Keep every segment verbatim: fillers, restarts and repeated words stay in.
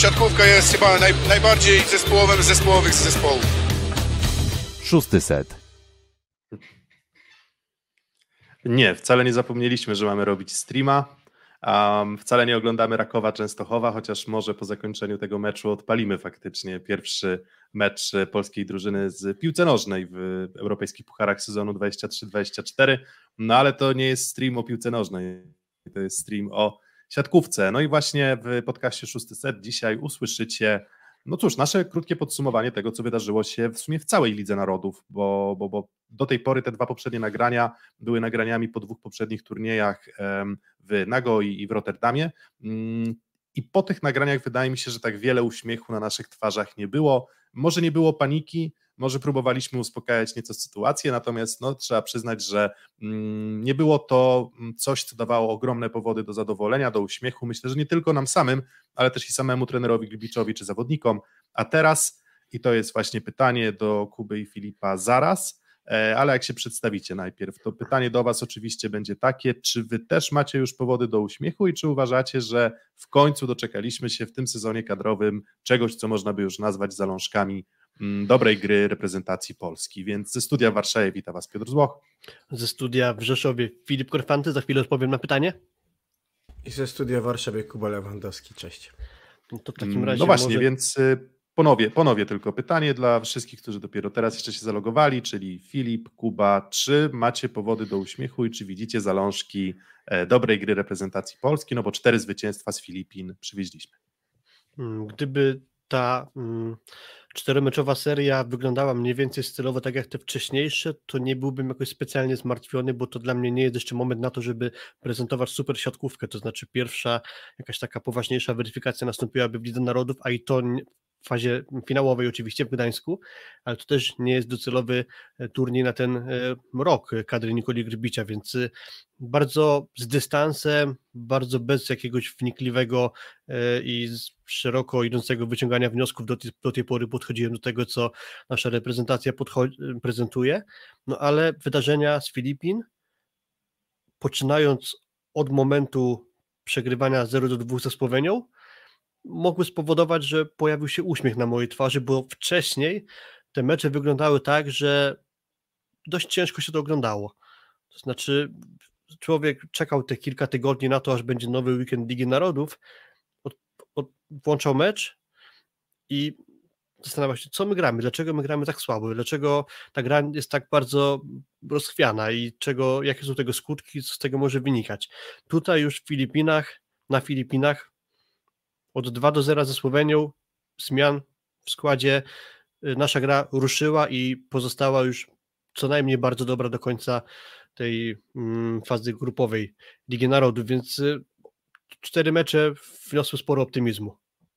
siatkówka jest chyba naj, najbardziej zespołowym z zespołowych zespołów. Szósty set. Nie, wcale nie zapomnieliśmy, że mamy robić streama. Um, wcale nie oglądamy Rakowa Częstochowa, chociaż może po zakończeniu tego meczu odpalimy faktycznie pierwszy mecz polskiej drużyny z piłce nożnej w europejskich pucharach sezonu dwadzieścia trzy dwadzieścia cztery, no ale to nie jest stream o piłce nożnej, to jest stream o siatkówce. No i właśnie w podcaście Szósty Set dzisiaj usłyszycie, no cóż, nasze krótkie podsumowanie tego, co wydarzyło się w sumie w całej Lidze Narodów, bo, bo, bo do tej pory te dwa poprzednie nagrania były nagraniami po dwóch poprzednich turniejach w Nagoi i w Rotterdamie i po tych nagraniach wydaje mi się, że tak wiele uśmiechu na naszych twarzach nie było, może nie było paniki, może próbowaliśmy uspokajać nieco sytuację, natomiast no, trzeba przyznać, że mm, nie było to coś, co dawało ogromne powody do zadowolenia, do uśmiechu, myślę, że nie tylko nam samym, ale też i samemu trenerowi Glibiczowi czy zawodnikom, a teraz, i to jest właśnie pytanie do Kuby i Filipa zaraz, ale jak się przedstawicie najpierw, to pytanie do was oczywiście będzie takie, czy wy też macie już powody do uśmiechu i czy uważacie, że w końcu doczekaliśmy się w tym sezonie kadrowym czegoś, co można by już nazwać zalążkami dobrej gry reprezentacji Polski, więc ze studia w Warszawie wita was Piotr Złoch. Ze studia w Rzeszowie Filip Korfanty, za chwilę odpowiem na pytanie. I ze studia w Warszawie Kuba Lewandowski, cześć. No to w takim razie No właśnie, może... więc ponowię, ponowię tylko pytanie dla wszystkich, którzy dopiero teraz jeszcze się zalogowali, czyli Filip, Kuba, czy macie powody do uśmiechu i czy widzicie zalążki dobrej gry reprezentacji Polski, no bo cztery zwycięstwa z Filipin przywieźliśmy. Gdyby ta mm, czteromeczowa seria wyglądała mniej więcej stylowo tak jak te wcześniejsze, to nie byłbym jakoś specjalnie zmartwiony, bo to dla mnie nie jest jeszcze moment na to, żeby prezentować super siatkówkę, to znaczy pierwsza jakaś taka poważniejsza weryfikacja nastąpiłaby w Lidze Narodów, a i to w fazie finałowej oczywiście w Gdańsku, ale to też nie jest docelowy turniej na ten rok kadry Nikoli Grbicia, więc bardzo z dystansem, bardzo bez jakiegoś wnikliwego i szeroko idącego wyciągania wniosków do tej, do tej pory podchodziłem do tego, co nasza reprezentacja podcho- prezentuje, no ale wydarzenia z Filipin, poczynając od momentu przegrywania zero do dwóch ze Słowenią, mogły spowodować, że pojawił się uśmiech na mojej twarzy, bo wcześniej te mecze wyglądały tak, że dość ciężko się to oglądało. To znaczy człowiek czekał te kilka tygodni na to, aż będzie nowy weekend Ligi Narodów, od, od, włączał mecz i zastanawiał się, co my gramy, dlaczego my gramy tak słabo, dlaczego ta gra jest tak bardzo rozchwiana i czego, jakie są tego skutki, co z tego może wynikać. Tutaj już w Filipinach, na Filipinach od dwa do zera ze Słowenią zmian w składzie nasza gra ruszyła i pozostała już co najmniej bardzo dobra do końca tej mm, fazy grupowej Ligi Narodów, więc y, cztery mecze wniosły sporo optymizmu.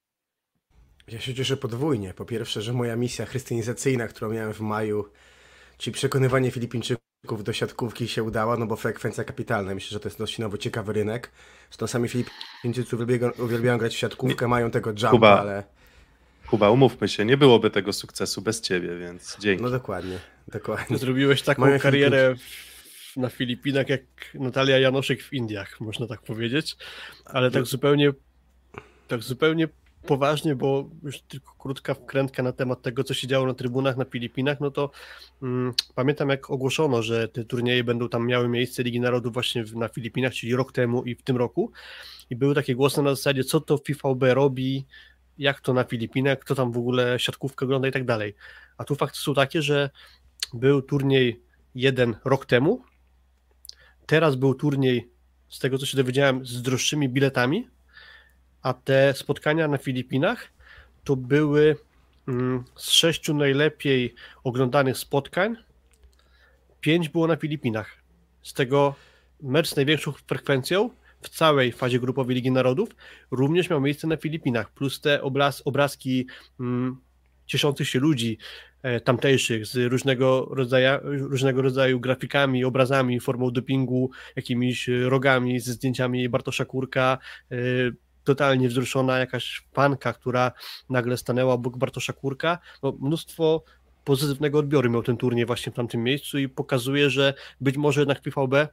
Ja się cieszę podwójnie. Po pierwsze, że moja misja chrystianizacyjna, którą miałem w maju, czyli przekonywanie Filipińczyków do siatkówki się udała, no bo frekwencja kapitalna. Myślę, że to jest dość nowy, ciekawy rynek. Zresztą sami Filipińczycy uwielbiają, uwielbiają grać w siatkówkę, mają tego jumpa, Kuba, ale... Kuba, umówmy się, nie byłoby tego sukcesu bez ciebie, więc dzięki. No dokładnie, dokładnie. Zrobiłeś taką Moja karierę w, na Filipinach jak Natalia Janoszek w Indiach, można tak powiedzieć, ale tak zupełnie tak zupełnie poważnie, bo już tylko krótka wkrętka na temat tego, co się działo na trybunach na Filipinach, no to mm, pamiętam jak ogłoszono, że te turnieje będą tam miały miejsce Ligi Narodów właśnie w, na Filipinach, czyli rok temu i w tym roku i były takie głosy na zasadzie, co to FIFA B robi, jak to na Filipinach, kto tam w ogóle siatkówkę ogląda i tak dalej. A tu fakty są takie, że był turniej jeden rok temu, teraz był turniej, z tego co się dowiedziałem, z droższymi biletami, a te spotkania na Filipinach to były mm, z sześciu najlepiej oglądanych spotkań, pięć było na Filipinach. Z tego mecz z największą frekwencją w całej fazie grupowej Ligi Narodów również miał miejsce na Filipinach, plus te obraz, obrazki mm, cieszących się ludzi e, tamtejszych z różnego rodzaju, różnego rodzaju grafikami, obrazami, formą dopingu, jakimiś rogami, ze zdjęciami Bartosza Kurka, e, totalnie wzruszona jakaś fanka, która nagle stanęła obok Bartosza Kurka. No, mnóstwo pozytywnego odbioru miał ten turniej właśnie w tamtym miejscu i pokazuje, że być może jednak FIFA B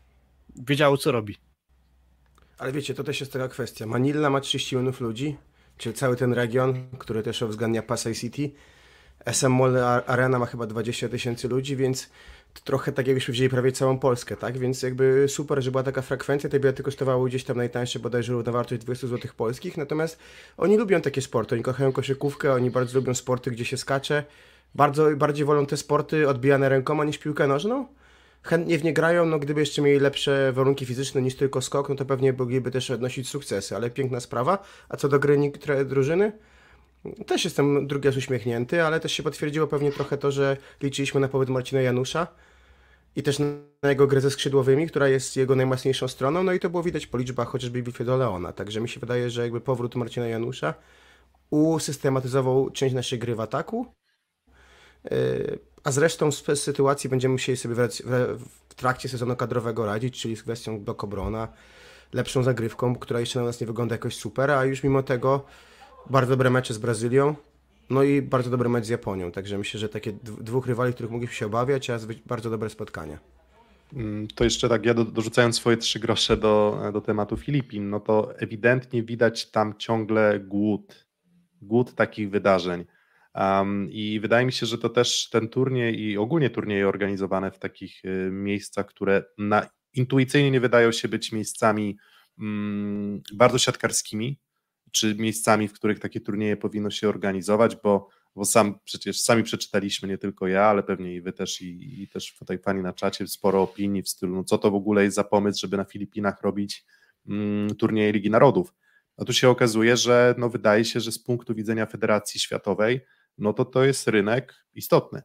wiedziało, co robi. Ale wiecie, to też jest taka kwestia. Manila ma trzydzieści milionów ludzi, czyli cały ten region, który też uwzględnia Pasay City. S M Mall Arena ma chyba dwadzieścia tysięcy ludzi, więc to trochę tak jakbyśmy wzięli prawie całą Polskę, tak? Więc jakby super, że była taka frekwencja, te bilety kosztowały gdzieś tam najtańsze bodajże równowartość dwadzieścia złotych polskich, natomiast oni lubią takie sporty, oni kochają koszykówkę, oni bardzo lubią sporty, gdzie się skacze, bardzo bardziej wolą te sporty odbijane rękoma niż piłkę nożną. Chętnie w nie grają, no gdyby jeszcze mieli lepsze warunki fizyczne niż tylko skok, no to pewnie mogliby też odnosić sukcesy, ale piękna sprawa. A co do gry niektóre drużyny? Też jestem drugi raz uśmiechnięty, ale też się potwierdziło pewnie trochę to, że liczyliśmy na powrót Marcina Janusza i też na jego grę ze skrzydłowymi, która jest jego najmocniejszą stroną, no i to było widać po liczbach chociażby Wilfredo Leona, także mi się wydaje, że jakby powrót Marcina Janusza usystematyzował część naszej gry w ataku, a zresztą z sytuacji będziemy musieli sobie w trakcie sezonu kadrowego radzić, czyli z kwestią block obrona, lepszą zagrywką, która jeszcze na nas nie wygląda jakoś super, a już mimo tego bardzo dobre mecze z Brazylią, no i bardzo dobry mecz z Japonią, także myślę, że takie dwóch rywali, których mogliśmy się obawiać, a bardzo dobre spotkania. To jeszcze tak, ja do, dorzucając swoje trzy grosze do, do tematu Filipin, no to ewidentnie widać tam ciągle głód, głód takich wydarzeń. Um, I wydaje mi się, że to też ten turniej i ogólnie turnieje organizowane w takich y, miejscach, które na, intuicyjnie nie wydają się być miejscami mm, bardzo siatkarskimi, czy miejscami, w których takie turnieje powinno się organizować, bo, bo sam przecież sami przeczytaliśmy, nie tylko ja, ale pewnie i wy też i, i też tutaj pani na czacie sporo opinii w stylu, no co to w ogóle jest za pomysł, żeby na Filipinach robić mm, turnieje Ligi Narodów. No tu się okazuje, że no wydaje się, że z punktu widzenia Federacji Światowej, no to to jest rynek istotny.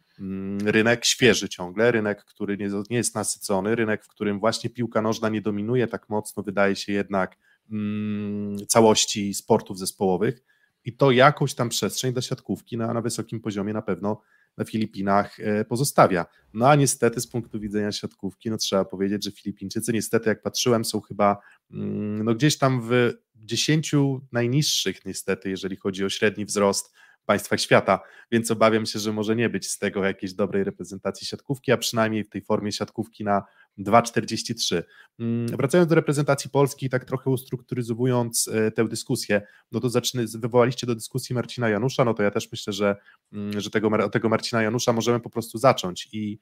Rynek świeży ciągle, rynek, który nie, nie jest nasycony, rynek, w którym właśnie piłka nożna nie dominuje tak mocno, wydaje się jednak mm, całości sportów zespołowych i to jakąś tam przestrzeń dla siatkówki na, na wysokim poziomie na pewno na Filipinach e, pozostawia. No a niestety z punktu widzenia siatkówki, no trzeba powiedzieć, że Filipińczycy niestety, jak patrzyłem, są chyba mm, no gdzieś tam w dziesięciu najniższych niestety, jeżeli chodzi o średni wzrost w państwach świata, więc obawiam się, że może nie być z tego jakiejś dobrej reprezentacji siatkówki, a przynajmniej w tej formie siatkówki na dwa czterdzieści trzy. Wracając do reprezentacji Polski, tak trochę ustrukturyzowując tę dyskusję, no to zaczyny, wywołaliście do dyskusji Marcina Janusza, no to ja też myślę, że, że tego, tego Marcina Janusza możemy po prostu zacząć i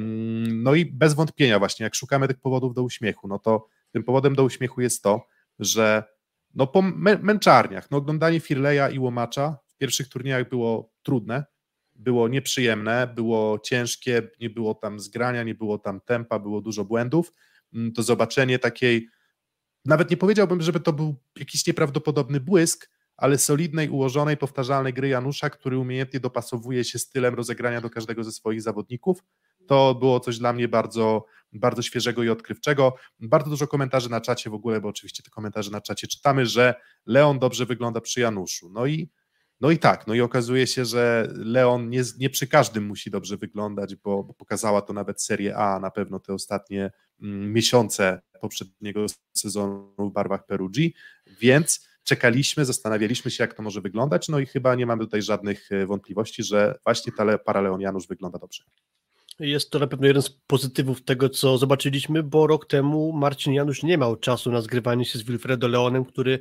no i bez wątpienia właśnie, jak szukamy tych powodów do uśmiechu, no to tym powodem do uśmiechu jest to, że no po męczarniach, no oglądanie Firleja i Łomacza w pierwszych turniejach było trudne, było nieprzyjemne, było ciężkie, nie było tam zgrania, nie było tam tempa, było dużo błędów, to zobaczenie takiej, nawet nie powiedziałbym, żeby to był jakiś nieprawdopodobny błysk, ale solidnej, ułożonej, powtarzalnej gry Janusza, który umiejętnie dopasowuje się stylem rozegrania do każdego ze swoich zawodników. To było coś dla mnie bardzo, bardzo świeżego i odkrywczego. Bardzo dużo komentarzy na czacie w ogóle, bo oczywiście te komentarze na czacie czytamy, że Leon dobrze wygląda przy Januszu. No i, no i tak, no i okazuje się, że Leon nie, nie przy każdym musi dobrze wyglądać, bo, bo pokazała to nawet Serie A, na pewno te ostatnie mm, miesiące poprzedniego sezonu w barwach Perugii, więc czekaliśmy, zastanawialiśmy się, jak to może wyglądać, no i chyba nie mamy tutaj żadnych wątpliwości, że właśnie ta para Leon Janusz wygląda dobrze. Jest to na pewno jeden z pozytywów tego, co zobaczyliśmy, bo rok temu Marcin Janusz nie miał czasu na zgrywanie się z Wilfredo Leonem, który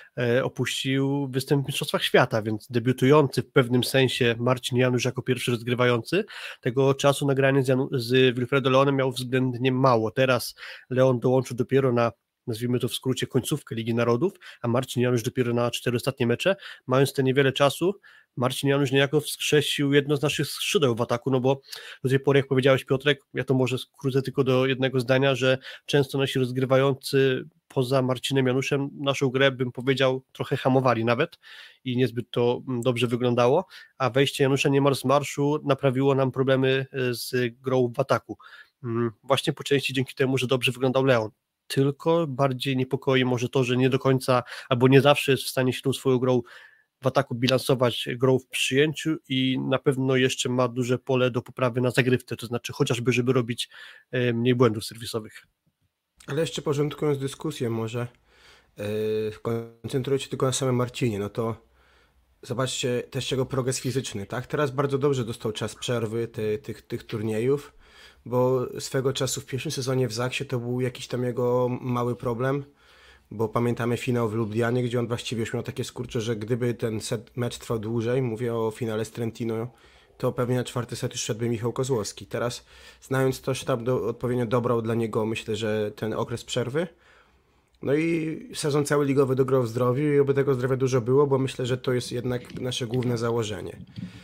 opuścił występ w Mistrzostwach Świata, więc debiutujący w pewnym sensie Marcin Janusz jako pierwszy rozgrywający, tego czasu na granie z, Janu- z Wilfredo Leonem miał względnie mało. Teraz Leon dołączył dopiero na, nazwijmy to w skrócie, końcówkę Ligi Narodów, a Marcin Janusz dopiero na cztery ostatnie mecze, mając te niewiele czasu, Marcin Janusz niejako wskrzesił jedno z naszych skrzydeł w ataku, no bo do tej pory, jak powiedziałeś, Piotrek, ja to może skrócę tylko do jednego zdania, że często nasi rozgrywający poza Marcinem Januszem naszą grę, bym powiedział, trochę hamowali nawet i niezbyt to dobrze wyglądało, a wejście Janusza niemal z marszu naprawiło nam problemy z grą w ataku. Właśnie po części dzięki temu, że dobrze wyglądał Leon. Tylko bardziej niepokoi może to, że nie do końca, albo nie zawsze jest w stanie się tą swoją grą w ataku bilansować grą w przyjęciu i na pewno jeszcze ma duże pole do poprawy na zagrywce, to znaczy chociażby, żeby robić mniej błędów serwisowych. Ale jeszcze porządkując dyskusję może, yy, koncentrując się tylko na samym Marcinie, no to zobaczcie też jego progres fizyczny, tak? Teraz bardzo dobrze dostał czas przerwy ty, tych, tych turniejów, bo swego czasu w pierwszym sezonie w Zaksie to był jakiś tam jego mały problem, bo pamiętamy finał w Lublianie, gdzie on właściwie już miał takie skurcze, że gdyby ten set, mecz trwał dłużej, mówię o finale z Trentino, to pewnie na czwarty set już szedłby Michał Kozłowski. Teraz, znając to, sztab do, odpowiednio dobrał dla niego, myślę, że ten okres przerwy. No i sezon cały ligowy dograł w zdrowiu i oby tego zdrowia dużo było, bo myślę, że to jest jednak nasze główne założenie.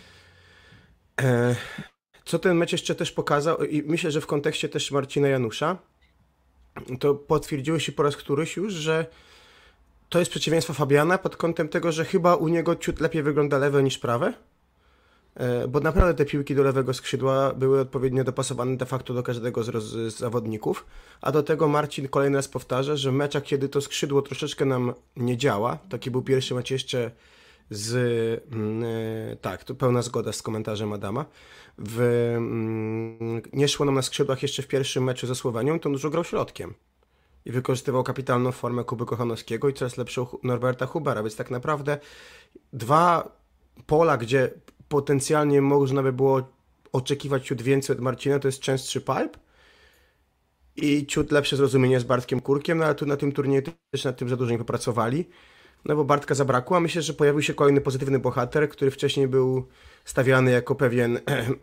E, co ten mecz jeszcze też pokazał, i myślę, że w kontekście też Marcina Janusza, to potwierdziło się po raz któryś już, że to jest przeciwieństwo Fabiana pod kątem tego, że chyba u niego ciut lepiej wygląda lewe niż prawe, bo naprawdę te piłki do lewego skrzydła były odpowiednio dopasowane de facto do każdego z, roz, z zawodników, a do tego Marcin kolejny raz powtarza, że w meczach, kiedy to skrzydło troszeczkę nam nie działa, taki był pierwszy mecz jeszcze z, yy, tak, tu pełna zgoda z komentarzem Adama, w, yy, nie szło nam na skrzydłach jeszcze w pierwszym meczu ze Słowenią, to dużo grał środkiem i wykorzystywał kapitalną formę Kuby Kochanowskiego i coraz lepszą Norberta Hubera, więc tak naprawdę dwa pola, gdzie potencjalnie można by było oczekiwać ciut więcej od Marcina, to jest częstszy pipe i ciut lepsze zrozumienie z Bartkiem Kurkiem, no ale tu na tym turnieju też nad tym za dużo nie popracowali, no bo Bartka zabrakło, a myślę, że pojawił się kolejny pozytywny bohater, który wcześniej był stawiany jako pewien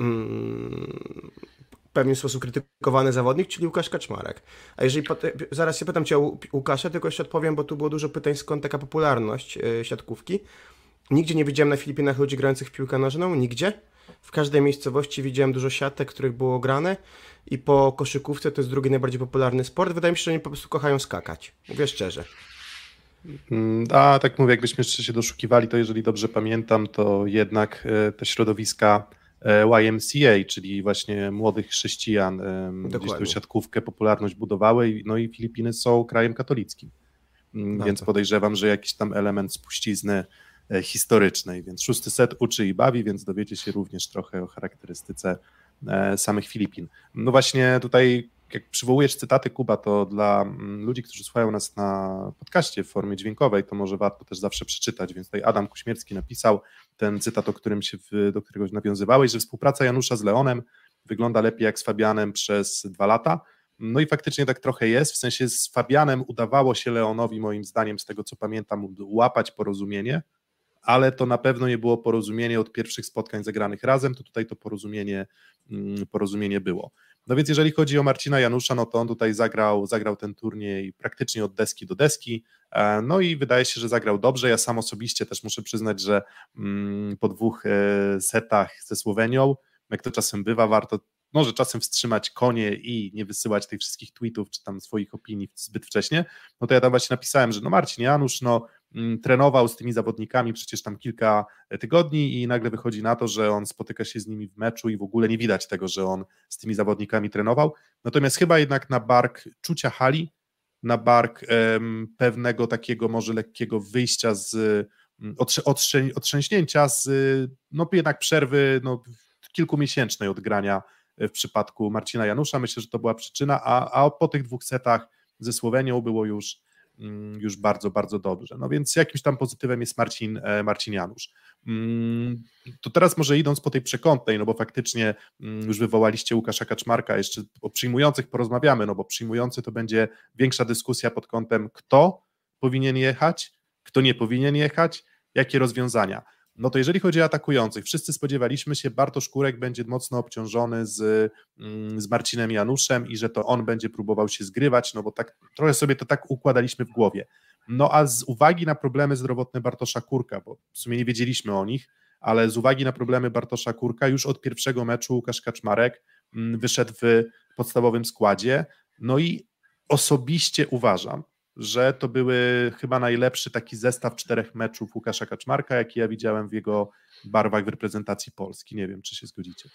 w pewien sposób krytykowany zawodnik, czyli Łukasz Kaczmarek. A jeżeli, zaraz się pytam Cię o Łukasza, tylko jeszcze odpowiem, bo tu było dużo pytań skąd taka popularność yy, siatkówki. Nigdzie nie widziałem na Filipinach ludzi grających w piłkę nożną, nigdzie. W każdej miejscowości widziałem dużo siatek, których było grane i po koszykówce to jest drugi najbardziej popularny sport. Wydaje mi się, że oni po prostu kochają skakać. Mówię szczerze. A tak mówię, jakbyśmy jeszcze się doszukiwali, to jeżeli dobrze pamiętam, to jednak te środowiska Y M C A, czyli właśnie młodych chrześcijan, Dokładnie. Gdzieś tą siatkówkę popularność budowały, no i Filipiny są krajem katolickim. Bardzo. Więc podejrzewam, że jakiś tam element spuścizny historycznej, więc szósty set uczy i bawi, więc dowiecie się również trochę o charakterystyce samych Filipin. No właśnie tutaj, jak przywołujesz cytaty, Kuba, to dla ludzi, którzy słuchają nas na podcaście w formie dźwiękowej, to może warto też zawsze przeczytać, więc tutaj Adam Kuśmierski napisał ten cytat, o którym się, do którego nawiązywałeś, że współpraca Janusza z Leonem wygląda lepiej jak z Fabianem przez dwa lata. No i faktycznie tak trochę jest, w sensie z Fabianem udawało się Leonowi, moim zdaniem, z tego co pamiętam, łapać porozumienie, ale to na pewno nie było porozumienie od pierwszych spotkań zagranych razem, to tutaj to porozumienie, porozumienie było. No więc jeżeli chodzi o Marcina Janusza, no to on tutaj zagrał, zagrał ten turniej praktycznie od deski do deski, no i wydaje się, że zagrał dobrze. Ja sam osobiście też muszę przyznać, że po dwóch setach ze Słowenią, jak to czasem bywa, warto może czasem wstrzymać konie i nie wysyłać tych wszystkich tweetów czy tam swoich opinii zbyt wcześnie, no to ja tam właśnie napisałem, że no Marcin Janusz no m, trenował z tymi zawodnikami przecież tam kilka tygodni i nagle wychodzi na to, że on spotyka się z nimi w meczu i w ogóle nie widać tego, że on z tymi zawodnikami trenował, natomiast chyba jednak na bark czucia hali, na bark em, pewnego takiego może lekkiego wyjścia z otrze, otrze, otrzęśnięcia z no jednak przerwy no, kilkumiesięcznej od grania w przypadku Marcina Janusza. Myślę, że to była przyczyna, a, a po tych dwóch setach ze Słowenią było już, już bardzo, bardzo dobrze. No więc jakimś tam pozytywem jest Marcin, Marcin Janusz. To teraz może idąc po tej przekątnej, no bo faktycznie już wywołaliście Łukasza Kaczmarka, jeszcze o przyjmujących porozmawiamy, no bo przyjmujący to będzie większa dyskusja pod kątem kto powinien jechać, kto nie powinien jechać, jakie rozwiązania. No to jeżeli chodzi o atakujących, wszyscy spodziewaliśmy się, Bartosz Kurek będzie mocno obciążony z, z Marcinem Januszem i że to on będzie próbował się zgrywać, no bo tak trochę sobie to tak układaliśmy w głowie. No a z uwagi na problemy zdrowotne Bartosza Kurka, bo w sumie nie wiedzieliśmy o nich, ale z uwagi na problemy Bartosza Kurka już od pierwszego meczu Łukasz Kaczmarek wyszedł w podstawowym składzie, no i osobiście uważam, że to były chyba najlepszy taki zestaw czterech meczów Łukasza Kaczmarka, jaki ja widziałem w jego barwach w reprezentacji Polski. Nie wiem, czy się zgodzicie.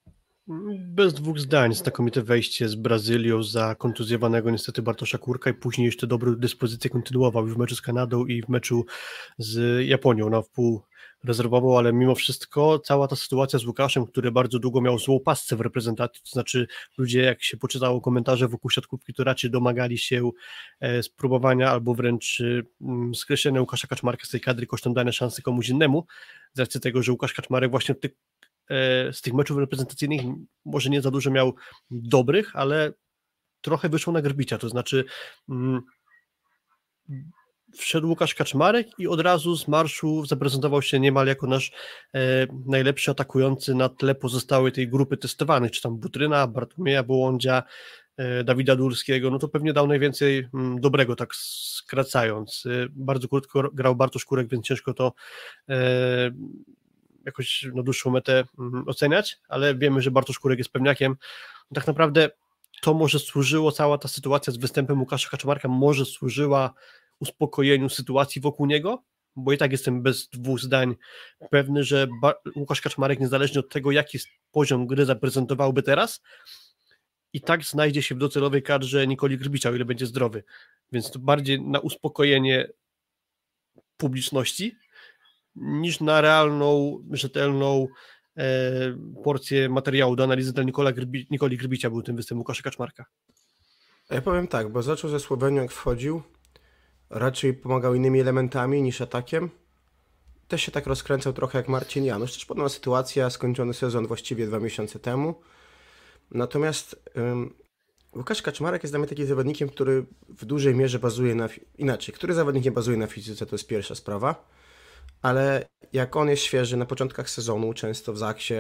Bez dwóch zdań, znakomite wejście z Brazylią za kontuzjowanego niestety Bartosza Kurka i później jeszcze dobrą dyspozycję kontynuował i w meczu z Kanadą i w meczu z Japonią na wpół rezerwował, ale mimo wszystko cała ta sytuacja z Łukaszem, który bardzo długo miał złą pasce w reprezentacji, to znaczy ludzie, jak się poczytało komentarze wokół siatkówki, to raczej domagali się e, spróbowania albo wręcz e, skreślenia Łukasza Kaczmarka z tej kadry kosztem dania szansy komuś innemu, z racji tego, że Łukasz Kaczmarek właśnie ty, e, z tych meczów reprezentacyjnych może nie za dużo miał dobrych, ale trochę wyszło na grbicia, to znaczy mm, wszedł Łukasz Kaczmarek i od razu z marszu zaprezentował się niemal jako nasz e, najlepszy atakujący na tle pozostałej tej grupy testowanych, czy tam Butryna, Bartłomieja Bołądzia, e, Dawida Durskiego, no to pewnie dał najwięcej m, dobrego, tak skracając. E, bardzo krótko grał Bartosz Kurek, więc ciężko to e, jakoś na dłuższą metę m, oceniać, ale wiemy, że Bartosz Kurek jest pewniakiem. Tak naprawdę to może służyło, cała ta sytuacja z występem Łukasza Kaczmarka może służyła uspokojeniu sytuacji wokół niego, bo i tak jestem bez dwóch zdań pewny, że ba- Łukasz Kaczmarek, niezależnie od tego, jaki poziom gry zaprezentowałby teraz, i tak znajdzie się w docelowej kadrze Nikoli Grbicza, o ile będzie zdrowy, więc to bardziej na uspokojenie publiczności niż na realną, rzetelną e, porcję materiału do analizy dla Nikola Grbi- Nikoli Grbicia był tym występ Łukasza Kaczmarka. Ja powiem tak, bo zaczął ze Słowenią, jak wchodził, raczej pomagał innymi elementami niż atakiem. Też się tak rozkręcał trochę jak Marcin Janusz. Też podobna sytuacja, skończony sezon właściwie dwa miesiące temu. Natomiast um, Łukasz Kaczmarek jest dla mnie takim zawodnikiem, który w dużej mierze bazuje na... Inaczej, który zawodnik nie bazuje na fizyce, to jest pierwsza sprawa. Ale jak on jest świeży na początkach sezonu, często w Zaksie,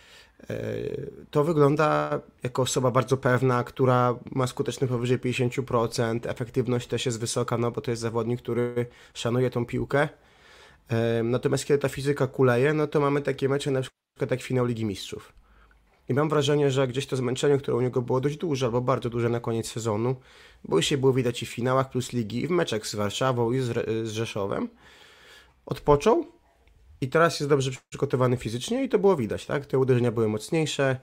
to wygląda jako osoba bardzo pewna, która ma skuteczność powyżej pięćdziesiąt procent, efektywność też jest wysoka, no bo to jest zawodnik, który szanuje tą piłkę. Natomiast kiedy ta fizyka kuleje, no to mamy takie mecze na przykład jak finał Ligi Mistrzów. I mam wrażenie, że gdzieś to zmęczenie, które u niego było dość duże, albo bardzo duże na koniec sezonu, bo już się było widać i w finałach plus Ligi, i w meczach z Warszawą i z, Re- z Rzeszowem, odpoczął i teraz jest dobrze przygotowany fizycznie i to było widać, tak? Te uderzenia były mocniejsze,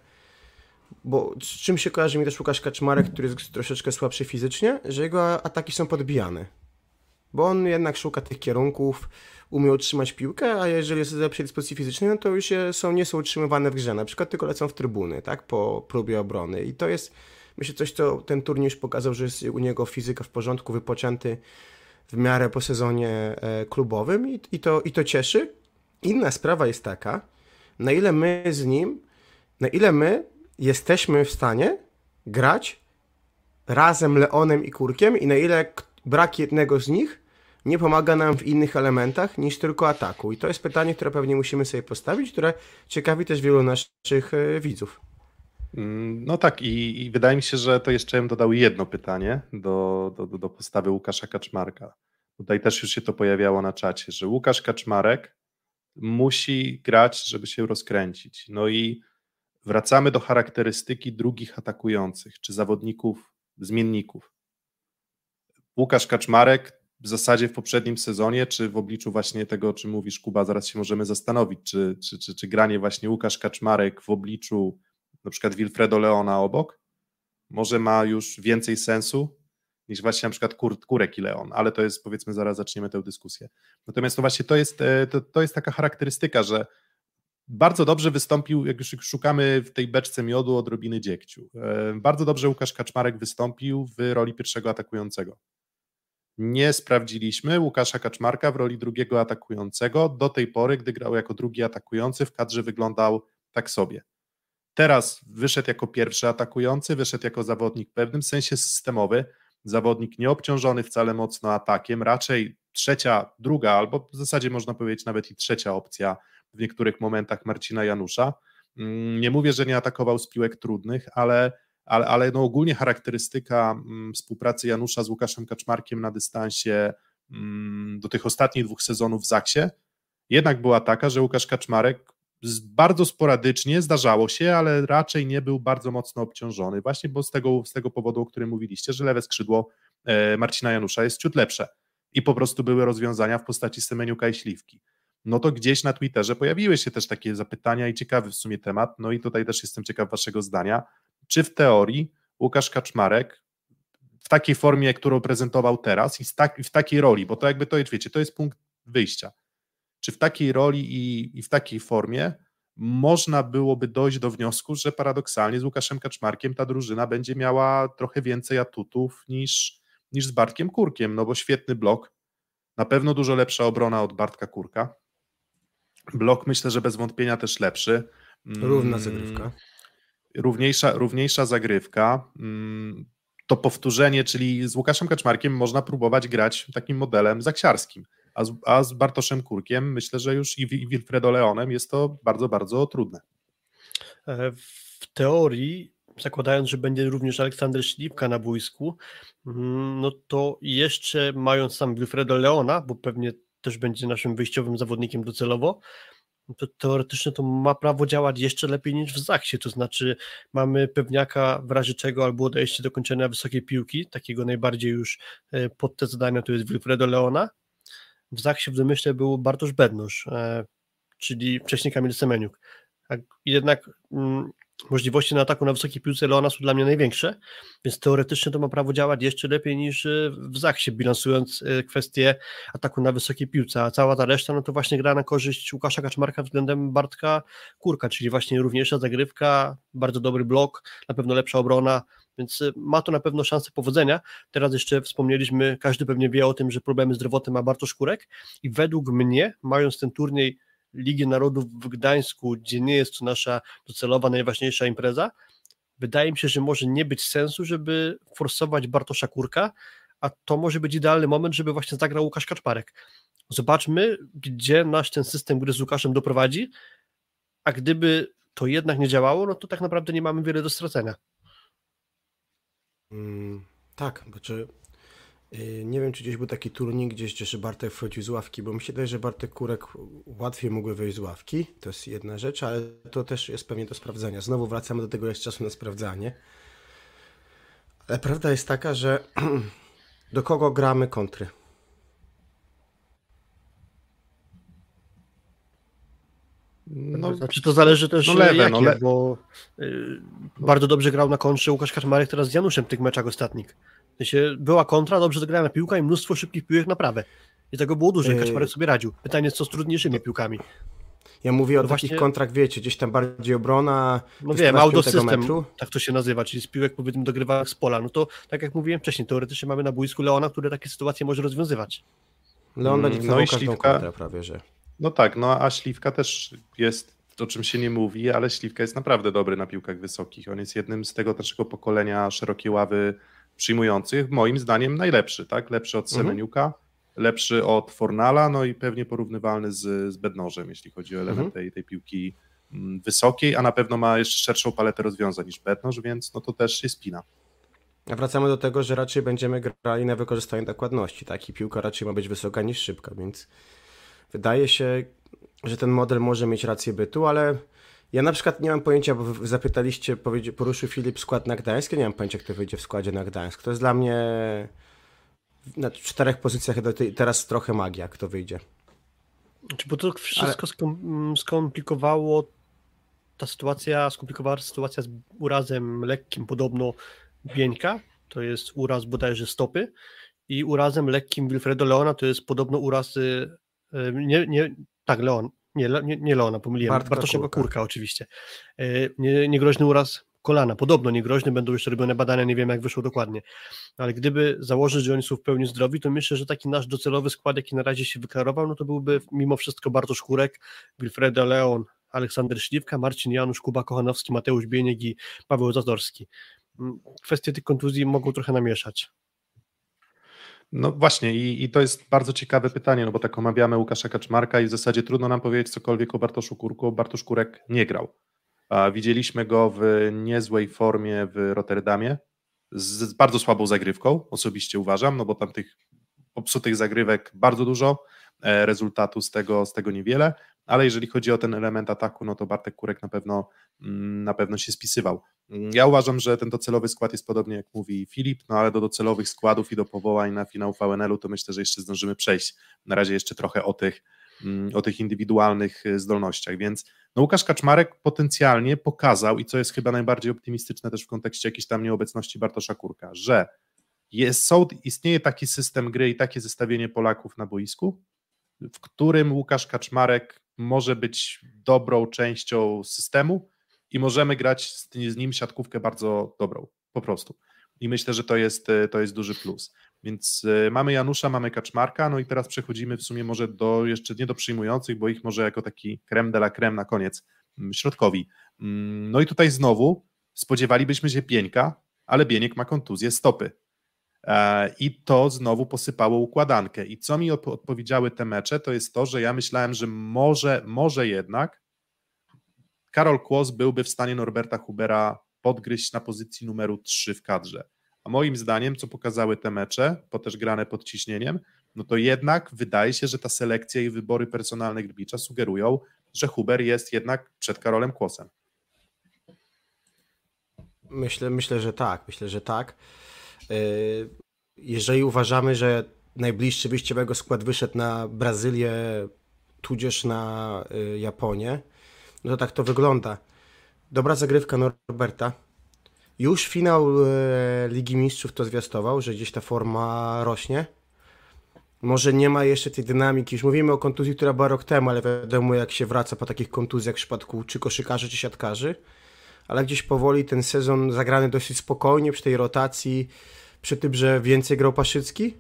bo z czym się kojarzy mi też Łukasz Kaczmarek, który jest troszeczkę słabszy fizycznie, że jego ataki są podbijane. Bo on jednak szuka tych kierunków, umie utrzymać piłkę, a jeżeli jest w lepszej dyspozycji fizycznej, no to już się są, nie są utrzymywane w grze, na przykład tylko lecą w trybuny, tak? Po próbie obrony. I to jest, myślę, coś, co ten turniej już pokazał, że jest u niego fizyka w porządku, wypoczęty w miarę po sezonie e, klubowym i, i, to, i to cieszy. Inna sprawa jest taka, na ile my z nim, na ile my jesteśmy w stanie grać razem Leonem i Kurkiem i na ile k- brak jednego z nich nie pomaga nam w innych elementach niż tylko ataku. I to jest pytanie, które pewnie musimy sobie postawić, które ciekawi też wielu naszych e, widzów. No tak i, i wydaje mi się, że to jeszcze bym dodał jedno pytanie do, do, do postawy Łukasza Kaczmarka. Tutaj też już się to pojawiało na czacie, że Łukasz Kaczmarek musi grać, żeby się rozkręcić. No i wracamy do charakterystyki drugich atakujących, czy zawodników, zmienników. Łukasz Kaczmarek w zasadzie w poprzednim sezonie, czy w obliczu właśnie tego, o czym mówisz, Kuba, zaraz się możemy zastanowić, czy, czy, czy, czy granie właśnie Łukasz Kaczmarek w obliczu na przykład Wilfredo Leona obok, może ma już więcej sensu niż właśnie na przykład Kurt, Kurek i Leon, ale to jest, powiedzmy, zaraz zaczniemy tę dyskusję. Natomiast to właśnie to jest, to, to jest taka charakterystyka, że bardzo dobrze wystąpił, jak już szukamy w tej beczce miodu odrobiny dziegciu, bardzo dobrze Łukasz Kaczmarek wystąpił w roli pierwszego atakującego. Nie sprawdziliśmy Łukasza Kaczmarka w roli drugiego atakującego do tej pory, gdy grał jako drugi atakujący, w kadrze wyglądał tak sobie. Teraz wyszedł jako pierwszy atakujący, wyszedł jako zawodnik w pewnym sensie systemowy, zawodnik nieobciążony wcale mocno atakiem, raczej trzecia, druga, albo w zasadzie można powiedzieć nawet i trzecia opcja w niektórych momentach Marcina Janusza. Nie mówię, że nie atakował z piłek trudnych, ale, ale, ale no ogólnie charakterystyka współpracy Janusza z Łukaszem Kaczmarkiem na dystansie do tych ostatnich dwóch sezonów w Zaksie jednak była taka, że Łukasz Kaczmarek bardzo sporadycznie zdarzało się, ale raczej nie był bardzo mocno obciążony, właśnie bo z tego, z tego powodu, o którym mówiliście, że lewe skrzydło Marcina Janusza jest ciut lepsze i po prostu były rozwiązania w postaci Semeniuka i Śliwki. No to gdzieś na Twitterze pojawiły się też takie zapytania i ciekawy w sumie temat, no i tutaj też jestem ciekaw waszego zdania, czy w teorii Łukasz Kaczmarek w takiej formie, którą prezentował teraz i w takiej roli, bo to jakby to jest, wiecie, to jest punkt wyjścia, czy w takiej roli i, i w takiej formie można byłoby dojść do wniosku, że paradoksalnie z Łukaszem Kaczmarkiem ta drużyna będzie miała trochę więcej atutów niż, niż z Bartkiem Kurkiem, no bo świetny blok, na pewno dużo lepsza obrona od Bartka Kurka, blok myślę, że bez wątpienia też lepszy. Równa zagrywka. Równiejsza, równiejsza zagrywka. to powtórzenie, czyli z Łukaszem Kaczmarkiem można próbować grać takim modelem zaksiarskim, a z, a z Bartoszem Kurkiem myślę, że już i, i Wilfredo Leonem jest to bardzo, bardzo trudne. W teorii, zakładając, że będzie również Aleksander Śliwka na boisku, no to jeszcze mając tam Wilfredo Leona, bo pewnie też będzie naszym wyjściowym zawodnikiem docelowo, to teoretycznie to ma prawo działać jeszcze lepiej niż w Zaksie, to znaczy mamy pewniaka w razie czego albo odejście do kończenia wysokiej piłki, takiego najbardziej już pod te zadania to jest Wilfredo Leona. W Zaksie w domyśle był Bartosz Bednosz, czyli wcześniej Kamil Semeniuk. Jednak mm, możliwości na ataku na wysokiej piłce Leona są dla mnie największe, więc teoretycznie to ma prawo działać jeszcze lepiej niż w Zaksie, bilansując kwestię ataku na wysokiej piłce, a cała ta reszta no to właśnie gra na korzyść Łukasza Kaczmarka względem Bartka Kurka, czyli właśnie równiejsza zagrywka, bardzo dobry blok, na pewno lepsza obrona, więc ma to na pewno szansę powodzenia. Teraz jeszcze wspomnieliśmy, każdy pewnie wie o tym, że problemy zdrowotne ma Bartosz Kurek i według mnie, mając ten turniej Ligi Narodów w Gdańsku, gdzie nie jest to nasza docelowa, najważniejsza impreza, wydaje mi się, że może nie być sensu, żeby forsować Bartosza Kurka, a to może być idealny moment, żeby właśnie zagrał Łukasz Kaczmarek. Zobaczmy, gdzie nasz ten system gry z Łukaszem doprowadzi, a gdyby to jednak nie działało, no to tak naprawdę nie mamy wiele do stracenia. Mm, tak, bo czy nie wiem, czy gdzieś był taki turniej, gdzieś, gdzie Bartek wchodził z ławki, bo mi się wydaje, że Bartek Kurek łatwiej mógłby wejść z ławki, to jest jedna rzecz, ale to też jest pewnie do sprawdzania. Znowu wracamy do tego, jest czasu na sprawdzanie. Ale prawda jest taka, że do kogo gramy kontry? No, znaczy to zależy też no lewe, jakie, no le... bo y, bardzo dobrze grał na kontrze Łukasz Kaczmarek teraz z Januszem w tych meczach ostatnich. Była kontra, dobrze zagrana piłka i mnóstwo szybkich piłek na prawe. I tego było dużo i Kaczmarek sobie radził. Pytanie jest, co z trudniejszymi piłkami. Ja mówię o no takich właśnie... kontrach, wiecie, gdzieś tam bardziej obrona. No wiem, autosystem, tak to się nazywa, czyli z piłek powiedzmy dogrywanych z pola. No to tak jak mówiłem wcześniej, teoretycznie mamy na boisku Leona, który takie sytuacje może rozwiązywać. Leon będzie no i Śliwka kontrę prawie, że. No tak, no a Śliwka też jest, o czym się nie mówi, ale Śliwka jest naprawdę dobry na piłkach wysokich. On jest jednym z tego naszego pokolenia szerokiej ławy przyjmujących, moim zdaniem najlepszy, tak? Lepszy od Semeniuka, mhm. lepszy od Fornala, no i pewnie porównywalny z, z Bednożem, jeśli chodzi o element mhm. tej, tej piłki wysokiej, a na pewno ma jeszcze szerszą paletę rozwiązań niż Bednoż, więc no to też jest pina. A wracamy do tego, że raczej będziemy grali na wykorzystanie dokładności, tak? I piłka raczej ma być wysoka niż szybka, więc wydaje się, że ten model może mieć rację bytu, ale ja na przykład nie mam pojęcia, bo zapytaliście, poruszył Filip skład na Gdańsk, ja nie mam pojęcia, kto wyjdzie w składzie na Gdańsk. To jest dla mnie na czterech pozycjach teraz trochę magia, kto wyjdzie. Bo to wszystko ale... skomplikowało, ta sytuacja, skomplikowała sytuacja z urazem lekkim, podobno Bieńka, to jest uraz bodajże stopy, i urazem lekkim Wilfredo Leona, to jest podobno uraz, nie, nie, tak, Leon, nie, nie, nie Leona, pomyliłem, Bartka Bartosza Kurka. Kurka oczywiście. Nie, niegroźny uraz kolana, podobno niegroźny, będą jeszcze robione badania, nie wiem jak wyszło dokładnie, ale gdyby założyć, że oni są w pełni zdrowi, to myślę, że taki nasz docelowy skład, jaki na razie się wyklarował, no to byłby mimo wszystko Bartosz Kurek, Wilfredo Leon, Aleksander Śliwka, Marcin Janusz, Kuba Kochanowski, Mateusz Bieniek i Paweł Zatorski. Kwestie tych kontuzji mogą trochę namieszać. No właśnie i, i to jest bardzo ciekawe pytanie, no bo tak omawiamy Łukasza Kaczmarka i w zasadzie trudno nam powiedzieć cokolwiek o Bartoszu Kurku. Bartosz Kurek nie grał. A widzieliśmy go w niezłej formie w Rotterdamie z, z bardzo słabą zagrywką, osobiście uważam, no bo tam tych popsutych zagrywek bardzo dużo, e, rezultatu z tego, z tego niewiele, ale jeżeli chodzi o ten element ataku, no to Bartek Kurek na pewno, na pewno się spisywał. Ja uważam, że ten docelowy skład jest podobnie jak mówi Filip, no ale do docelowych składów i do powołań na finał V N L-u to myślę, że jeszcze zdążymy przejść. Na razie jeszcze trochę o tych, o tych indywidualnych zdolnościach, więc no Łukasz Kaczmarek potencjalnie pokazał, i co jest chyba najbardziej optymistyczne też w kontekście jakiejś tam nieobecności Bartosza Kurka, że jest, są, istnieje taki system gry i takie zestawienie Polaków na boisku, w którym Łukasz Kaczmarek może być dobrą częścią systemu i możemy grać z, z nim siatkówkę bardzo dobrą, po prostu. I myślę, że to jest, to jest duży plus. Więc mamy Janusza, mamy Kaczmarka, no i teraz przechodzimy w sumie może do, jeszcze nie do przyjmujących, bo ich może jako taki crème de la crème na koniec, środkowi. No i tutaj znowu spodziewalibyśmy się Pieńka, ale Bieniek ma kontuzję stopy. I to znowu posypało układankę. I co mi odpowiedziały te mecze, to jest to, że ja myślałem, że może, może jednak Karol Kłos byłby w stanie Norberta Hubera podgryźć na pozycji numeru trzy w kadrze. A moim zdaniem, co pokazały te mecze, bo też grane pod ciśnieniem, no to jednak wydaje się, że ta selekcja i wybory personalne Grbicza sugerują, że Huber jest jednak przed Karolem Kłosem. Myślę, myślę, że tak. Myślę, że tak. Jeżeli uważamy, że najbliższy wyjściowego skład wyszedł na Brazylię, tudzież na Japonię, no to tak to wygląda. Dobra zagrywka Norberta. Już finał Ligi Mistrzów to zwiastował, że gdzieś ta forma rośnie. Może nie ma jeszcze tej dynamiki. Już mówimy o kontuzji, która była rok temu, ale wiadomo, jak się wraca po takich kontuzjach w przypadku czy koszykarzy, czy siatkarzy. Ale gdzieś powoli ten sezon zagrany dosyć spokojnie przy tej rotacji, przy tym, że więcej grał Paszycki.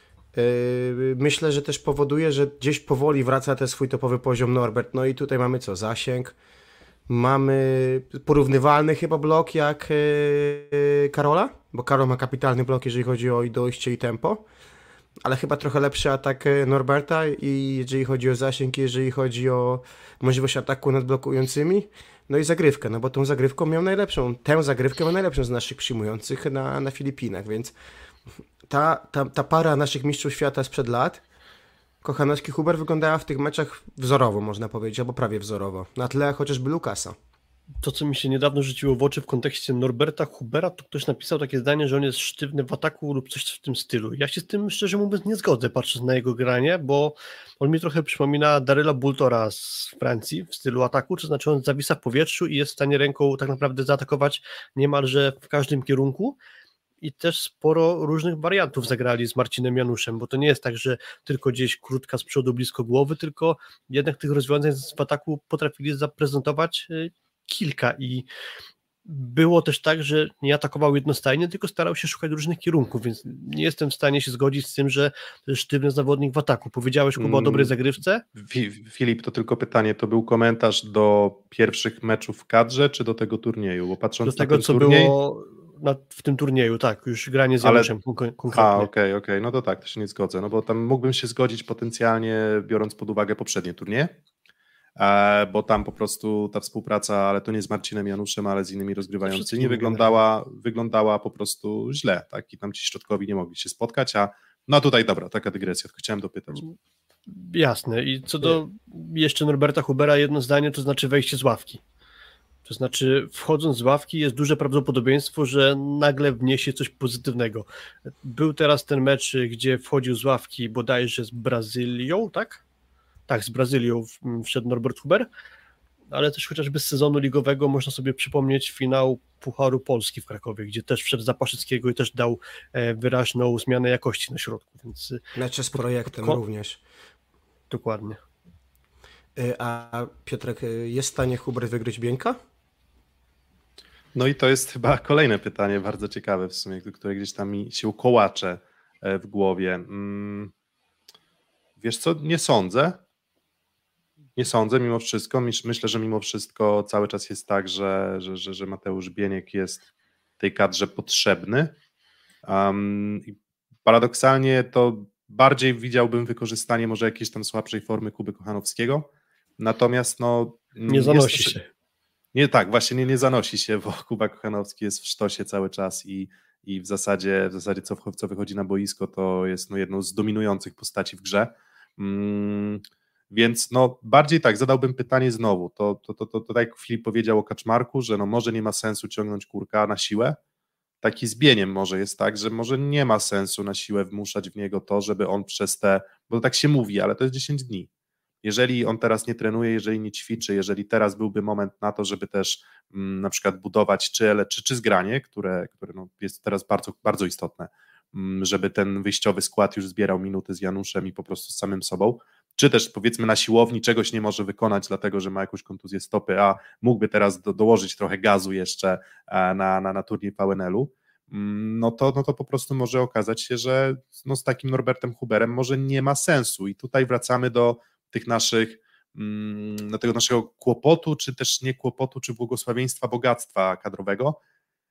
Myślę, że też powoduje, że gdzieś powoli wraca ten swój topowy poziom Norbert. No i tutaj mamy co? Zasięg. Mamy porównywalny chyba blok jak Karola, bo Karol ma kapitalny blok, jeżeli chodzi o dojście i tempo, ale chyba trochę lepszy atak Norberta i jeżeli chodzi o zasięg, jeżeli chodzi o możliwość ataku nad blokującymi, no i zagrywkę, no bo tą zagrywką miał najlepszą, tę zagrywkę miał najlepszą z naszych przyjmujących na, na Filipinach, więc ta, ta, ta para naszych mistrzów świata sprzed lat, Kochanowski, Huber wyglądała w tych meczach wzorowo, można powiedzieć, albo prawie wzorowo, na tle chociażby Lukasa. To, co mi się niedawno rzuciło w oczy w kontekście Norberta Hubera, to ktoś napisał takie zdanie, że on jest sztywny w ataku lub coś w tym stylu. Ja się z tym szczerze mówiąc nie zgodzę, patrząc na jego granie, bo on mi trochę przypomina Daryla Bultora z Francji w stylu ataku, to znaczy on zawisa w powietrzu i jest w stanie ręką tak naprawdę zaatakować niemalże w każdym kierunku. I też sporo różnych wariantów zagrali z Marcinem Januszem, bo to nie jest tak, że tylko gdzieś krótka z przodu blisko głowy, tylko jednak tych rozwiązań w ataku potrafili zaprezentować kilka i było też tak, że nie atakował jednostajnie, tylko starał się szukać różnych kierunków, więc nie jestem w stanie się zgodzić z tym, że to jest sztywny zawodnik w ataku. Powiedziałeś, Kuba, o dobrej zagrywce? Filip, to tylko pytanie, to był komentarz do pierwszych meczów w kadrze, czy do tego turnieju? Bo patrząc do tego, na ten co turniej... było na, w tym turnieju, tak, już granie z Januszem Ale... konkretnie. A, okej, okay, okej, okay. No to tak, to się nie zgodzę, no bo tam mógłbym się zgodzić potencjalnie, biorąc pod uwagę poprzednie turnieje, bo tam po prostu ta współpraca, ale to nie z Marcinem Januszem, ale z innymi rozgrywającymi wyglądała, wyglądała po prostu źle, tak, i tam ci środkowi nie mogli się spotkać, a no tutaj dobra, taka dygresja, tylko chciałem dopytać. Jasne, i co do jeszcze Norberta Hubera, jedno zdanie, to znaczy wejście z ławki. To znaczy, wchodząc z ławki jest duże prawdopodobieństwo, że nagle wniesie coś pozytywnego. Był teraz ten mecz, gdzie wchodził z ławki bodajże z Brazylią, tak? Tak, z Brazylią wszedł Norbert Huber, ale też chociażby z sezonu ligowego można sobie przypomnieć finał Pucharu Polski w Krakowie, gdzie też wszedł za Paszyckiego i też dał wyraźną zmianę jakości na środku. Więc mecze z projektem pod... również. Dokładnie. A Piotrek, jest w stanie Huber wygrać Bieńka? No i to jest chyba kolejne pytanie, bardzo ciekawe w sumie, które gdzieś tam mi się kołacze w głowie. Wiesz co, nie sądzę. Nie sądzę mimo wszystko. Myślę, że mimo wszystko cały czas jest tak, że, że, że Mateusz Bieniek jest tej kadrze potrzebny. Um, paradoksalnie to bardziej widziałbym wykorzystanie może jakiejś tam słabszej formy Kuby Kochanowskiego. Natomiast no... Nie zanosi jest, się. Nie, tak, właśnie nie, nie zanosi się, bo Kuba Kochanowski jest w sztosie cały czas i, i w zasadzie, w zasadzie co, co wychodzi na boisko, to jest no, jedną z dominujących postaci w grze. Mm, więc no bardziej tak, zadałbym pytanie znowu, to, to, to, to, to tak jak Filip powiedział o Kaczmarku, że no może nie ma sensu ciągnąć Kurka na siłę, taki z Bieniem może jest tak, że może nie ma sensu na siłę wmuszać w niego to, żeby on przez te, bo tak się mówi, ale to jest dziesięć dni. Jeżeli on teraz nie trenuje, jeżeli nie ćwiczy, jeżeli teraz byłby moment na to, żeby też mm, na przykład budować czy, czy, czy zgranie, które, które no, jest teraz bardzo, bardzo istotne, mm, żeby ten wyjściowy skład już zbierał minuty z Januszem i po prostu z samym sobą, czy też powiedzmy na siłowni czegoś nie może wykonać, dlatego że ma jakąś kontuzję stopy, a mógłby teraz do, dołożyć trochę gazu jeszcze na, na, na turniej P N L-u, no to, no to po prostu może okazać się, że no z takim Norbertem Huberem może nie ma sensu i tutaj wracamy do tych naszych, do tego naszego kłopotu, czy też nie kłopotu, czy błogosławieństwa bogactwa kadrowego,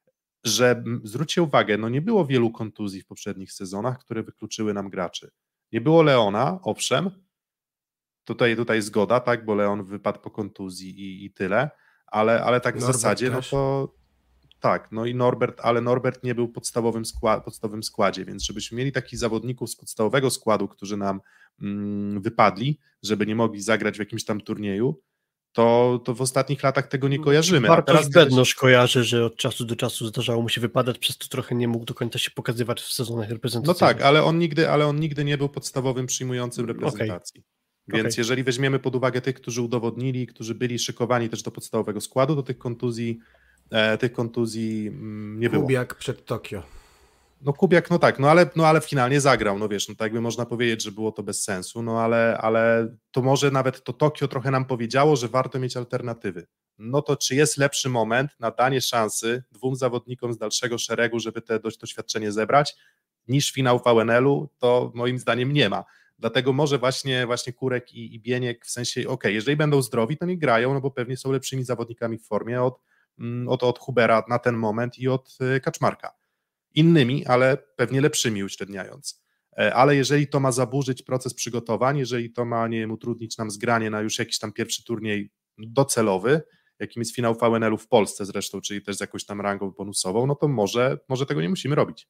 że zwróćcie uwagę, no nie było wielu kontuzji w poprzednich sezonach, które wykluczyły nam graczy. Nie było Leona, owszem, tutaj, tutaj zgoda, tak, bo Leon wypadł po kontuzji i, i tyle, ale, ale tak w Norbert zasadzie, też. no to tak, no i Norbert, ale Norbert nie był w podstawowym, skład, podstawowym składzie, więc żebyśmy mieli takich zawodników z podstawowego składu, którzy nam mm, wypadli, żeby nie mogli zagrać w jakimś tam turnieju, to, to w ostatnich latach tego nie kojarzymy. A Bartosz teraz Bednosz kojarzy, że od czasu do czasu zdarzało mu się wypadać, przez to trochę nie mógł do końca się pokazywać w sezonach No reprezentacyjnych. tak, ale on nigdy, ale on nigdy nie był podstawowym przyjmującym reprezentacji. Więc Okej. jeżeli weźmiemy pod uwagę tych, którzy udowodnili, którzy byli szykowani też do podstawowego składu, to tych kontuzji, e, tych kontuzji mm, nie było. Kubiak przed Tokio. No Kubiak, no tak, no ale, no ale finalnie zagrał, no wiesz, no tak by można powiedzieć, że było to bez sensu, no ale, ale to może nawet to Tokio trochę nam powiedziało, że warto mieć alternatywy. No to czy jest lepszy moment na danie szansy dwóm zawodnikom z dalszego szeregu, żeby te dość doświadczenie zebrać, niż finał w V N L-u, to moim zdaniem nie ma. Dlatego może właśnie, właśnie Kurek i, i Bieniek w sensie, okej, okay, jeżeli będą zdrowi, to nie grają, no bo pewnie są lepszymi zawodnikami w formie od, od, od Hubera na ten moment i od Kaczmarka. Innymi, ale pewnie lepszymi uśredniając. Ale jeżeli to ma zaburzyć proces przygotowań, jeżeli to ma, nie wiem, utrudnić nam zgranie na już jakiś tam pierwszy turniej docelowy, jakim jest finał V N L-u w Polsce zresztą, czyli też z jakąś tam rangą bonusową, no to może, może tego nie musimy robić.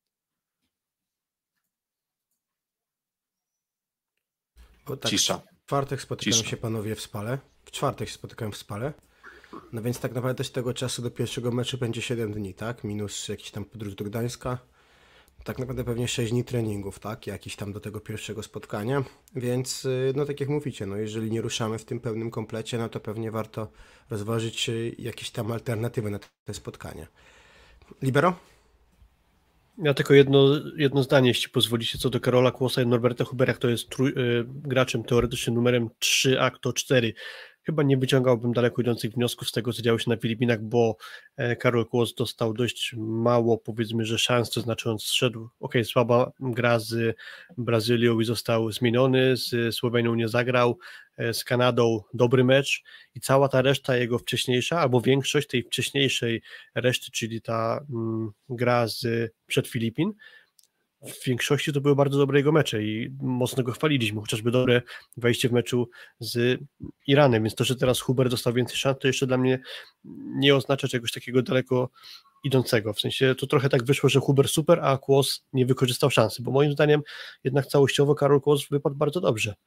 Bo tak, Cisza. W czwartek spotykają Cisza. się panowie w Spale. W czwartek się spotykają w Spale. No więc tak naprawdę z tego czasu do pierwszego meczu będzie siedem dni, tak? Minus jakiś tam podróż do Gdańska. Tak naprawdę pewnie sześć dni treningów, tak? Jakiś tam do tego pierwszego spotkania. Więc no tak jak mówicie, no jeżeli nie ruszamy w tym pełnym komplecie, no to pewnie warto rozważyć jakieś tam alternatywy na te spotkania. Libero? Ja tylko jedno, jedno zdanie, jeśli pozwolicie, co do Karola Kłosa i Norberta Hubera, kto jest trój, y, graczem teoretycznie numerem trzy, a kto cztery. Chyba nie wyciągałbym daleko idących wniosków z tego, co działo się na Filipinach, bo e, Karol Kłos dostał dość mało, powiedzmy, że szans, to znaczy on zszedł, ok, słaba gra z Brazylią i został zmieniony, z Słowenią nie zagrał, e, z Kanadą dobry mecz i cała ta reszta jego wcześniejsza, albo większość tej wcześniejszej reszty, czyli ta mm, gra z przed Filipin, w większości to były bardzo dobre jego mecze i mocno go chwaliliśmy, chociażby dobre wejście w meczu z Iranem, więc to, że teraz Huber dostał więcej szans, to jeszcze dla mnie nie oznacza czegoś takiego daleko idącego, w sensie to trochę tak wyszło, że Huber super, a Kłos nie wykorzystał szansy, bo moim zdaniem jednak całościowo Karol Kłos wypadł bardzo dobrze.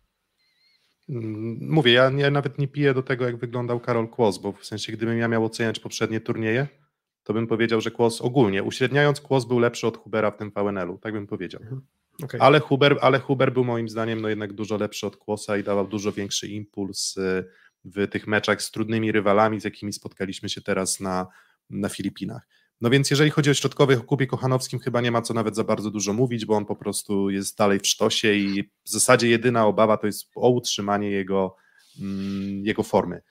Mówię, ja, ja nawet nie piję do tego, jak wyglądał Karol Kłos, bo w sensie gdybym ja miał oceniać poprzednie turnieje, to bym powiedział, że Kłos ogólnie, uśredniając, Kłos był lepszy od Hubera w tym V N L-u, tak bym powiedział. Okay. Ale, Huber, ale Huber był moim zdaniem no jednak dużo lepszy od Kłosa i dawał dużo większy impuls w tych meczach z trudnymi rywalami, z jakimi spotkaliśmy się teraz na, na Filipinach. No więc jeżeli chodzi o środkowych, o Kubie Kochanowskim chyba nie ma co nawet za bardzo dużo mówić, bo on po prostu jest dalej w sztosie i w zasadzie jedyna obawa to jest o utrzymanie jego, mm, jego formy.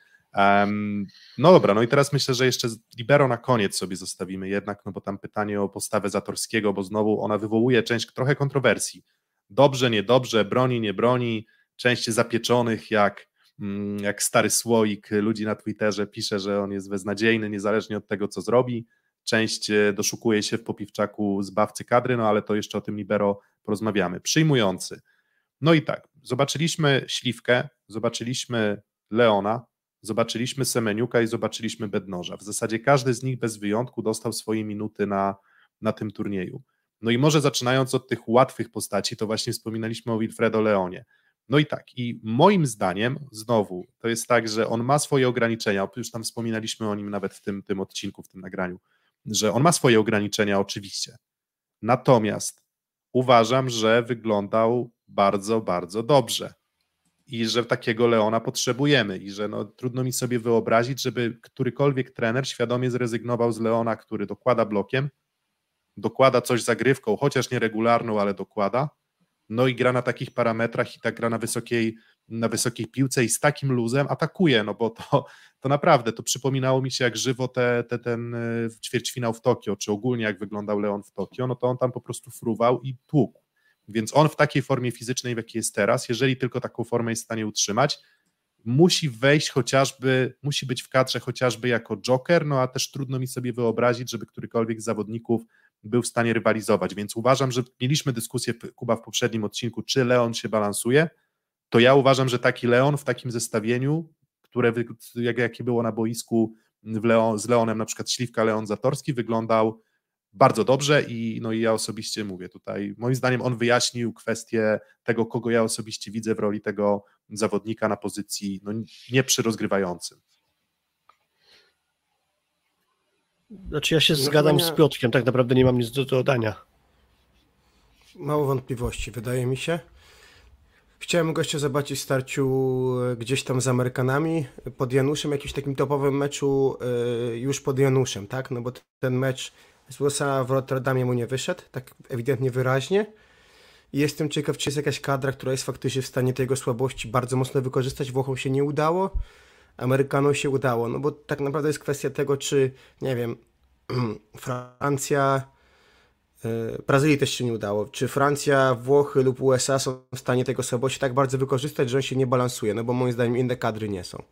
Um, no dobra, no i teraz myślę, że jeszcze libero na koniec sobie zostawimy jednak, no bo tam pytanie o postawę Zatorskiego, bo znowu ona wywołuje część trochę kontrowersji. Dobrze, niedobrze, broni, nie broni, część zapieczonych jak, jak stary słoik ludzi na Twitterze pisze, że on jest beznadziejny, niezależnie od tego, co zrobi. Część doszukuje się w Popiwczaku zbawcy kadry, no ale to jeszcze o tym libero porozmawiamy. Przyjmujący. No i tak, zobaczyliśmy Śliwkę, zobaczyliśmy Leona, zobaczyliśmy Semeniuka i zobaczyliśmy Bednoża. W zasadzie każdy z nich bez wyjątku dostał swoje minuty na, na tym turnieju. No i może zaczynając od tych łatwych postaci, to właśnie wspominaliśmy o Wilfredo Leonie. No i tak, i moim zdaniem, znowu, to jest tak, że on ma swoje ograniczenia, już tam wspominaliśmy o nim nawet w tym, tym odcinku, w tym nagraniu, że on ma swoje ograniczenia oczywiście, natomiast uważam, że wyglądał bardzo, bardzo dobrze i że takiego Leona potrzebujemy i że no, trudno mi sobie wyobrazić, żeby którykolwiek trener świadomie zrezygnował z Leona, który dokłada blokiem, dokłada coś zagrywką, chociaż nieregularną, ale dokłada, no i gra na takich parametrach i tak gra na wysokiej, na wysokiej piłce i z takim luzem atakuje, no bo to, to naprawdę, to przypominało mi się jak żywo te, te, ten ćwierćfinał w Tokio, czy ogólnie jak wyglądał Leon w Tokio, no to on tam po prostu fruwał i tłukł. Więc on w takiej formie fizycznej, w jakiej jest teraz, jeżeli tylko taką formę jest w stanie utrzymać, musi wejść chociażby, musi być w kadrze chociażby jako joker, no a też trudno mi sobie wyobrazić, żeby którykolwiek z zawodników był w stanie rywalizować, więc uważam, że mieliśmy dyskusję, Kuba, w poprzednim odcinku, czy Leon się balansuje, to ja uważam, że taki Leon w takim zestawieniu, które jak, jakie było na boisku w Leon, z Leonem, na przykład Śliwka, Leon Zatorski, wyglądał bardzo dobrze i, no i ja osobiście mówię tutaj, moim zdaniem on wyjaśnił kwestię tego, kogo ja osobiście widzę w roli tego zawodnika na pozycji no, nie przy rozgrywającym. Znaczy ja się no zgadzam nie... z Piotrkiem, tak naprawdę nie mam nic do dodania. Mało wątpliwości, wydaje mi się. Chciałem gościa zobaczyć w starciu gdzieś tam z Amerykanami, pod Januszem, jakimś takim topowym meczu już pod Januszem, tak? No bo ten mecz z U S A w Rotterdamie mu nie wyszedł, tak ewidentnie wyraźnie. I jestem ciekaw, czy jest jakaś kadra, która jest faktycznie w stanie tej jego słabości bardzo mocno wykorzystać. Włochom się nie udało, Amerykanom się udało, no bo tak naprawdę jest kwestia tego, czy, nie wiem, Francja, yy, Brazylii też się nie udało, czy Francja, Włochy lub U S A są w stanie tego słabości tak bardzo wykorzystać, że on się nie balansuje, no bo moim zdaniem inne kadry nie są.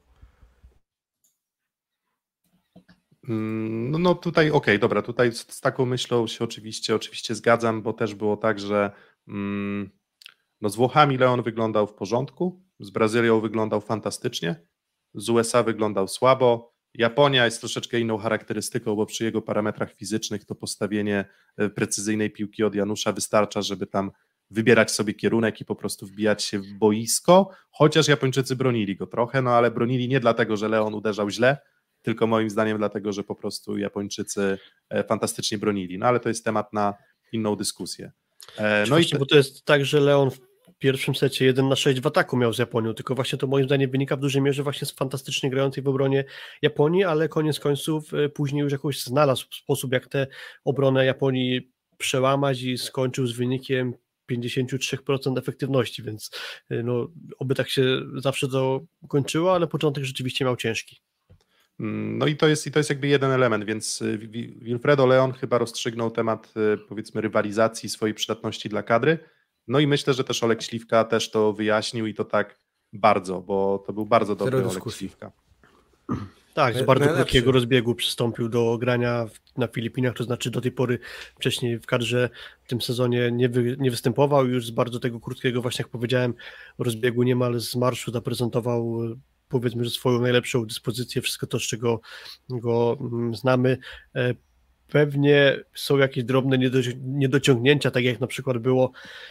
No, no tutaj okej, okay, dobra, tutaj z, z taką myślą się oczywiście, oczywiście zgadzam, bo też było tak, że mm, no z Włochami Leon wyglądał w porządku, z Brazylią wyglądał fantastycznie, z U S A wyglądał słabo, Japonia jest troszeczkę inną charakterystyką, bo przy jego parametrach fizycznych to postawienie precyzyjnej piłki od Janusza wystarcza, żeby tam wybierać sobie kierunek i po prostu wbijać się w boisko, chociaż Japończycy bronili go trochę, no ale bronili nie dlatego, że Leon uderzał źle, tylko moim zdaniem dlatego, że po prostu Japończycy fantastycznie bronili. No ale to jest temat na inną dyskusję. No właśnie, i te... bo to jest tak, że Leon w pierwszym secie jeden na sześć w ataku miał z Japonią, tylko właśnie to moim zdaniem wynika w dużej mierze właśnie z fantastycznie grającej w obronie Japonii, ale koniec końców później już jakoś znalazł sposób, jak tę obronę Japonii przełamać i skończył z wynikiem pięćdziesiąt trzy procent efektywności, więc no, oby tak się zawsze to kończyło, ale początek rzeczywiście miał ciężki. No i to jest, i to jest jakby jeden element, więc Wilfredo Leon chyba rozstrzygnął temat, powiedzmy, rywalizacji, swojej przydatności dla kadry, no i myślę, że też Olek Śliwka też to wyjaśnił i to tak bardzo, bo to był bardzo dobry Olek Śliwka. Tak, z bardzo krótkiego rozbiegu przystąpił do grania na Filipinach, to znaczy do tej pory wcześniej w kadrze w tym sezonie nie, wy, nie występował, już z bardzo tego krótkiego, właśnie jak powiedziałem, rozbiegu niemal z marszu zaprezentował, powiedzmy, że swoją najlepszą dyspozycję, wszystko to, z czego go znamy. Pewnie są jakieś drobne niedociągnięcia, tak jak na przykład było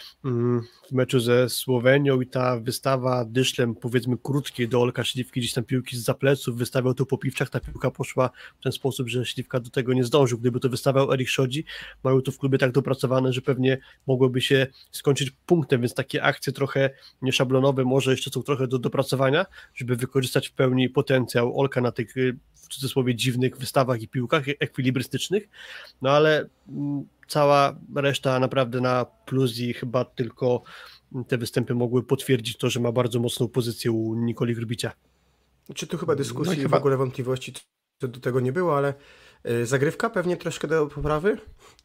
w meczu ze Słowenią i ta wystawa dyszlem, powiedzmy, krótkiej do Olka Śliwki, gdzieś tam piłki zza pleców, wystawiał to po piwczach, ta piłka poszła w ten sposób, że Śliwka do tego nie zdążył. Gdyby to wystawiał Erik Szodzi, mają to w klubie tak dopracowane, że pewnie mogłoby się skończyć punktem, więc takie akcje trochę nieszablonowe może jeszcze są trochę do dopracowania, żeby wykorzystać w pełni potencjał Olka na tych, w cudzysłowie, dziwnych wystawach i piłkach ekwilibrystycznych, no ale cała reszta naprawdę na plus i chyba tylko te występy mogły potwierdzić to, że ma bardzo mocną pozycję u Nikoli Grbicia. Czy tu chyba dyskusji no i chyba... w ogóle wątpliwości co do tego nie było, ale yy, zagrywka pewnie troszkę do poprawy.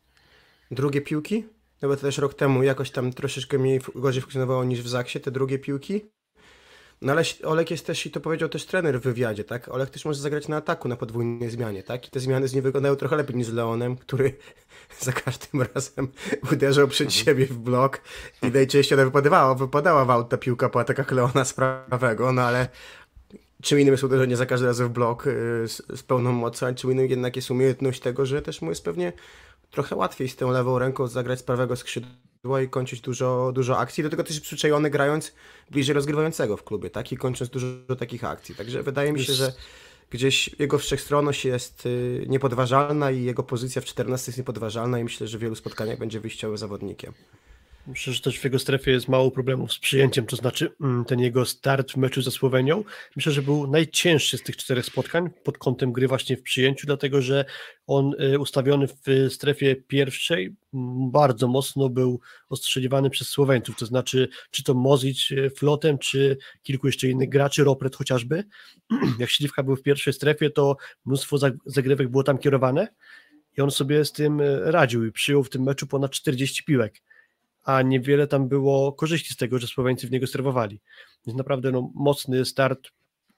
Drugie piłki, no bo to też rok temu jakoś tam troszeczkę mniej gorzej funkcjonowało niż w Zaksie, te drugie piłki. No ale Olek jest też, i to powiedział też trener w wywiadzie, tak? Olek też może zagrać na ataku, na podwójnej zmianie, tak? I te zmiany z nim wyglądają trochę lepiej niż z Leonem, który za każdym razem uderzał przed mhm. siebie w blok i najczęściej ona wypadała, wypadała w aut ta piłka po atakach Leona z prawego, no ale czym innym jest uderzenie za każdym razem w blok yy, z, z pełną mocą, a czym innym jednak jest umiejętność tego, że też mu jest pewnie trochę łatwiej z tą lewą ręką zagrać z prawego skrzydła i kończyć dużo, dużo akcji. Do tego też jest przyzwyczajony, grając bliżej rozgrywającego w klubie, tak? I kończąc dużo, dużo takich akcji. Także wydaje mi się, że gdzieś jego wszechstronność jest y, niepodważalna i jego pozycja w czternastce jest niepodważalna i myślę, że w wielu spotkaniach będzie wyjściowym zawodnikiem. Myślę, że też w jego strefie jest mało problemów z przyjęciem, to znaczy ten jego start w meczu ze Słowenią, myślę, że był najcięższy z tych czterech spotkań pod kątem gry właśnie w przyjęciu, dlatego że on ustawiony w strefie pierwszej bardzo mocno był ostrzeliwany przez Słoweńców, to znaczy czy to Mozic flotem, czy kilku jeszcze innych graczy, Ropret chociażby. Jak Śliwka był w pierwszej strefie, to mnóstwo zagrywek było tam kierowane i on sobie z tym radził i przyjął w tym meczu ponad czterdzieści piłek, a niewiele tam było korzyści z tego, że Słoweńcy w niego serwowali. Więc naprawdę no, mocny start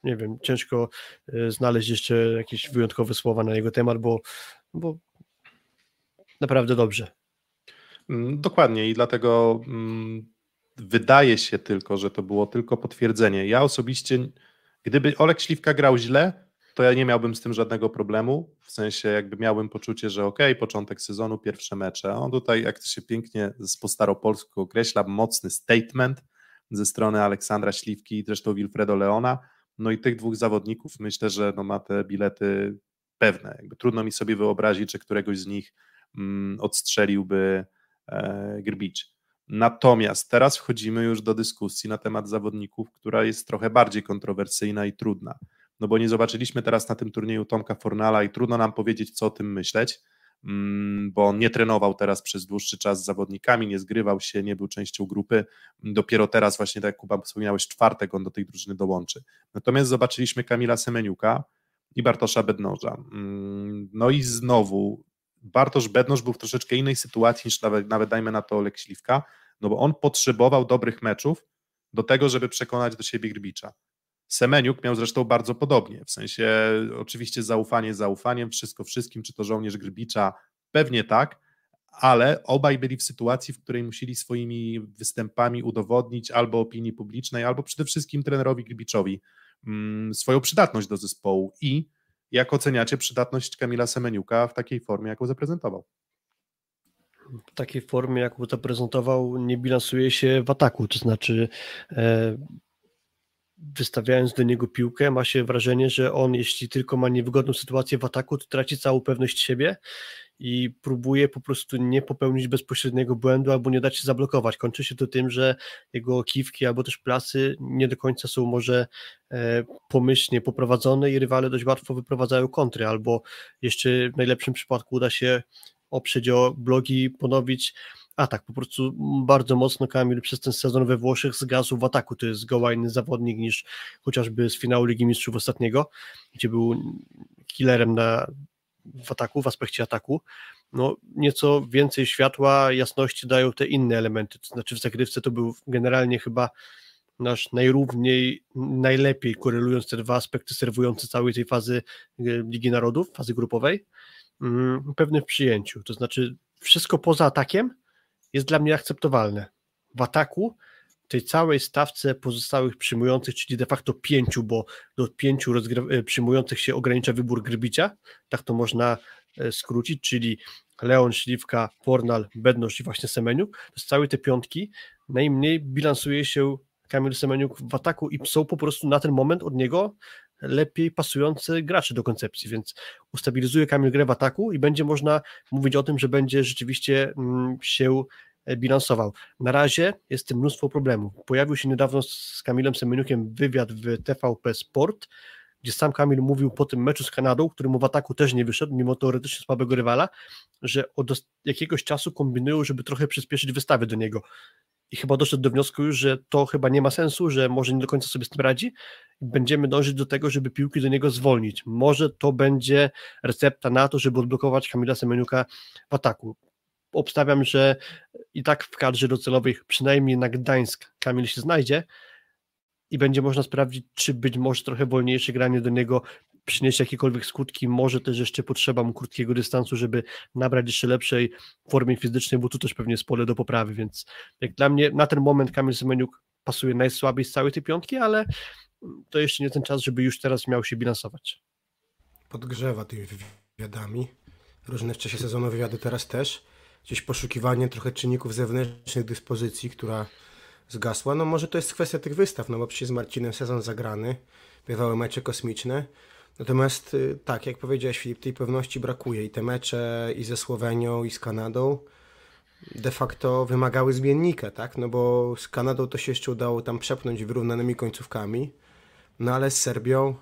nie wiem, ciężko znaleźć jeszcze jakieś wyjątkowe słowa na jego temat, bo, bo naprawdę dobrze. Dokładnie i dlatego mm, wydaje się tylko, że to było tylko potwierdzenie. Ja osobiście, gdyby Olek Śliwka grał źle, to ja nie miałbym z tym żadnego problemu, w sensie jakby miałbym poczucie, że okej, okay, początek sezonu, pierwsze mecze. On tutaj, jak to się pięknie po staropolsku określa, mocny statement ze strony Aleksandra Śliwki i zresztą Wilfredo Leona. No i tych dwóch zawodników myślę, że no ma te bilety pewne. Jakby trudno mi sobie wyobrazić, że któregoś z nich mm, odstrzeliłby e, Grbicz. Natomiast teraz wchodzimy już do dyskusji na temat zawodników, która jest trochę bardziej kontrowersyjna i trudna. No bo nie zobaczyliśmy teraz na tym turnieju Tomka Fornala i trudno nam powiedzieć, co o tym myśleć, bo on nie trenował teraz przez dłuższy czas z zawodnikami, nie zgrywał się, nie był częścią grupy. Dopiero teraz właśnie, tak jak Kuba wspomniałeś, czwartek on do tej drużyny dołączy. Natomiast zobaczyliśmy Kamila Semeniuka i Bartosza Bednoża. No i znowu Bartosz Bednoż był w troszeczkę innej sytuacji niż nawet, nawet dajmy na to Olek Śliwka, no bo on potrzebował dobrych meczów do tego, żeby przekonać do siebie Grbicza. Semeniuk miał zresztą bardzo podobnie, w sensie oczywiście zaufanie zaufaniem, wszystko wszystkim, czy to żołnierz Grbicza, pewnie tak, ale obaj byli w sytuacji, w której musieli swoimi występami udowodnić albo opinii publicznej, albo przede wszystkim trenerowi Grbiczowi mm, swoją przydatność do zespołu. I jak oceniacie przydatność Kamila Semeniuka w takiej formie, jaką zaprezentował? W takiej formie, jaką zaprezentował, nie bilansuje się w ataku, to znaczy e, wystawiając do niego piłkę, ma się wrażenie, że on, jeśli tylko ma niewygodną sytuację w ataku, to traci całą pewność siebie i próbuje po prostu nie popełnić bezpośredniego błędu albo nie dać się zablokować. Kończy się to tym, że jego kiwki albo też plasy nie do końca są może e, pomyślnie poprowadzone i rywale dość łatwo wyprowadzają kontry, albo jeszcze w najlepszym przypadku uda się oprzeć o blogi, ponowić atak. Po prostu bardzo mocno Kamil przez ten sezon we Włoszech zgasł w ataku. To jest zgoła inny zawodnik niż chociażby z finału Ligi Mistrzów ostatniego, gdzie był killerem na, w ataku, w aspekcie ataku. No, nieco więcej światła, jasności dają te inne elementy. To znaczy w zagrywce to był generalnie chyba nasz najrówniej, najlepiej korelując te dwa aspekty serwujące całej tej fazy Ligi Narodów, fazy grupowej, pewny w przyjęciu. To znaczy wszystko poza atakiem jest dla mnie akceptowalne. W ataku tej całej stawce pozostałych przyjmujących, czyli de facto pięciu, bo do pięciu rozgry- przyjmujących się ogranicza wybór Grbicia, tak to można skrócić, czyli Leon, Śliwka, Fornal, Bednoż i właśnie Semeniuk. To z całej te piątki najmniej bilansuje się Kamil Semeniuk w ataku i są po prostu na ten moment od niego lepiej pasujące gracze do koncepcji, więc ustabilizuje Kamil grę w ataku i będzie można mówić o tym, że będzie rzeczywiście mm, się bilansował. Na razie jest tym mnóstwo problemów. Pojawił się niedawno z Kamilem Semeniukiem wywiad w T V P Sport, gdzie sam Kamil mówił po tym meczu z Kanadą, który mu w ataku też nie wyszedł, mimo teoretycznie słabego rywala, że od jakiegoś czasu kombinują, żeby trochę przyspieszyć wystawy do niego. I chyba doszedł do wniosku już, że to chyba nie ma sensu, że może nie do końca sobie z tym radzi. Będziemy dążyć do tego, żeby piłki do niego zwolnić. Może to będzie recepta na to, żeby odblokować Kamila Semeniuka w ataku. Obstawiam, że i tak w kadrze docelowej przynajmniej na Gdańsk Kamil się znajdzie i będzie można sprawdzić, czy być może trochę wolniejsze granie do niego przyniesie jakiekolwiek skutki, może też jeszcze potrzeba mu krótkiego dystansu, żeby nabrać jeszcze lepszej formie fizycznej, bo tu też pewnie jest pole do poprawy, więc jak dla mnie na ten moment Kamil Semeniuk pasuje najsłabiej z całej tej piątki, ale to jeszcze nie ten czas, żeby już teraz miał się bilansować. Podgrzewa tymi wywiadami, różne w czasie sezonu wywiady teraz też, gdzieś poszukiwanie trochę czynników zewnętrznych dyspozycji, która zgasła, no może to jest kwestia tych wystaw, no bo przecież z Marcinem sezon zagrany, bywały mecze kosmiczne, natomiast tak, jak powiedziałeś Filip, tej pewności brakuje i te mecze i ze Słowenią i z Kanadą de facto wymagały zmiennika, tak, no bo z Kanadą to się jeszcze udało tam przepchnąć wyrównanymi końcówkami, no ale z Serbią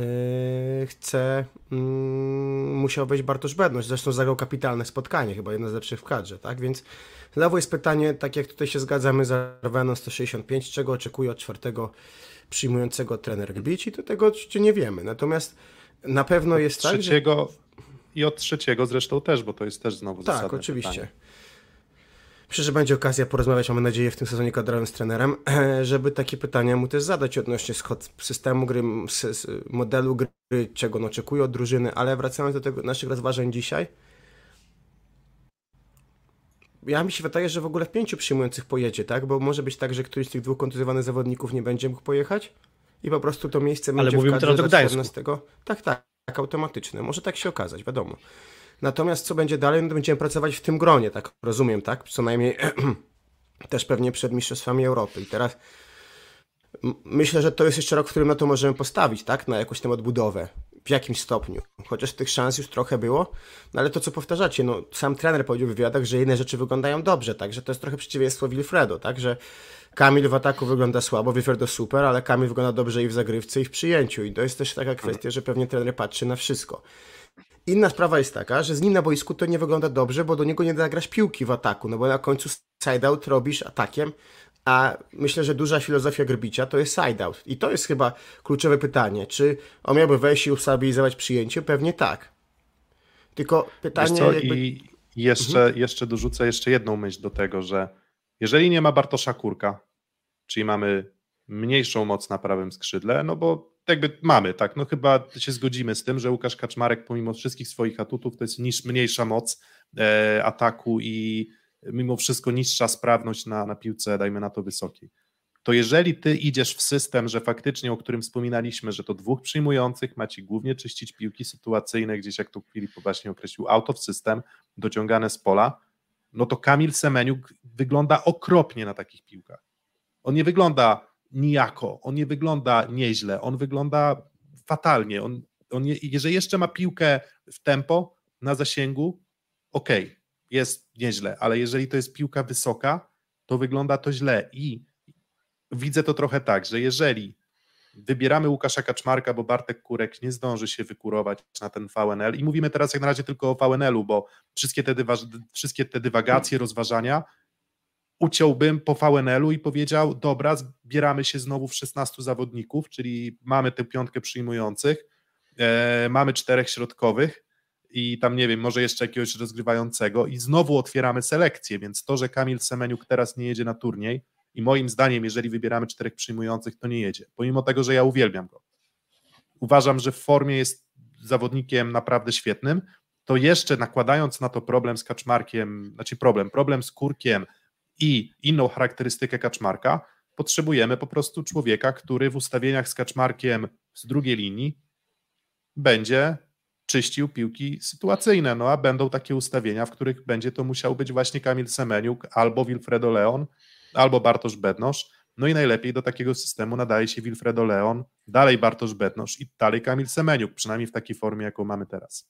yy, chce, yy, musiał wejść Bartosz Bednoż, zresztą zagrał kapitalne spotkanie, chyba jedno z lepszych w kadrze, tak, więc znowu jest pytanie, tak jak tutaj się zgadzamy za Arweną sto sześćdziesiąt pięć, czego oczekuje od czwartego przyjmującego trener Grbić i to tego oczywiście nie wiemy. Natomiast na pewno jest tak, trzeciego, że... I od trzeciego zresztą też, bo to jest też znowu tak, zasadne oczywiście. pytanie. Myślę, że będzie okazja porozmawiać, mamy nadzieję, w tym sezonie kadrowym z trenerem, żeby takie pytania mu też zadać odnośnie systemu gry, modelu gry, czego on oczekuje od drużyny, ale wracając do tego naszych rozważań dzisiaj, ja mi się wydaje, że w ogóle w pięciu przyjmujących pojedzie, tak? Bo może być tak, że któryś z tych dwóch kontuzjowanych zawodników nie będzie mógł pojechać i po prostu to miejsce ale będzie mówimy w teraz o kadrze Gdańsku. czternastego. Tak, tak, tak, automatyczne. Może tak się okazać, wiadomo. Natomiast co będzie dalej, no to będziemy pracować w tym gronie, tak rozumiem, tak? Co najmniej też pewnie przed Mistrzostwami Europy. I teraz myślę, że to jest jeszcze rok, w którym na to możemy postawić, tak? Na jakąś tam odbudowę. W jakimś stopniu. Chociaż tych szans już trochę było. No ale to, co powtarzacie, no sam trener powiedział w wywiadach, że jedne rzeczy wyglądają dobrze, tak? Że to jest trochę przeciwieństwo Wilfredo, tak? Że Kamil w ataku wygląda słabo, Wilfredo super, ale Kamil wygląda dobrze i w zagrywce, i w przyjęciu. I to jest też taka kwestia, że pewnie trener patrzy na wszystko. Inna sprawa jest taka, że z nim na boisku to nie wygląda dobrze, bo do niego nie da grać piłki w ataku, no bo na końcu side-out robisz atakiem, a myślę, że duża filozofia Grbicia to jest side-out. I to jest chyba kluczowe pytanie, czy on miałby wejść i ustabilizować przyjęcie? Pewnie tak. Tylko pytanie... Co, jakby... I jeszcze, mhm. jeszcze dorzucę jeszcze jedną myśl do tego, że jeżeli nie ma Bartosza Kurka, czyli mamy mniejszą moc na prawym skrzydle, no bo jakby mamy, tak, no chyba się zgodzimy z tym, że Łukasz Kaczmarek pomimo wszystkich swoich atutów to jest niż mniejsza moc e, ataku i mimo wszystko niższa sprawność na, na piłce, dajmy na to wysokiej. To jeżeli ty idziesz w system, że faktycznie, o którym wspominaliśmy, że to dwóch przyjmujących ma ci głównie czyścić piłki sytuacyjne, gdzieś jak to Filip właśnie określił, out of system, dociągane z pola, no to Kamil Semeniuk wygląda okropnie na takich piłkach. On nie wygląda nijako, on nie wygląda nieźle, on wygląda fatalnie. On, on je, jeżeli jeszcze ma piłkę w tempo, na zasięgu, okej, okay, jest nieźle, ale jeżeli to jest piłka wysoka, to wygląda to źle i widzę to trochę tak, że jeżeli wybieramy Łukasza Kaczmarka, bo Bartek Kurek nie zdąży się wykurować na ten V N L i mówimy teraz jak na razie tylko o V N L u, bo wszystkie te, dywa- wszystkie te dywagacje, rozważania uciąłbym po V N L u i powiedział, dobra, zbieramy się znowu w szesnastu zawodników, czyli mamy tę piątkę przyjmujących, e, mamy czterech środkowych i tam nie wiem, może jeszcze jakiegoś rozgrywającego i znowu otwieramy selekcję, więc to, że Kamil Semeniuk teraz nie jedzie na turniej i moim zdaniem, jeżeli wybieramy czterech przyjmujących, to nie jedzie, pomimo tego, że ja uwielbiam go. Uważam, że w formie jest zawodnikiem naprawdę świetnym, to jeszcze nakładając na to problem z Kaczmarkiem, znaczy problem, problem z Kurkiem i inną charakterystykę Kaczmarka, potrzebujemy po prostu człowieka, który w ustawieniach z Kaczmarkiem z drugiej linii będzie czyścił piłki sytuacyjne, no a będą takie ustawienia, w których będzie to musiał być właśnie Kamil Semeniuk, albo Wilfredo Leon, albo Bartosz Bednosz, no i najlepiej do takiego systemu nadaje się Wilfredo Leon, dalej Bartosz Bednosz i dalej Kamil Semeniuk, przynajmniej w takiej formie, jaką mamy teraz.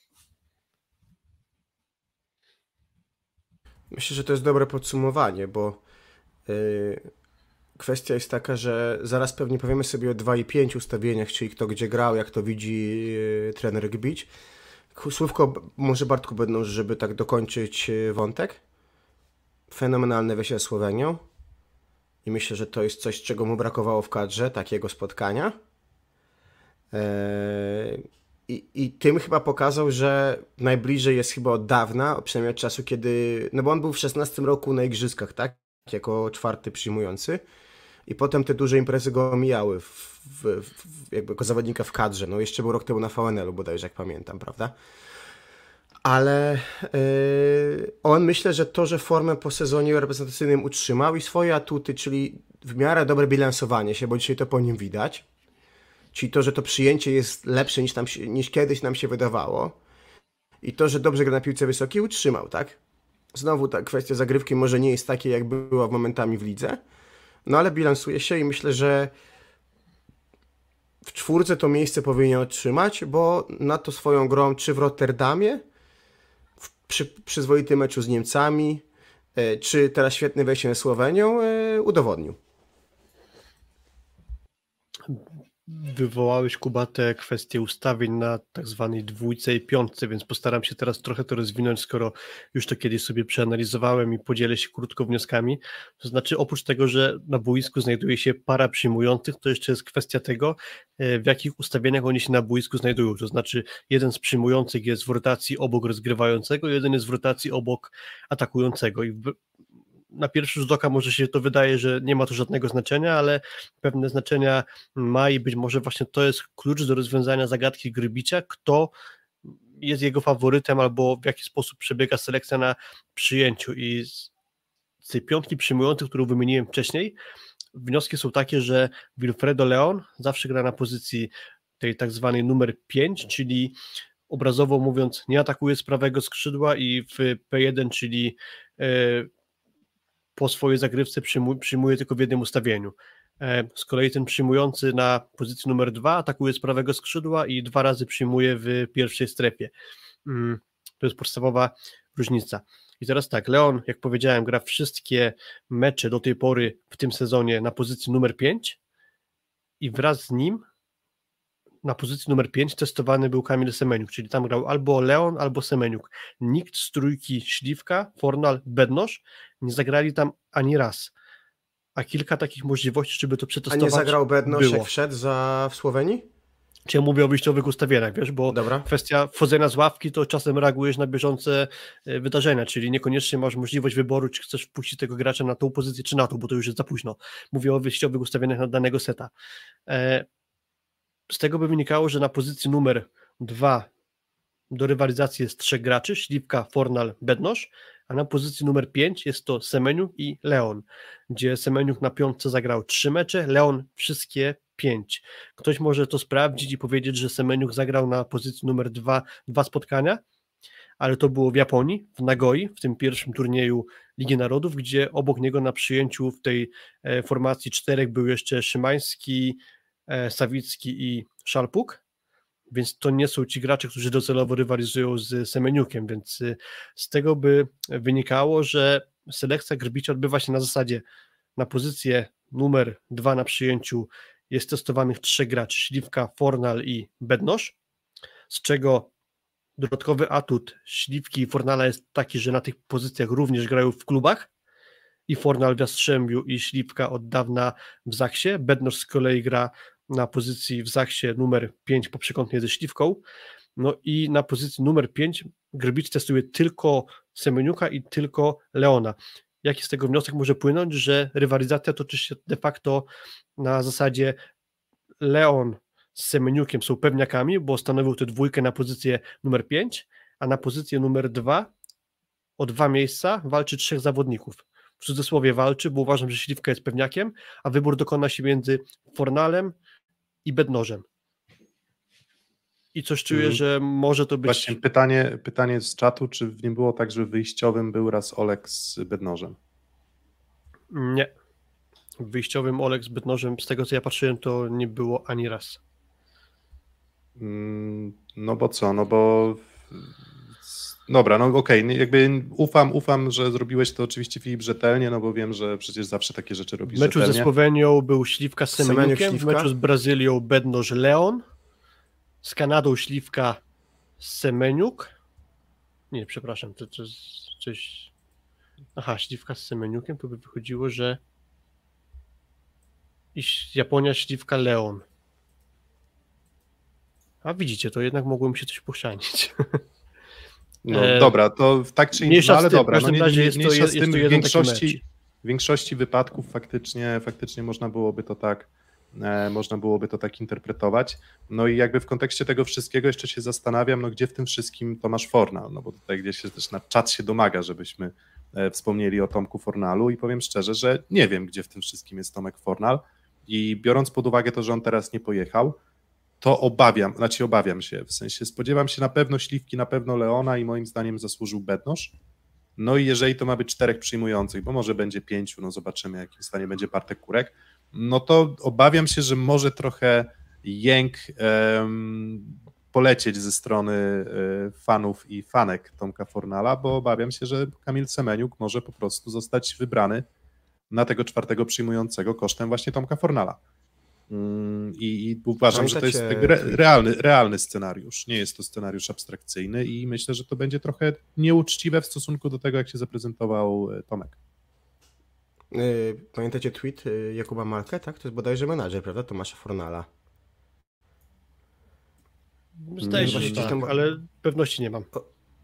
Myślę, że to jest dobre podsumowanie, bo yy, kwestia jest taka, że zaraz pewnie powiemy sobie o dwa i pięć ustawieniach, czyli kto gdzie grał, jak to widzi yy, trener Grbić. Słówko może Bartku Bednosz, żeby tak dokończyć yy, wątek. Fenomenalne wejście Słowenią i myślę, że to jest coś, czego mu brakowało w kadrze, takiego spotkania. Yy, I, I tym chyba pokazał, że najbliżej jest chyba od dawna, przynajmniej od czasu, kiedy... No bo on był w szesnastym roku na igrzyskach, tak? Jako czwarty przyjmujący. I potem te duże imprezy go omijały w, w, w, jakby jako zawodnika w kadrze. No jeszcze był rok temu na V N L u bodajże, jak pamiętam, prawda? Ale yy, on myślę, że to, że formę po sezonie reprezentacyjnym utrzymał i swoje atuty, czyli w miarę dobre bilansowanie się, bo dzisiaj to po nim widać. Czyli to, że to przyjęcie jest lepsze niż, tam się, niż kiedyś nam się wydawało i to, że dobrze gra na piłce wysokiej, utrzymał, tak? Znowu ta kwestia zagrywki może nie jest takiej, jak była momentami w lidze, no ale bilansuje się i myślę, że w czwórce to miejsce powinien otrzymać, bo na to swoją grą, czy w Rotterdamie, w przy, przyzwoitym meczu z Niemcami, czy teraz świetne wejście na Słowenią, udowodnił. Wywołałeś, Kuba, te kwestie ustawień na tak zwanej dwójce i piątce, więc postaram się teraz trochę to rozwinąć, skoro już to kiedyś sobie przeanalizowałem i podzielę się krótko wnioskami. To znaczy, oprócz tego, że na boisku znajduje się para przyjmujących, to jeszcze jest kwestia tego, w jakich ustawieniach oni się na boisku znajdują. To znaczy, jeden z przyjmujących jest w rotacji obok rozgrywającego, jeden jest w rotacji obok atakującego. I na pierwszy rzut oka może się to wydaje, że nie ma to żadnego znaczenia, ale pewne znaczenia ma i być może właśnie to jest klucz do rozwiązania zagadki Grbicia, kto jest jego faworytem albo w jaki sposób przebiega selekcja na przyjęciu. I z tej piątki przyjmujących, którą wymieniłem wcześniej, wnioski są takie, że Wilfredo Leon zawsze gra na pozycji tej tak zwanej numer pięć, czyli obrazowo mówiąc nie atakuje z prawego skrzydła i w P jeden, czyli e, po swojej zagrywce przyjmuje, przyjmuje tylko w jednym ustawieniu. E, z kolei ten przyjmujący na pozycji numer dwa atakuje z prawego skrzydła i dwa razy przyjmuje w pierwszej strefie. Mm, to jest podstawowa różnica. I teraz tak, Leon, jak powiedziałem, gra wszystkie mecze do tej pory w tym sezonie na pozycji numer pięć i wraz z nim na pozycji numer pięć testowany był Kamil Semeniuk, czyli tam grał albo Leon, albo Semeniuk. Nikt z trójki Śliwka, Fornal, Bednosz nie zagrali tam ani raz. A kilka takich możliwości, żeby to przetestować, A nie zagrał Bednosz, było. jak wszedł za w Słowenii? Czy ja mówię o wyjściowych ustawieniach, wiesz, bo Dobra. kwestia wchodzenia z ławki, to czasem reagujesz na bieżące wydarzenia, czyli niekoniecznie masz możliwość wyboru, czy chcesz wpuścić tego gracza na tą pozycję, czy na tą, bo to już jest za późno. Mówię o wyjściowych ustawieniach na danego seta. Z tego by wynikało, że na pozycji numer dwa do rywalizacji jest trzech graczy, Śliwka, Fornal, Bednosz, a na pozycji numer pięć jest to Semeniuk i Leon, gdzie Semeniuk na piątce zagrał trzy mecze, Leon wszystkie pięć. Ktoś może to sprawdzić i powiedzieć, że Semeniuk zagrał na pozycji numer dwa dwa spotkania, ale to było w Japonii, w Nagoi, w tym pierwszym turnieju Ligi Narodów, gdzie obok niego na przyjęciu w tej formacji czterech był jeszcze Szymański, Sawicki i Szalpuk, więc to nie są ci gracze, którzy docelowo rywalizują z Semeniukiem, więc z tego by wynikało, że selekcja Grbicia odbywa się na zasadzie na pozycję numer dwa na przyjęciu jest testowanych trzech graczy, Śliwka, Fornal i Bednosz, z czego dodatkowy atut Śliwki i Fornala jest taki, że na tych pozycjach również grają w klubach i Fornal w Jastrzębiu i Śliwka od dawna w Zaksie. Bednosz z kolei gra na pozycji w Zaksie numer pięć poprzekątnie ze Śliwką. No i na pozycji numer pięć Grbić testuje tylko Semeniuka i tylko Leona. Jaki z tego wniosek może płynąć, że rywalizacja toczy się de facto na zasadzie Leon z Semeniukiem są pewniakami, bo stanowił tę dwójkę na pozycję numer pięć, a na pozycję numer dwa o dwa miejsca walczy trzech zawodników. W cudzysłowie walczy, bo uważam, że Śliwka jest pewniakiem, a wybór dokona się między Fornalem i Bednożem. I coś czuję, hmm. że może to być... Właśnie pytanie, pytanie z czatu, czy w nim było tak, że wyjściowym był raz Olek z Bednożem? Nie. W wyjściowym Olek z Bednożem, z tego co ja patrzyłem, to nie było ani raz. No bo co, no bo... Dobra, no okej, okay. Jakby ufam, ufam, że zrobiłeś to oczywiście, Filip, rzetelnie, no bo wiem, że przecież zawsze takie rzeczy robisz W meczu rzetelnie. ze Słowenią był Śliwka z Semeniukiem, Semeniuk, w meczu z Brazylią Bednoż Leon, z Kanadą Śliwka Semeniuk. Nie, przepraszam, to, to jest coś... Aha, Śliwka z Semeniukiem, to by wychodziło, że i Japonia Śliwka Leon. A widzicie, to jednak mogło mi się coś pochrzanić. No e... dobra, to tak czy inaczej, no, ale tym, dobra, no nie, nie, jest to, z jest tym to w większości, w większości wypadków faktycznie, faktycznie można byłoby to tak e, można byłoby to tak interpretować. No i jakby w kontekście tego wszystkiego jeszcze się zastanawiam, no gdzie w tym wszystkim Tomasz Fornal, no bo tutaj gdzieś się też na czat się domaga, żebyśmy e, wspomnieli o Tomku Fornalu i powiem szczerze, że nie wiem, gdzie w tym wszystkim jest Tomek Fornal i biorąc pod uwagę to, że on teraz nie pojechał, to obawiam, znaczy obawiam się, w sensie spodziewam się na pewno Śliwki, na pewno Leona i moim zdaniem zasłużył Bednosz. No i jeżeli to ma być czterech przyjmujących, bo może będzie pięciu, no zobaczymy, jakim stanie będzie Bartek Kurek, no to obawiam się, że może trochę jęk um, polecieć ze strony y, fanów i fanek Tomka Fornala, bo obawiam się, że Kamil Semeniuk może po prostu zostać wybrany na tego czwartego przyjmującego kosztem właśnie Tomka Fornala. I, i uważam, że to jest re, realny, realny scenariusz. Nie jest to scenariusz abstrakcyjny i myślę, że to będzie trochę nieuczciwe w stosunku do tego, jak się zaprezentował Tomek. Pamiętacie tweet Jakuba Malkę, tak? To jest bodajże menadżer, prawda? Tomasza Fornala. Zdaje się, że tak, ale pewności nie mam.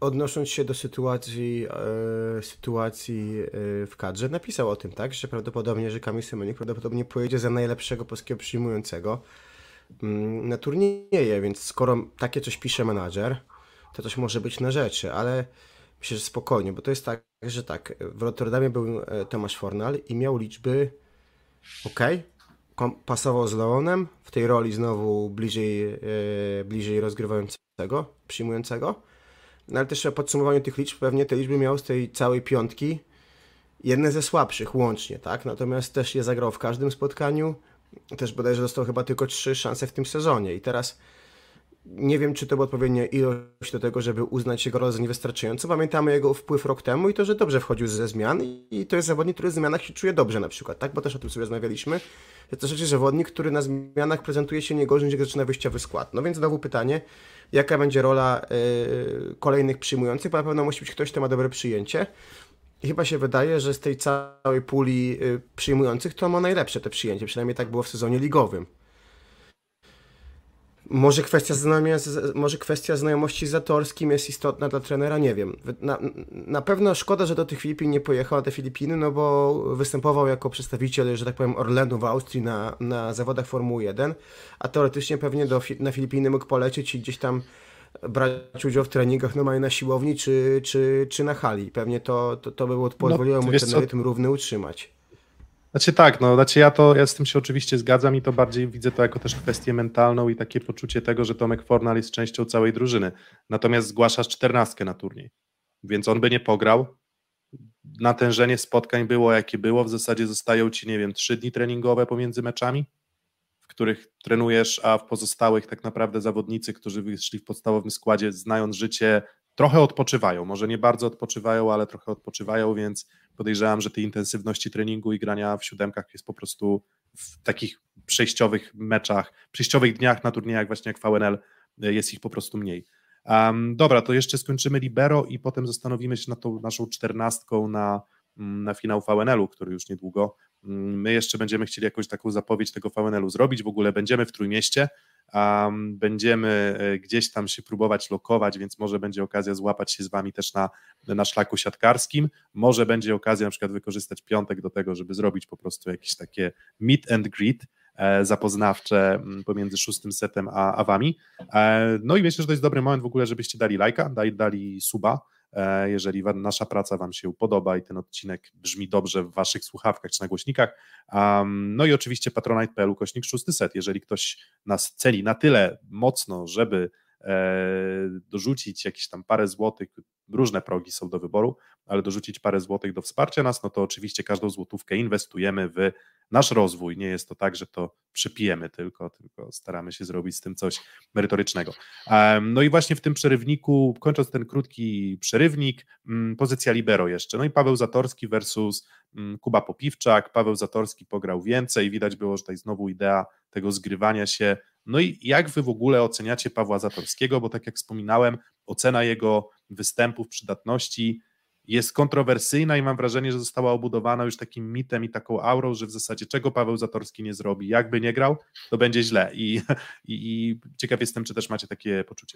odnosząc się do sytuacji, e, sytuacji e, w kadrze, napisał o tym, tak, że prawdopodobnie, że Kamil Semenik prawdopodobnie pojedzie za najlepszego polskiego przyjmującego mm, na turnieje, więc skoro takie coś pisze menadżer, to coś może być na rzeczy, ale myślę, że spokojnie, bo to jest tak, że tak, w Rotterdamie był e, Tomasz Fornal i miał liczby ok, pasował z Leonem, w tej roli znowu bliżej, e, bliżej rozgrywającego, przyjmującego. No ale też w podsumowaniu tych liczb pewnie te liczby miał z tej całej piątki jedne ze słabszych łącznie, tak? Natomiast też je zagrał w każdym spotkaniu. Też bodajże dostał chyba tylko trzy szanse w tym sezonie. I teraz nie wiem, czy to była odpowiednia ilość do tego, żeby uznać jego rolę za niewystarczającą. Pamiętamy jego wpływ rok temu i to, że dobrze wchodził ze zmian i to jest zawodnik, który w zmianach się czuje dobrze na przykład, tak? Bo też o tym sobie rozmawialiśmy. To też jest zawodnik, który na zmianach prezentuje się nie gorzej, niż jak zaczyna wyjściowy skład. No więc znowu pytanie, jaka będzie rola y, kolejnych przyjmujących, bo na pewno musi być ktoś, kto ma dobre przyjęcie. I chyba się wydaje, że z tej całej puli y, przyjmujących to ma najlepsze te przyjęcie, przynajmniej tak było w sezonie ligowym. Może kwestia, znajomia- może kwestia znajomości z Zatorskim jest istotna dla trenera, nie wiem. Na, na pewno szkoda, że do tych Filipin nie pojechał na te Filipiny, no bo występował jako przedstawiciel, że tak powiem, Orlenu w Austrii na, na zawodach Formuły jeden, a teoretycznie pewnie do, na Filipiny mógł polecieć i gdzieś tam brać udział w treningach normalnie na siłowni czy, czy, czy na hali. Pewnie to, to, to by było pozwoliło No, mu wiesz ten co? rytm równy utrzymać. Znaczy tak, no znaczy ja to, ja z tym się oczywiście zgadzam i to bardziej widzę to jako też kwestię mentalną i takie poczucie tego, że Tomek Fornal jest częścią całej drużyny. Natomiast zgłaszasz czternastkę na turniej, więc on by nie pograł. Natężenie spotkań było jakie było, w zasadzie zostają ci, nie wiem, trzy dni treningowe pomiędzy meczami, w których trenujesz, a w pozostałych tak naprawdę zawodnicy, którzy wyszli w podstawowym składzie, znając życie, trochę odpoczywają. Może nie bardzo odpoczywają, ale trochę odpoczywają, więc podejrzewam, że tej intensywności treningu i grania w siódemkach jest po prostu w takich przejściowych meczach, przejściowych dniach na turniejach właśnie jak V N L jest ich po prostu mniej. Um, dobra, to jeszcze skończymy libero i potem zastanowimy się nad tą naszą czternastką na, na finał V N L-u, który już niedługo. My jeszcze będziemy chcieli jakąś taką zapowiedź tego V N L-u zrobić, w ogóle będziemy w Trójmieście, um, będziemy gdzieś tam się próbować lokować, więc może będzie okazja złapać się z wami też na, na szlaku siatkarskim, może będzie okazja na przykład wykorzystać piątek do tego, żeby zrobić po prostu jakieś takie meet and greet e, zapoznawcze pomiędzy szóstym setem a, a wami. E, no i myślę, że to jest dobry moment w ogóle, żebyście dali lajka, dali, dali suba, jeżeli nasza praca wam się podoba i ten odcinek brzmi dobrze w waszych słuchawkach czy na głośnikach. Um, no i oczywiście patronite kropka p l ukośnik szósty set. Jeżeli ktoś nas ceni na tyle mocno, żeby e, dorzucić jakieś tam parę złotych, różne progi są do wyboru, ale dorzucić parę złotych do wsparcia nas, no to oczywiście każdą złotówkę inwestujemy w nasz rozwój. Nie jest to tak, że to przypijemy tylko, tylko staramy się zrobić z tym coś merytorycznego. Um, no i właśnie w tym przerywniku, kończąc ten krótki przerywnik, um, pozycja libero jeszcze. No i Paweł Zatorski versus um, Kuba Popiwczak. Paweł Zatorski pograł więcej, widać było, że tutaj znowu idea tego zgrywania się. No i jak wy w ogóle oceniacie Pawła Zatorskiego, bo tak jak wspominałem, ocena jego występów, przydatności jest kontrowersyjna i mam wrażenie, że została obudowana już takim mitem i taką aurą, że w zasadzie czego Paweł Zatorski nie zrobi, jakby nie grał, to będzie źle i, i, i ciekaw jestem, czy też macie takie poczucie.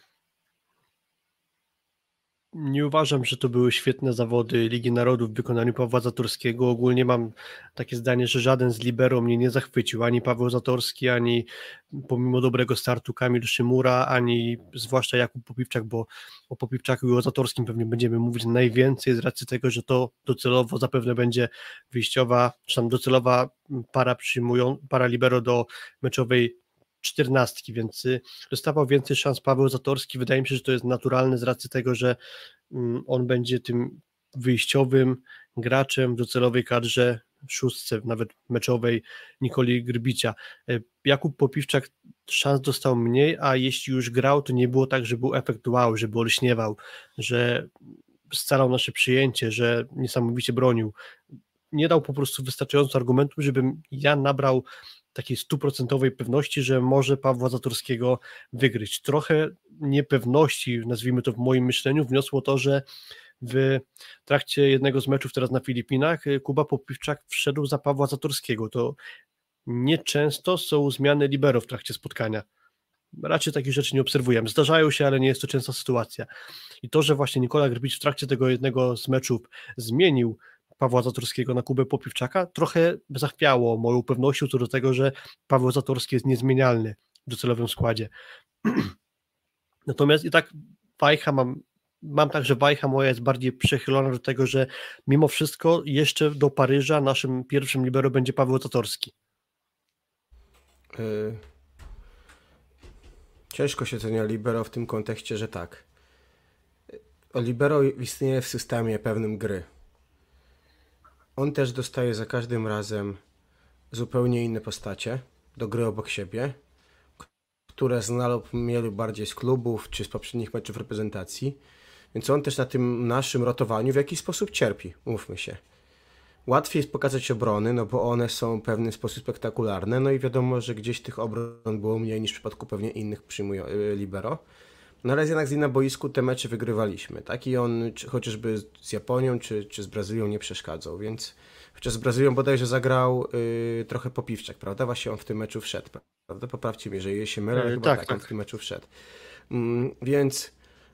Nie uważam, że to były świetne zawody Ligi Narodów w wykonaniu Pawła Zatorskiego. Ogólnie mam takie zdanie, że żaden z libero mnie nie zachwycił. Ani Paweł Zatorski, ani pomimo dobrego startu Kamil Szymura, ani zwłaszcza Jakub Popiwczak, bo o Popiwczaku i o Zatorskim pewnie będziemy mówić najwięcej z racji tego, że to docelowo zapewne będzie wyjściowa, czy tam docelowa para przyjmują, para libero do meczowej czternastki, więc dostawał więcej szans Paweł Zatorski. Wydaje mi się, że to jest naturalne z racji tego, że on będzie tym wyjściowym graczem w docelowej kadrze szóstce, nawet meczowej Nikoli Grbicia. Jakub Popiwczak szans dostał mniej, a jeśli już grał, to nie było tak, że był efekt wow, że olśniewał, że scalał nasze przyjęcie, że niesamowicie bronił. Nie dał po prostu wystarczająco argumentów, żebym ja nabrał takiej stuprocentowej pewności, że może Pawła Zatorskiego wygryć. Trochę niepewności, nazwijmy to w moim myśleniu, wniosło to, że w trakcie jednego z meczów teraz na Filipinach Kuba Popiwczak wszedł za Pawła Zatorskiego. To nieczęsto są zmiany libero w trakcie spotkania. raczej takich rzeczy nie obserwujemy. Zdarzają się, ale nie jest to częsta sytuacja. I to, że właśnie Nikola Grbić w trakcie tego jednego z meczów zmienił Pawła Zatorskiego na Kubę Popiwczaka, trochę zachwiało moją pewnością co do tego, że Paweł Zatorski jest niezmienialny w docelowym składzie. Natomiast i tak Wajcha mam, mam tak, że Wajcha moja jest bardziej przechylona do tego, że mimo wszystko jeszcze do Paryża naszym pierwszym libero będzie Paweł Zatorski. Yy... Ciężko się cenia libero w tym kontekście, że tak. O libero istnieje w systemie pewnym gry. On też dostaje za każdym razem zupełnie inne postacie do gry obok siebie, które zna lub mieli bardziej z klubów czy z poprzednich meczów reprezentacji, więc on też na tym naszym rotowaniu w jakiś sposób cierpi, mówmy się. Łatwiej jest pokazać obrony, no bo one są w pewien sposób spektakularne, no i wiadomo, że gdzieś tych obron było mniej niż w przypadku pewnie innych przyjmują libero. No ale jednak na boisku te mecze wygrywaliśmy, tak? I on czy, chociażby z Japonią czy, czy z Brazylią nie przeszkadzał, więc chociaż z Brazylią bodajże zagrał yy, trochę Popiwczak, prawda? Właśnie on w tym meczu wszedł, prawda? Poprawcie mnie, jeżeli się mylę, ale yy, chyba tak, tak, tak, on tak. w tym meczu wszedł. Mm, więc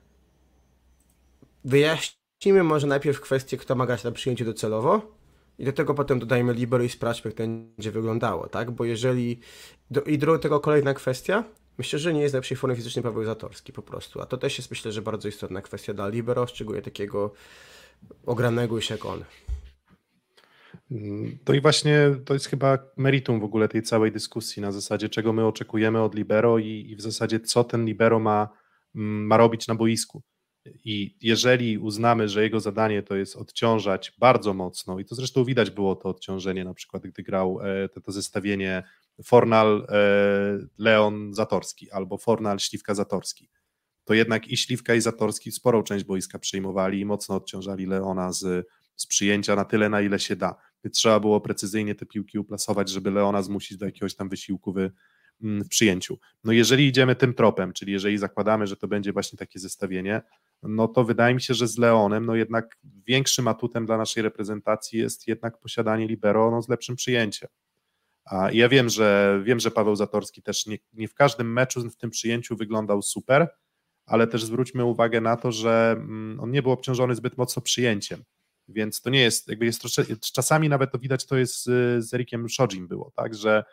wyjaśnijmy może najpierw kwestię, kto ma grać na przyjęcie docelowo i do tego potem dodajmy libero i sprawdźmy, jak to będzie wyglądało, tak? Bo jeżeli... Do, I do tego kolejna kwestia, myślę, że nie jest najlepszej formy fizycznej Paweł Zatorski po prostu, a to też jest myślę, że bardzo istotna kwestia dla libero, szczególnie takiego ogranego już jak on. To i właśnie to jest chyba meritum w ogóle tej całej dyskusji na zasadzie czego my oczekujemy od libero i, i w zasadzie co ten libero ma, ma robić na boisku. I jeżeli uznamy, że jego zadanie to jest odciążać bardzo mocno i to zresztą widać było to odciążenie na przykład gdy grał e, to, to zestawienie Fornal, e, Leon, Zatorski albo Fornal, Śliwka, Zatorski, to jednak i Śliwka i Zatorski sporą część boiska przejmowali i mocno odciążali Leona z, z przyjęcia na tyle, na ile się da. Więc trzeba było precyzyjnie te piłki uplasować, żeby Leona zmusić do jakiegoś tam wysiłku w, w przyjęciu. No jeżeli idziemy tym tropem, czyli jeżeli zakładamy, że to będzie właśnie takie zestawienie, no to wydaje mi się, że z Leonem no jednak większym atutem dla naszej reprezentacji jest jednak posiadanie libero no z lepszym przyjęciem. A ja wiem, że wiem, że Paweł Zatorski też nie, nie w każdym meczu w tym przyjęciu wyglądał super, ale też zwróćmy uwagę na to, że on nie był obciążony zbyt mocno przyjęciem, więc to nie jest, jakby jest trosze, czasami nawet to widać, to jest z, z Erikiem Szodzim było, tak, że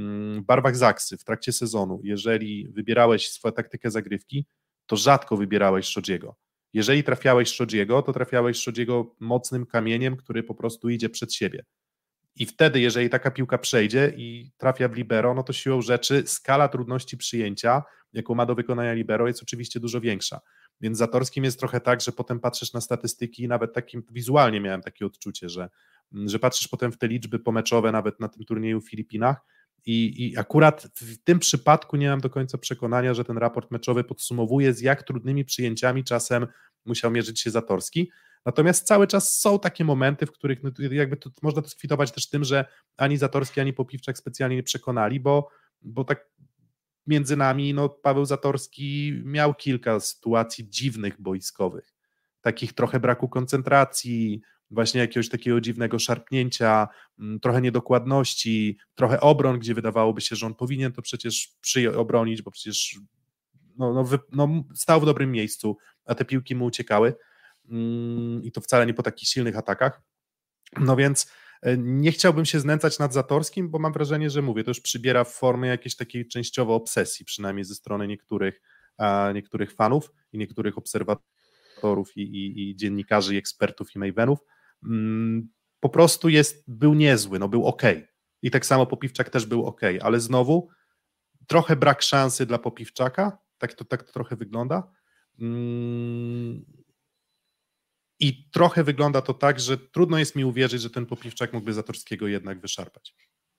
w barwach Zaksy w trakcie sezonu, jeżeli wybierałeś swoją taktykę zagrywki, to rzadko wybierałeś Szodziego. Jeżeli trafiałeś Szodziego, to trafiałeś Szodziego mocnym kamieniem, który po prostu idzie przed siebie. I wtedy, jeżeli taka piłka przejdzie i trafia w libero, no to siłą rzeczy skala trudności przyjęcia, jaką ma do wykonania libero, jest oczywiście dużo większa. Więc z Zatorskim jest trochę tak, że potem patrzysz na statystyki i nawet takim wizualnie miałem takie odczucie, że, że patrzysz potem w te liczby pomeczowe nawet na tym turnieju w Filipinach i, i akurat w tym przypadku nie mam do końca przekonania, że ten raport meczowy podsumowuje, z jak trudnymi przyjęciami czasem musiał mierzyć się Zatorski. Natomiast cały czas są takie momenty, w których no, jakby to, można to skwitować też tym, że ani Zatorski, ani Popiwczak specjalnie nie przekonali, bo, bo tak między nami no, Paweł Zatorski miał kilka sytuacji dziwnych boiskowych, takich trochę braku koncentracji, właśnie jakiegoś takiego dziwnego szarpnięcia, trochę niedokładności, trochę obron, gdzie wydawałoby się, że on powinien to przecież przyjąć, obronić, bo przecież no, no, wy, no, stał w dobrym miejscu, a te piłki mu uciekały. I to wcale nie po takich silnych atakach. No więc nie chciałbym się znęcać nad Zatorskim, bo mam wrażenie, że mówię, to już przybiera w formie jakiejś takiej częściowo obsesji, przynajmniej ze strony niektórych, a, niektórych fanów i niektórych obserwatorów i, i, i dziennikarzy, i ekspertów, i Mavenów. Po prostu jest, był niezły, no był ok. I tak samo Popiwczak też był ok, ale znowu trochę brak szansy dla Popiwczaka, tak to, tak to trochę wygląda. I trochę wygląda to tak, że trudno jest mi uwierzyć, że ten Popiwczak mógłby Zatorskiego jednak wyszarpać.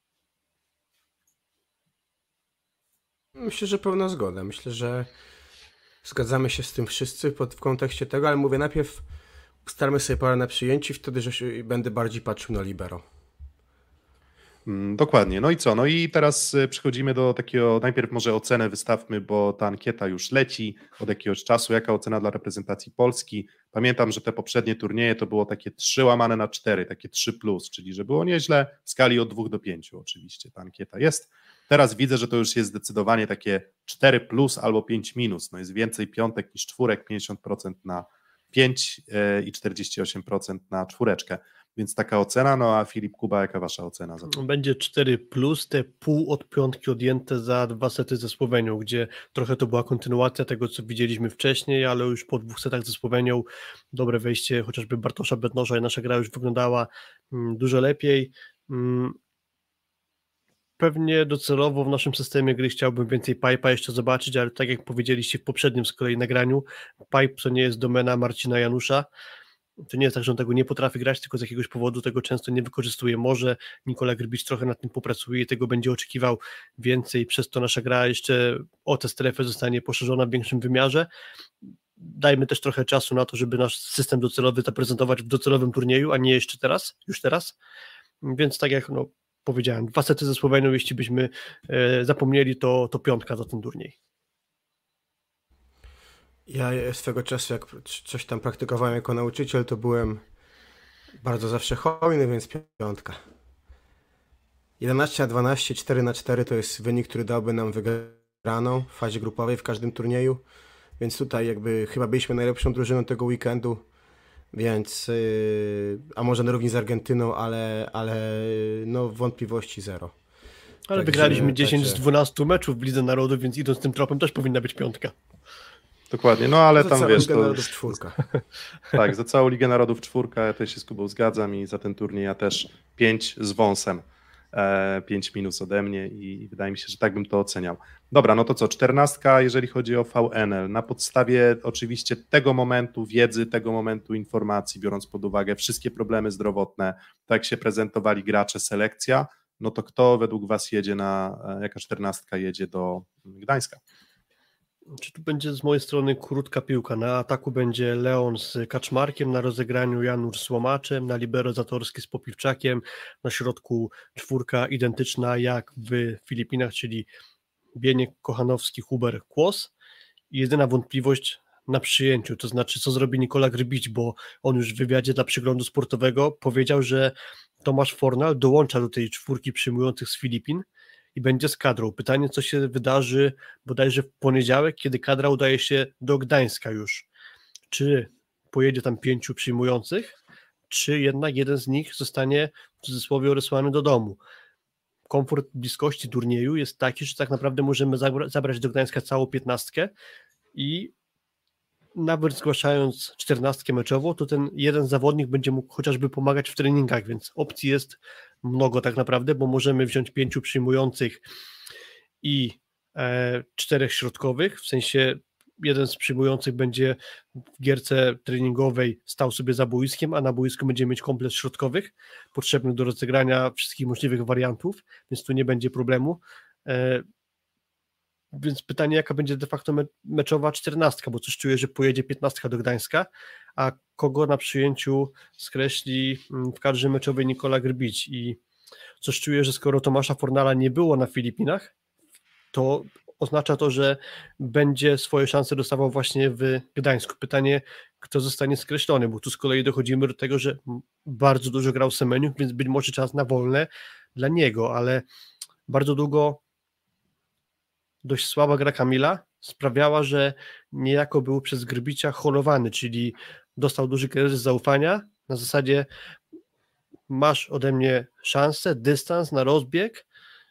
Myślę, że pełna zgoda. Myślę, że zgadzamy się z tym wszyscy pod, w kontekście tego, ale mówię, najpierw ustalmy sobie parę na przyjęci, wtedy że się, będę bardziej patrzył na libero. Dokładnie. No i co? No i teraz przechodzimy do takiego, najpierw może ocenę wystawmy, bo ta ankieta już leci od jakiegoś czasu. Jaka ocena dla reprezentacji Polski? Pamiętam, że te poprzednie turnieje to było takie trzy łamane na cztery, takie trzy plus, czyli że było nieźle w skali od dwóch do pięciu oczywiście ta ankieta jest. Teraz widzę, że to już jest zdecydowanie takie cztery plus albo pięć minus. No jest więcej piątek niż czwórek, pięćdziesiąt procent na pięć i czterdzieści osiem procent na czwóreczkę. Więc taka ocena, no a Filip, Kuba, jaka wasza ocena? Za to? Będzie cztery plus, te pół od piątki odjęte za dwa sety ze Słowenią, gdzie trochę to była kontynuacja tego, co widzieliśmy wcześniej, ale już po dwóch setach ze Słowenią dobre wejście chociażby Bartosza Bednosza i nasza gra już wyglądała mm, dużo lepiej. Mm, Pewnie docelowo w naszym systemie gry chciałbym więcej pipe'a jeszcze zobaczyć, ale tak jak powiedzieliście w poprzednim z kolei nagraniu, pipe to nie jest domena Marcina Janusza. To nie jest tak, że on tego nie potrafi grać, tylko z jakiegoś powodu tego często nie wykorzystuje. Może Nikola Grbicz trochę nad tym popracuje i tego będzie oczekiwał więcej, przez to nasza gra jeszcze o tę strefę zostanie poszerzona w większym wymiarze. Dajmy też trochę czasu na to, żeby nasz system docelowy zaprezentować w docelowym turnieju, a nie jeszcze teraz, już teraz. Więc tak jak no, powiedziałem, dwa sety ze Słowenią, jeśli byśmy e, zapomnieli, to, to piątka za ten turniej. Ja swego czasu, jak coś tam praktykowałem jako nauczyciel, to byłem bardzo zawsze hojny, więc piątka. jedenaście na dwanaście, cztery na cztery to jest wynik, który dałby nam wygraną w fazie grupowej w każdym turnieju, więc tutaj jakby chyba byliśmy najlepszą drużyną tego weekendu, więc yy, a może na równi z Argentyną, ale, ale no wątpliwości zero. Ale Także- wygraliśmy dziesięć także- z dwunastu meczów w Lidze Narodów, więc idąc tym tropem też powinna być piątka. Dokładnie, no ale Za tam całą wiesz, Ligę to Narodów już, czwórka. tak, za całą Ligę Narodów czwórka, ja też się z Kubą zgadzam i za ten turniej ja też pięć z wąsem, e, pięć minus ode mnie i wydaje mi się, że tak bym to oceniał. Dobra, no to co, czternastka, jeżeli chodzi o V N L, na podstawie oczywiście tego momentu wiedzy, tego momentu informacji, biorąc pod uwagę wszystkie problemy zdrowotne, tak jak się prezentowali gracze, selekcja, no to kto według was jedzie na, e, jaka czternastka jedzie do Gdańska? Czy tu będzie z mojej strony krótka piłka? Na ataku będzie Leon z Kaczmarkiem, na rozegraniu Janusz z Łomaczem, na libero Zatorski z Popiwczakiem, na środku czwórka identyczna jak w Filipinach, czyli Bieniek, Kochanowski, Huber, Kłos. I jedyna wątpliwość na przyjęciu, to znaczy co zrobi Nikola Grbicz, bo on już w wywiadzie dla Przeglądu Sportowego powiedział, że Tomasz Fornal dołącza do tej czwórki przyjmujących z Filipin i będzie z kadrą. Pytanie, co się wydarzy bodajże w poniedziałek, kiedy kadra udaje się do Gdańska już. Czy pojedzie tam pięciu przyjmujących, czy jednak jeden z nich zostanie w cudzysłowie odesłany do domu. Komfort bliskości turnieju jest taki, że tak naprawdę możemy zabra- zabrać do Gdańska całą piętnastkę i nawet zgłaszając czternastkę meczową, to ten jeden zawodnik będzie mógł chociażby pomagać w treningach, więc opcji jest mnogo tak naprawdę, bo możemy wziąć pięciu przyjmujących i e, czterech środkowych, w sensie jeden z przyjmujących będzie w gierce treningowej stał sobie za boiskiem, a na boisku będziemy mieć komplet środkowych potrzebnych do rozegrania wszystkich możliwych wariantów, więc tu nie będzie problemu. E, Więc pytanie, jaka będzie de facto me- meczowa czternastka, bo coś czuję, że pojedzie piętnastka do Gdańska, a kogo na przyjęciu skreśli mm, w kadrze meczowej Nikola Grbicz i coś czuję, że skoro Tomasza Fornala nie było na Filipinach, to oznacza to, że będzie swoje szanse dostawał właśnie w Gdańsku. Pytanie, kto zostanie skreślony, bo tu z kolei dochodzimy do tego, że bardzo dużo grał Semeniuk, więc być może czas na wolne dla niego, ale bardzo długo dość słaba gra Kamila sprawiała, że niejako był przez Grbicza holowany, czyli dostał duży kryzys zaufania, na zasadzie masz ode mnie szansę, dystans na rozbieg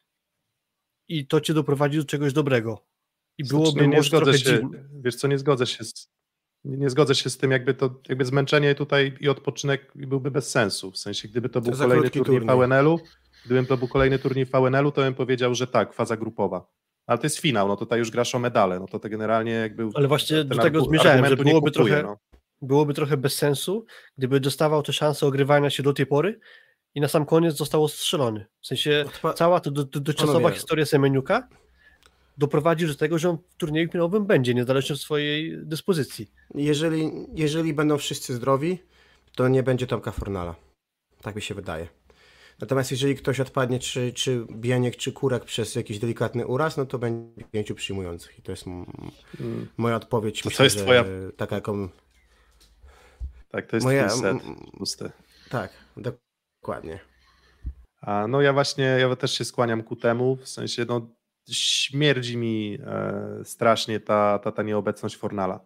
i to cię doprowadzi do czegoś dobrego. I byłoby Znaczy, nie, nie może zgodzę trochę się, dziwne. wiesz co, nie zgodzę się z, nie, nie zgodzę się z tym, jakby to, jakby zmęczenie tutaj i odpoczynek byłby bez sensu, w sensie gdyby to był To za kolejny krótki turniej turniej. V N L-u, gdybym to był kolejny turniej V N L-u, to bym powiedział, że tak, faza grupowa, ale to jest finał, no tutaj już grasz o medale, no to to generalnie jakby Ale właśnie ten do tego argu- zmierzałem, że argumentu nie byłoby kupuję, trochę, no. byłoby trochę bez sensu, gdyby dostawał tę szansę ogrywania się do tej pory i na sam koniec został ostrzelony. W sensie Odpa- cała ta do, do, dotychczasowa Panowie. historia Semeniuka doprowadzi do tego, że on w turnieju finałowym będzie, niezależnie od swojej dyspozycji. Jeżeli, jeżeli będą wszyscy zdrowi, to nie będzie Tomka Fornala. Tak mi się wydaje. Natomiast jeżeli ktoś odpadnie, czy, czy Bieniek, czy Kurek przez jakiś delikatny uraz, no to będzie pięciu przyjmujących. I to jest m- moja odpowiedź. To Myślę, jest że twoja- taka jaką... Tak, to jest Moja- twój set m- pusty. Tak, dokładnie. A no ja właśnie, ja też się skłaniam ku temu, w sensie no śmierdzi mi e, strasznie ta, ta, ta nieobecność Fornala.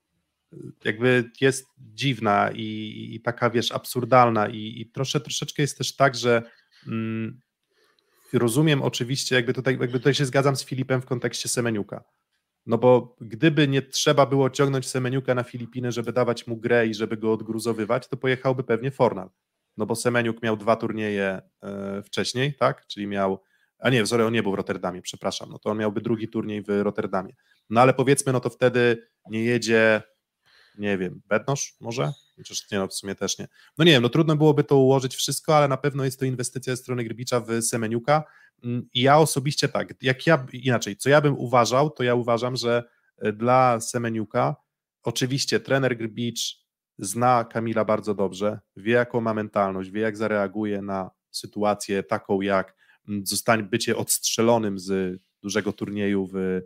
Jakby jest dziwna i, i taka, wiesz, absurdalna i, i trosze, troszeczkę jest też tak, że mm, rozumiem oczywiście, jakby tutaj, jakby tutaj się zgadzam z Filipem w kontekście Semeniuka. No bo gdyby nie trzeba było ciągnąć Semeniuka na Filipiny, żeby dawać mu grę i żeby go odgruzowywać, to pojechałby pewnie Fornal. No bo Semeniuk miał dwa turnieje e, wcześniej, tak? Czyli miał, a nie, sorry, on nie był w Rotterdamie, przepraszam, no to on miałby drugi turniej w Rotterdamie. No ale powiedzmy, no to wtedy nie jedzie, nie wiem, Bednosz może? Chociaż nie, no w sumie też nie. No nie wiem, no trudno byłoby to ułożyć wszystko, ale na pewno jest to inwestycja ze strony Grbicza w Semeniuka i ja osobiście tak, jak ja, inaczej, co ja bym uważał, to ja uważam, że dla Semeniuka oczywiście trener Grbicz zna Kamila bardzo dobrze, wie jaką ma mentalność, wie jak zareaguje na sytuację taką jak zostanie bycie odstrzelonym z dużego turnieju w,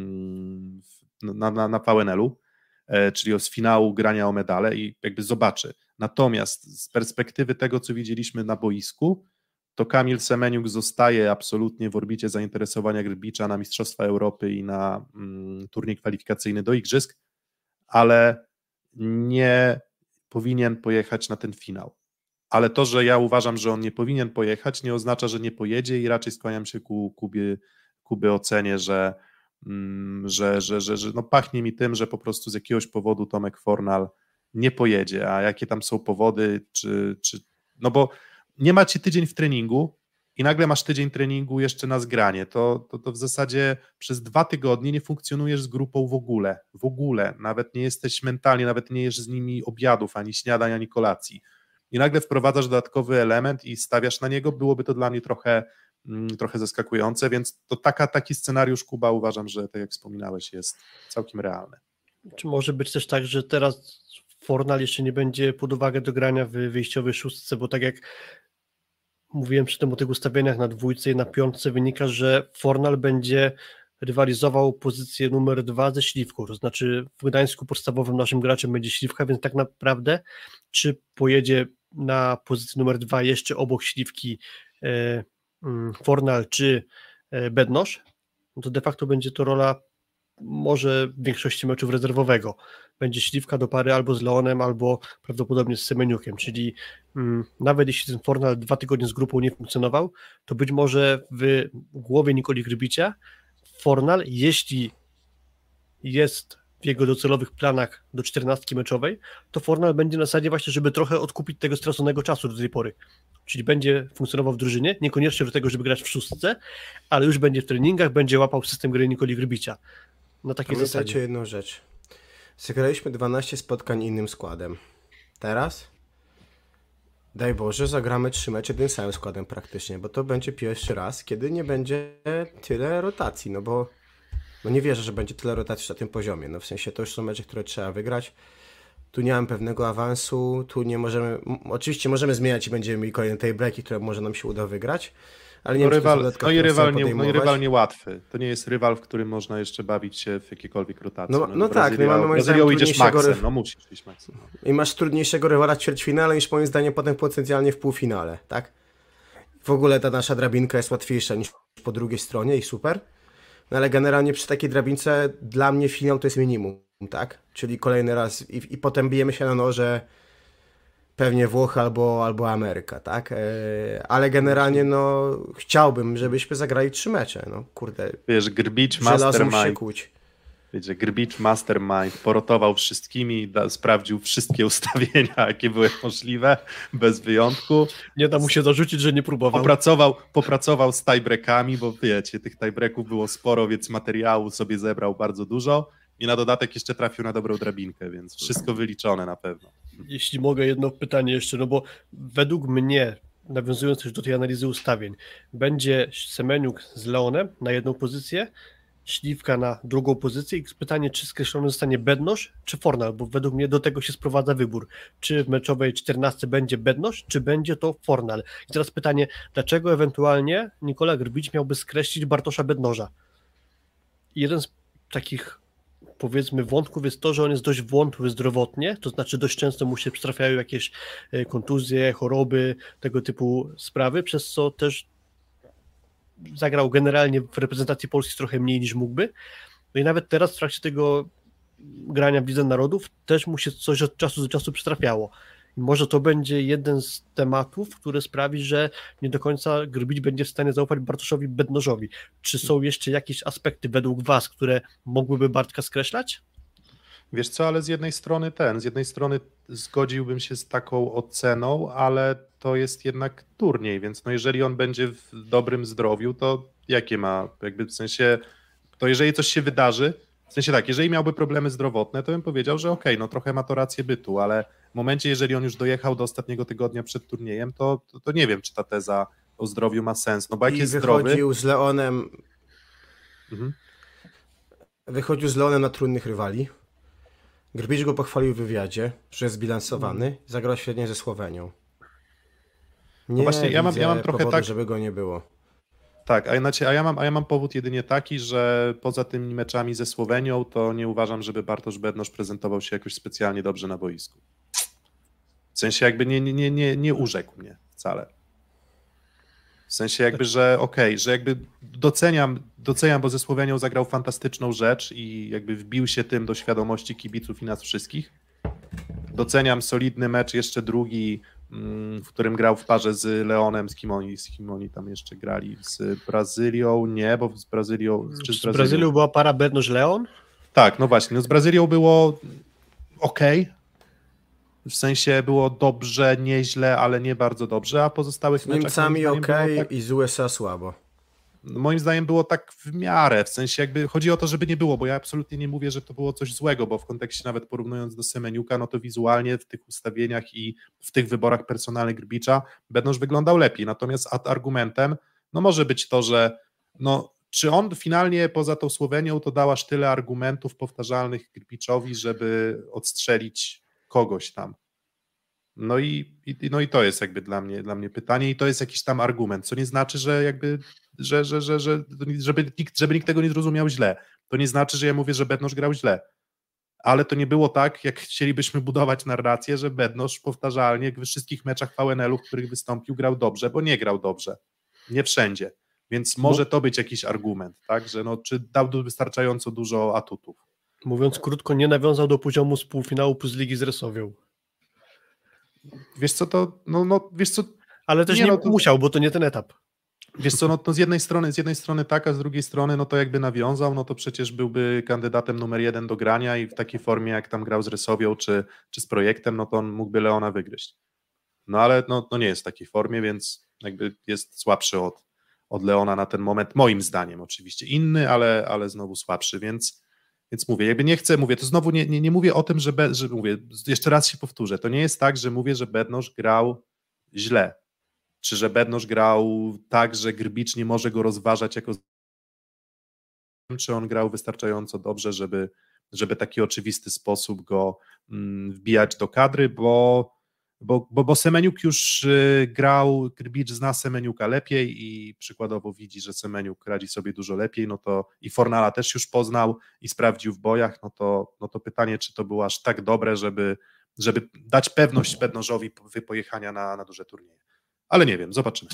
na, na, na P N L-u, czyli z finału grania o medale i jakby zobaczy. Natomiast z perspektywy tego, co widzieliśmy na boisku, to Kamil Semeniuk zostaje absolutnie w orbicie zainteresowania Grbicza na Mistrzostwa Europy i na mm, turniej kwalifikacyjny do Igrzysk, ale nie powinien pojechać na ten finał. Ale to, że ja uważam, że on nie powinien pojechać, nie oznacza, że nie pojedzie i raczej skłaniam się ku Kubie, Kubie ocenie, że, mm, że, że, że, że no pachnie mi tym, że po prostu z jakiegoś powodu Tomek Fornal nie pojedzie, a jakie tam są powody, czy, czy no bo nie macie tydzień w treningu i nagle masz tydzień treningu jeszcze na zgranie, to, to, to w zasadzie przez dwa tygodnie nie funkcjonujesz z grupą w ogóle, w ogóle, nawet nie jesteś mentalnie, nawet nie jesz z nimi obiadów, ani śniadań, ani kolacji i nagle wprowadzasz dodatkowy element i stawiasz na niego, byłoby to dla mnie trochę, mm, trochę zaskakujące, więc to taka, taki scenariusz, Kuba, uważam, że tak jak wspominałeś, jest całkiem realny. Czy może być też tak, że teraz Fornal jeszcze nie będzie pod uwagę do grania w wyjściowej szóstce, bo tak jak mówiłem przy tym o tych ustawieniach na dwójce i na piątce, wynika, że Fornal będzie rywalizował pozycję numer dwa ze Śliwką, to znaczy w Gdańsku podstawowym naszym graczem będzie Śliwka, więc tak naprawdę czy pojedzie na pozycję numer dwa jeszcze obok Śliwki e, Fornal czy e, Bednosz, no to de facto będzie to rola może w większości meczów rezerwowego. Będzie Śliwka do pary albo z Leonem, albo prawdopodobnie z Semeniukiem, czyli mm, nawet jeśli ten Fornal dwa tygodnie z grupą nie funkcjonował, to być może w głowie Nikoli Grbicia Fornal, jeśli jest w jego docelowych planach do czternastki meczowej, to Fornal będzie na zasadzie właśnie, żeby trochę odkupić tego straconego czasu do tej pory. Czyli będzie funkcjonował w drużynie, niekoniecznie do tego, żeby grać w szóstce, ale już będzie w treningach, będzie łapał system gry Nikoli Grbicia. Na takiej Pamiętajcie zasadzie. jedną rzecz. Zagraliśmy dwanaście spotkań innym składem. Teraz, daj Boże, zagramy trzy mecze tym samym składem praktycznie, bo to będzie pierwszy raz, kiedy nie będzie tyle rotacji, no bo no nie wierzę, że będzie tyle rotacji na tym poziomie. No w sensie to już są mecze, które trzeba wygrać. Tu nie mam pewnego awansu, tu nie możemy, m- oczywiście możemy zmieniać i będziemy mieli kolejne tiebreaki, które może nam się uda wygrać, ale nie No, wiem, czy to jest rywal, dodatka, no, i którą chcemy rywal nie, no i podejmować. rywal niełatwy. To nie jest rywal, w którym można jeszcze bawić się w jakiekolwiek rotacji. No- no tak, no mamy moim Brazylią zdaniem idziesz trudniejszego maksem, ry- no musisz iść maksem. No. I masz trudniejszego rywala w ćwierćfinale niż moim zdaniem potem potencjalnie w półfinale, tak? W ogóle ta nasza drabinka jest łatwiejsza niż po drugiej stronie i super. No ale generalnie przy takiej drabince dla mnie finał to jest minimum, tak? Czyli kolejny raz i, i potem bijemy się na noże pewnie Włochy albo, albo Ameryka, tak? E, ale generalnie no chciałbym, żebyśmy zagrali trzy mecze, no kurde. Wiesz, Grbicz Żelazem się Mastermind, kłuć. wiecie, Grbicz Mastermind porotował wszystkimi, da, sprawdził wszystkie ustawienia, jakie były możliwe, bez wyjątku. Nie da mu się zarzucić, że nie próbował. Popracował, popracował z tiebreakami, bo wiecie, tych tiebreaków było sporo, więc materiału sobie zebrał bardzo dużo i na dodatek jeszcze trafił na dobrą drabinkę, więc wszystko wyliczone na pewno. Jeśli mogę, jedno pytanie jeszcze, no bo według mnie, nawiązując też do tej analizy ustawień, będzie Semeniuk z Leonem na jedną pozycję, Śliwka na drugą pozycję i pytanie, czy skreślony zostanie Bednosz, czy Fornal, bo według mnie do tego się sprowadza wybór. Czy w meczowej czternastce będzie Bednosz, czy będzie to Fornal. I teraz pytanie, dlaczego ewentualnie Nikola Grbić miałby skreślić Bartosza Bednoża? I jeden z takich powiedzmy wątków jest to, że on jest dość wątły zdrowotnie, to znaczy dość często mu się przytrafiają jakieś kontuzje, choroby, tego typu sprawy, przez co też zagrał generalnie w reprezentacji Polski trochę mniej niż mógłby. No i nawet teraz w trakcie tego grania w Lidze Narodów też mu się coś od czasu do czasu przytrafiało. I może to będzie jeden z tematów, który sprawi, że nie do końca Grbić będzie w stanie zaufać Bartoszowi Bednożowi. Czy są jeszcze jakieś aspekty według was, które mogłyby Bartka skreślać? Wiesz co, ale z jednej strony ten, z jednej strony zgodziłbym się z taką oceną, ale to jest jednak turniej, więc no jeżeli on będzie w dobrym zdrowiu, to jakie ma, jakby w sensie, to jeżeli coś się wydarzy, w sensie tak, jeżeli miałby problemy zdrowotne, to bym powiedział, że okej, okay, no trochę ma to rację bytu, ale w momencie, jeżeli on już dojechał do ostatniego tygodnia przed turniejem, to, to, to nie wiem, czy ta teza o zdrowiu ma sens, no bo jak I jest wychodził zdrowy... z Leonem Mhm. wychodził z Leonem na trudnych rywali. Grbić go pochwalił w wywiadzie, że jest zbilansowany, mhm. zagrał świetnie ze Słowenią. Nie no właśnie, ja mam, ja mam trochę powodu, tak, żeby go nie było. Tak, a, inaczej, a, ja mam, a ja mam powód jedynie taki, że poza tymi meczami ze Słowenią, to nie uważam, żeby Bartosz Bednoż prezentował się jakoś specjalnie dobrze na boisku. W sensie jakby nie, nie, nie, nie urzekł mnie wcale. W sensie jakby, że okej, okay, że jakby doceniam, doceniam, bo ze Słowenią zagrał fantastyczną rzecz i jakby wbił się tym do świadomości kibiców i nas wszystkich. Doceniam solidny mecz, jeszcze drugi, w którym grał w parze z Leonem, z kim oni, z kim oni tam jeszcze grali, z Brazylią, nie, bo z Brazylią... Czy z, z Brazylią, Brazylią była para Bednoż-Leon? Tak, no właśnie, no z Brazylią było okej, okay. W sensie było dobrze, nieźle, ale nie bardzo dobrze, a pozostałych z Niemcami okej okay, tak... i z U S A słabo. Moim zdaniem było tak w miarę, w sensie jakby chodzi o to, żeby nie było, bo ja absolutnie nie mówię, że to było coś złego, bo w kontekście nawet porównując do Semeniuka, no to wizualnie w tych ustawieniach i w tych wyborach personalnych Grbicza Bednoż wyglądał lepiej, natomiast argumentem, no może być to, że no czy on finalnie poza tą Słowenią to dał aż tyle argumentów powtarzalnych Grbiczowi, żeby odstrzelić kogoś tam. No i, i, no i to jest jakby dla mnie, dla mnie pytanie i to jest jakiś tam argument, co nie znaczy, że jakby, że, że, że, że żeby, nikt, żeby nikt tego nie zrozumiał źle. To nie znaczy, że ja mówię, że Bednoż grał źle. Ale to nie było tak, jak chcielibyśmy budować narrację, że Bednoż powtarzalnie we wszystkich meczach V N L-u, w których wystąpił, grał dobrze, bo nie grał dobrze. Nie wszędzie. Więc może to być jakiś argument, tak? Że no, czy dał wystarczająco dużo atutów. Mówiąc krótko, nie nawiązał do poziomu z półfinału plus ligi z Resowią. Wiesz co, to, no, no wiesz co... Ale też nie, nie no, to... musiał, bo to nie ten etap. Wiesz co, no to z jednej strony, z jednej strony tak, a z drugiej strony, no to jakby nawiązał, no to przecież byłby kandydatem numer jeden do grania i w takiej formie, jak tam grał z Resowią czy, czy z Projektem, no to on mógłby Leona wygryźć. No ale no, no nie jest w takiej formie, więc jakby jest słabszy od, od Leona na ten moment, moim zdaniem oczywiście. Inny, ale, ale znowu słabszy, więc, więc mówię, jakby nie chcę, mówię, to znowu nie, nie, nie mówię o tym, że, be, że mówię, jeszcze raz się powtórzę, to nie jest tak, że mówię, że Bednoż grał źle, czy że Bednoż grał tak, że Grbicz nie może go rozważać jako, czy on grał wystarczająco dobrze, żeby, żeby taki oczywisty sposób go mm, wbijać do kadry, bo, bo, bo, bo Semeniuk już y, grał, Grbicz zna Semeniuka lepiej i przykładowo widzi, że Semeniuk radzi sobie dużo lepiej, no to i Fornala też już poznał i sprawdził w bojach, no to, no to pytanie, czy to było aż tak dobre, żeby, żeby dać pewność Bednożowi pojechania na, na duże turnieje. Ale nie wiem, zobaczymy.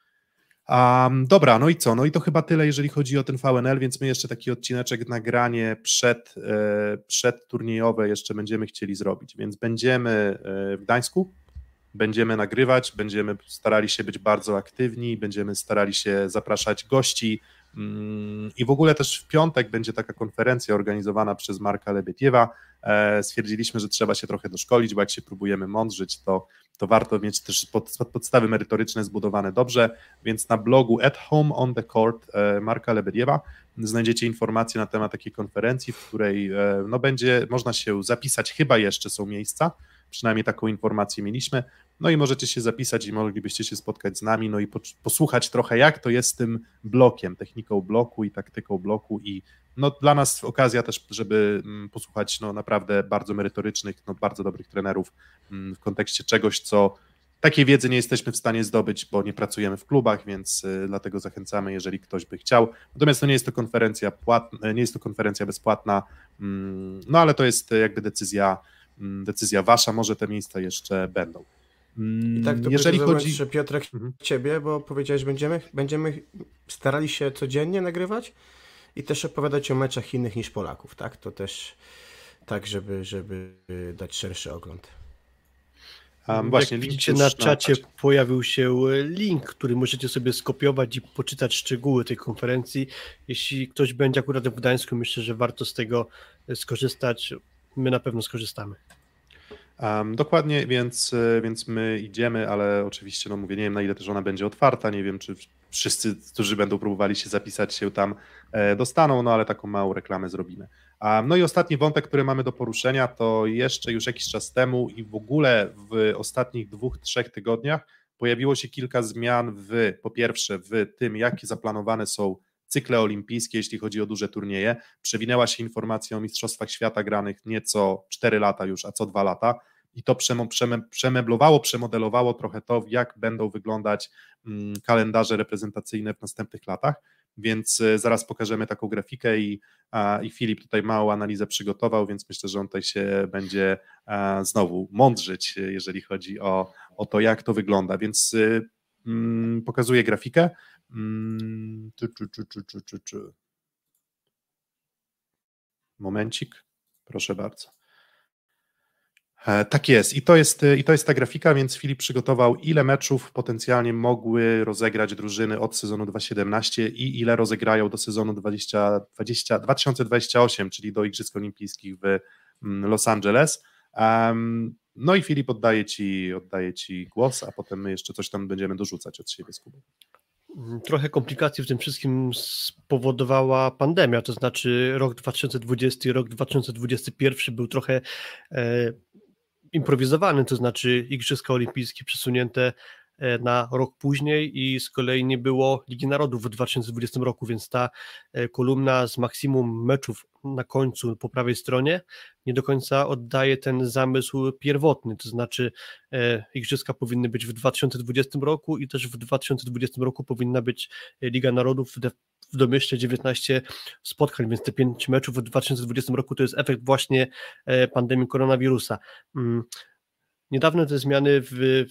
Um, dobra, no i co? No i to chyba tyle, jeżeli chodzi o ten V N L, więc my jeszcze taki odcineczek, nagranie przed, e, przedturniejowe jeszcze będziemy chcieli zrobić, więc będziemy e, w Gdańsku, będziemy nagrywać, będziemy starali się być bardzo aktywni, będziemy starali się zapraszać gości mm, i w ogóle też w piątek będzie taka konferencja organizowana przez Marka Lebiediewa. E, stwierdziliśmy, że trzeba się trochę doszkolić, bo jak się próbujemy mądrzyć, to to warto mieć też pod, podstawy merytoryczne zbudowane dobrze, więc na blogu At Home on the Court e, Marka Lebediewa znajdziecie informacje na temat takiej konferencji, w której e, no będzie można się zapisać, chyba jeszcze są miejsca, przynajmniej taką informację mieliśmy, no i możecie się zapisać i moglibyście się spotkać z nami, no i po, posłuchać trochę, jak to jest z tym blokiem, techniką bloku i taktyką bloku i no dla nas okazja też, żeby posłuchać no naprawdę bardzo merytorycznych, no bardzo dobrych trenerów w kontekście czegoś, co takiej wiedzy nie jesteśmy w stanie zdobyć, bo nie pracujemy w klubach, więc dlatego zachęcamy, jeżeli ktoś by chciał. Natomiast to nie jest to konferencja płatna, nie jest to konferencja bezpłatna, no ale to jest jakby decyzja, decyzja wasza, może te miejsca jeszcze będą. I tak to jeżeli chodzi... że Piotrek, mhm. ciebie, bo powiedziałeś, będziemy, będziemy starali się codziennie nagrywać i też opowiadać o meczach innych niż Polaków, tak? To też tak, żeby, żeby dać szerszy ogląd. Um, właśnie, jak widzicie na czacie na... pojawił się link, który możecie sobie skopiować i poczytać szczegóły tej konferencji. Jeśli ktoś będzie akurat w Gdańsku, myślę, że warto z tego skorzystać. My na pewno skorzystamy. Um, dokładnie, więc, więc my idziemy, ale oczywiście, no mówię, nie wiem na ile też ona będzie otwarta, nie wiem czy wszyscy, którzy będą próbowali się zapisać, się tam e, dostaną, no ale taką małą reklamę zrobimy. Um, no i ostatni wątek, który mamy do poruszenia, to jeszcze już jakiś czas temu i w ogóle w ostatnich dwóch, trzech tygodniach pojawiło się kilka zmian w, po pierwsze w tym, jakie zaplanowane są cykle olimpijskie, jeśli chodzi o duże turnieje. Przewinęła się informacja o Mistrzostwach Świata granych nie co cztery lata już, a co dwa lata i to przemeblowało, przemodelowało trochę to, jak będą wyglądać kalendarze reprezentacyjne w następnych latach, więc zaraz pokażemy taką grafikę i, i Filip tutaj małą analizę przygotował, więc myślę, że on tutaj się będzie znowu mądrzyć, jeżeli chodzi o, o to, jak to wygląda, więc mm, pokazuję grafikę. Mm, czy, czy, czy, czy, czy, czy, czy. Momencik, proszę bardzo. E, tak jest. I to jest, i to jest ta grafika, więc Filip przygotował, ile meczów potencjalnie mogły rozegrać drużyny od sezonu dwa tysiące siedemnastego i ile rozegrają do sezonu dwa tysiące dwudziestego ósmego, czyli do Igrzysk Olimpijskich w Los Angeles. Um, no i Filip, oddaję ci, oddaję ci głos, a potem my jeszcze coś tam będziemy dorzucać od siebie z Kubą. Trochę komplikacji w tym wszystkim spowodowała pandemia, to znaczy rok dwa tysiące dwudziesty i rok dwa tysiące dwudziesty pierwszy był trochę e, improwizowany, to znaczy Igrzyska Olimpijskie przesunięte e, na rok później i z kolei nie było Ligi Narodów w dwa tysiące dwudziestym roku, więc ta e, kolumna z maksimum meczów na końcu po prawej stronie nie do końca oddaje ten zamysł pierwotny, to znaczy e, Igrzyska powinny być w dwa tysiące dwudziestym roku i też w dwa tysiące dwudziestym roku powinna być Liga Narodów w, de, w domyśle dziewiętnaście spotkań, więc te pięć meczów w dwa tysiące dwudziestym roku to jest efekt właśnie e, pandemii koronawirusa. Mm, niedawne te zmiany w,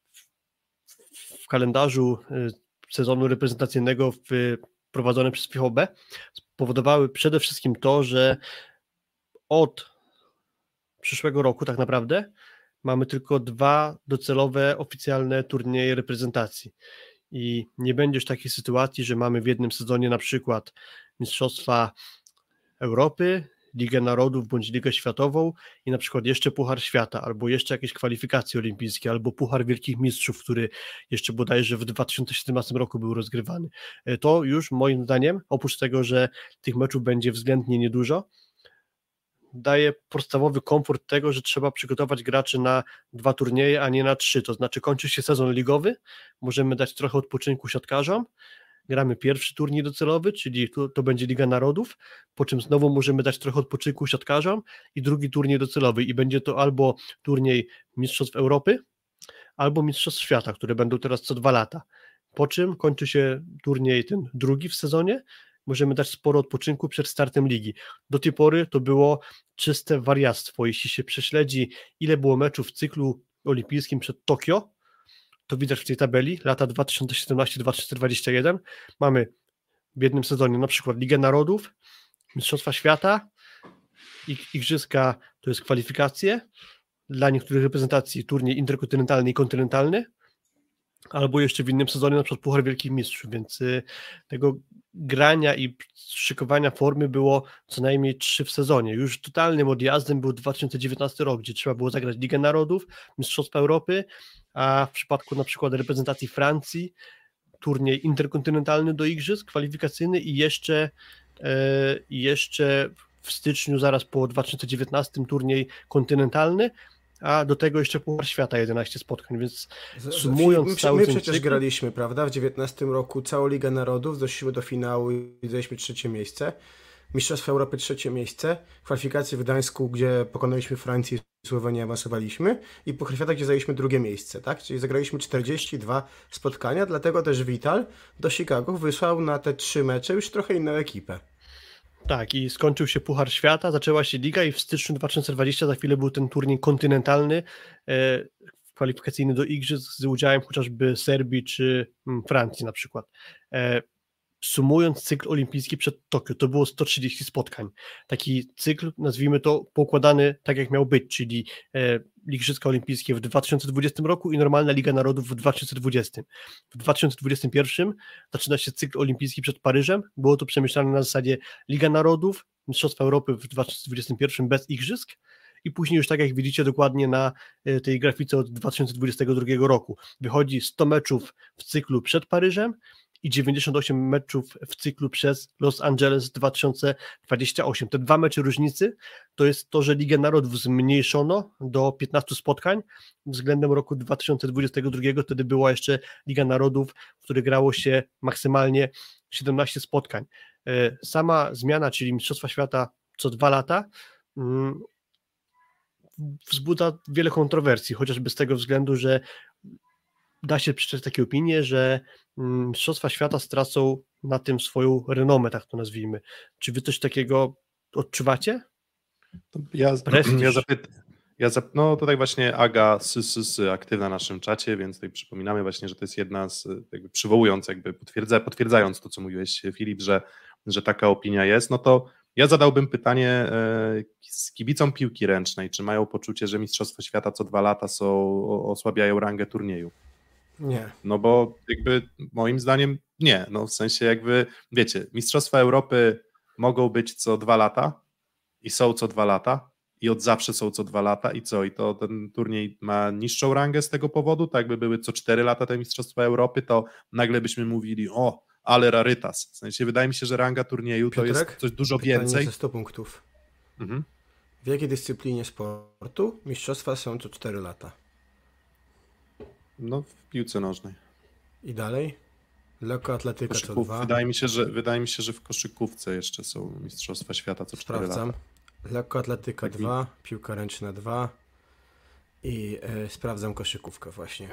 w kalendarzu e, sezonu reprezentacyjnego w, prowadzone przez F I H O B spowodowały przede wszystkim to, że od przyszłego roku tak naprawdę mamy tylko dwa docelowe oficjalne turnieje reprezentacji i nie będzie już takiej sytuacji, że mamy w jednym sezonie na przykład Mistrzostwa Europy, Ligę Narodów bądź Ligę Światową i na przykład jeszcze Puchar Świata, albo jeszcze jakieś kwalifikacje olimpijskie, albo Puchar Wielkich Mistrzów, który jeszcze bodajże w dwa tysiące siedemnastym roku był rozgrywany. To już moim zdaniem, oprócz tego, że tych meczów będzie względnie niedużo, daje podstawowy komfort tego, że trzeba przygotować graczy na dwa turnieje, a nie na trzy, to znaczy kończy się sezon ligowy, możemy dać trochę odpoczynku siatkarzom, gramy pierwszy turniej docelowy, czyli to, to będzie Liga Narodów, po czym znowu możemy dać trochę odpoczynku siatkarzom i drugi turniej docelowy i będzie to albo turniej Mistrzostw Europy, albo Mistrzostw Świata, które będą teraz co dwa lata, po czym kończy się turniej ten drugi w sezonie, możemy dać sporo odpoczynku przed startem ligi. Do tej pory to było czyste wariactwo, jeśli się prześledzi, ile było meczów w cyklu olimpijskim przed Tokio, to widać w tej tabeli, lata dwa tysiące siedemnasty dwa tysiące dwudziesty jeden, mamy w jednym sezonie na przykład Ligę Narodów, Mistrzostwa Świata, Igrzyska to jest kwalifikacje, dla niektórych reprezentacji turniej interkontynentalny i kontynentalny, albo jeszcze w innym sezonie na przykład Puchar Wielkich Mistrzów, więc y, tego grania i szykowania formy było co najmniej trzy w sezonie. Już totalnym odjazdem był dwa tysiące dziewiętnasty rok, gdzie trzeba było zagrać Ligę Narodów, Mistrzostwa Europy, a w przypadku na przykład reprezentacji Francji turniej interkontynentalny do Igrzysk, kwalifikacyjny i jeszcze, y, jeszcze w styczniu zaraz po dwa tysiące dziewiętnastym turniej kontynentalny, a do tego jeszcze Puchar Świata, jedenaście spotkań, więc sumując my, cały my ten przecież cykl... graliśmy, prawda, w dziewiętnaście dziewiętnastym roku całą Ligę Narodów, doszliśmy do finału i zajęliśmy trzecie miejsce. Mistrzostwa Europy trzecie miejsce, kwalifikacje w Gdańsku, gdzie pokonaliśmy Francję i Słowenię, awansowaliśmy i Puchar gdzie zajęliśmy drugie miejsce, tak? Czyli zagraliśmy czterdzieści dwa spotkania, dlatego też Vital do Chicago wysłał na te trzy mecze już trochę inną ekipę. Tak, i skończył się Puchar Świata, zaczęła się Liga i w styczniu dwa tysiące dwudziestym za chwilę był ten turniej kontynentalny, e, kwalifikacyjny do Igrzysk z udziałem chociażby Serbii czy mm, Francji na przykład. E, Sumując cykl olimpijski przed Tokio, to było sto trzydzieści spotkań. Taki cykl, nazwijmy to, poukładany tak jak miał być, czyli e, Igrzyska Olimpijskie w dwa tysiące dwudziestym roku i normalna Liga Narodów w dwa tysiące dwudziestym. W dwa tysiące dwudziestym pierwszym zaczyna się cykl olimpijski przed Paryżem. Było to przemyślane na zasadzie Liga Narodów, Mistrzostwa Europy w dwa tysiące dwudziestym pierwszym bez Igrzysk i później już tak jak widzicie dokładnie na tej grafice od dwa tysiące dwudziestego drugiego roku. Wychodzi sto meczów w cyklu przed Paryżem i dziewięćdziesiąt osiem meczów w cyklu przez Los Angeles dwa tysiące dwudziesty ósmy. Te dwa mecze różnicy to jest to, że Ligę Narodów zmniejszono do piętnastu spotkań względem roku dwa tysiące dwudziestego drugiego, wtedy była jeszcze Liga Narodów, w której grało się maksymalnie siedemnaście spotkań. Sama zmiana, czyli Mistrzostwa Świata co dwa lata, wzbudza wiele kontrowersji, chociażby z tego względu, że da się przeczytać takie opinie, że Mistrzostwa Świata stracą na tym swoją renomę, tak to nazwijmy. Czy wy coś takiego odczuwacie? To ja ja zapytam. Ja zap... No tutaj właśnie Aga Sys, Sys, aktywna na naszym czacie, więc tutaj przypominamy właśnie, że to jest jedna z, jakby przywołując, jakby potwierdza, potwierdzając to, co mówiłeś, Filip, że, że taka opinia jest, no to ja zadałbym pytanie e, z kibicom piłki ręcznej, czy mają poczucie, że Mistrzostwa Świata co dwa lata są, o, osłabiają rangę turnieju? Nie. No bo jakby moim zdaniem nie, no w sensie jakby, wiecie, Mistrzostwa Europy mogą być co dwa lata i są co dwa lata i od zawsze są co dwa lata i co? I to ten turniej ma niższą rangę z tego powodu, tak jakby były co cztery lata te Mistrzostwa Europy, to nagle byśmy mówili, o, ale rarytas. W sensie wydaje mi się, że ranga turnieju Piotrek, to jest coś dużo więcej. Ze sto punktów. Mhm. W jakiej dyscyplinie sportu mistrzostwa są co cztery lata? No w piłce nożnej. I dalej? Lekkoatletyka co dwa. Wydaje mi się, że wydaje mi się, że w koszykówce jeszcze są Mistrzostwa Świata co cztery lata. Sprawdzam. Lekkoatletyka tak dwa, piłka ręczna dwa i e, sprawdzam koszykówkę właśnie.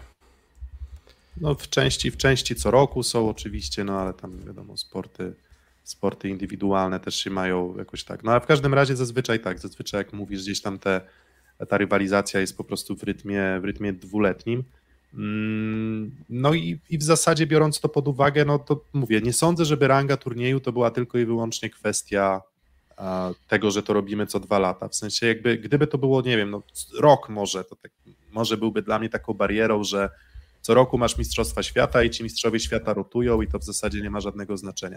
No w części, w części co roku są oczywiście, no ale tam wiadomo, sporty, sporty indywidualne też się mają jakoś tak. No a w każdym razie zazwyczaj tak, zazwyczaj jak mówisz, gdzieś tam te, ta rywalizacja jest po prostu w rytmie, w rytmie dwuletnim. No i, i w zasadzie biorąc to pod uwagę, no to mówię, nie sądzę, żeby ranga turnieju to była tylko i wyłącznie kwestia a, tego, że to robimy co dwa lata. W sensie jakby, gdyby to było, nie wiem, no rok może, to tak, może byłby dla mnie taką barierą, że co roku masz Mistrzostwa Świata i ci mistrzowie świata rotują i to w zasadzie nie ma żadnego znaczenia.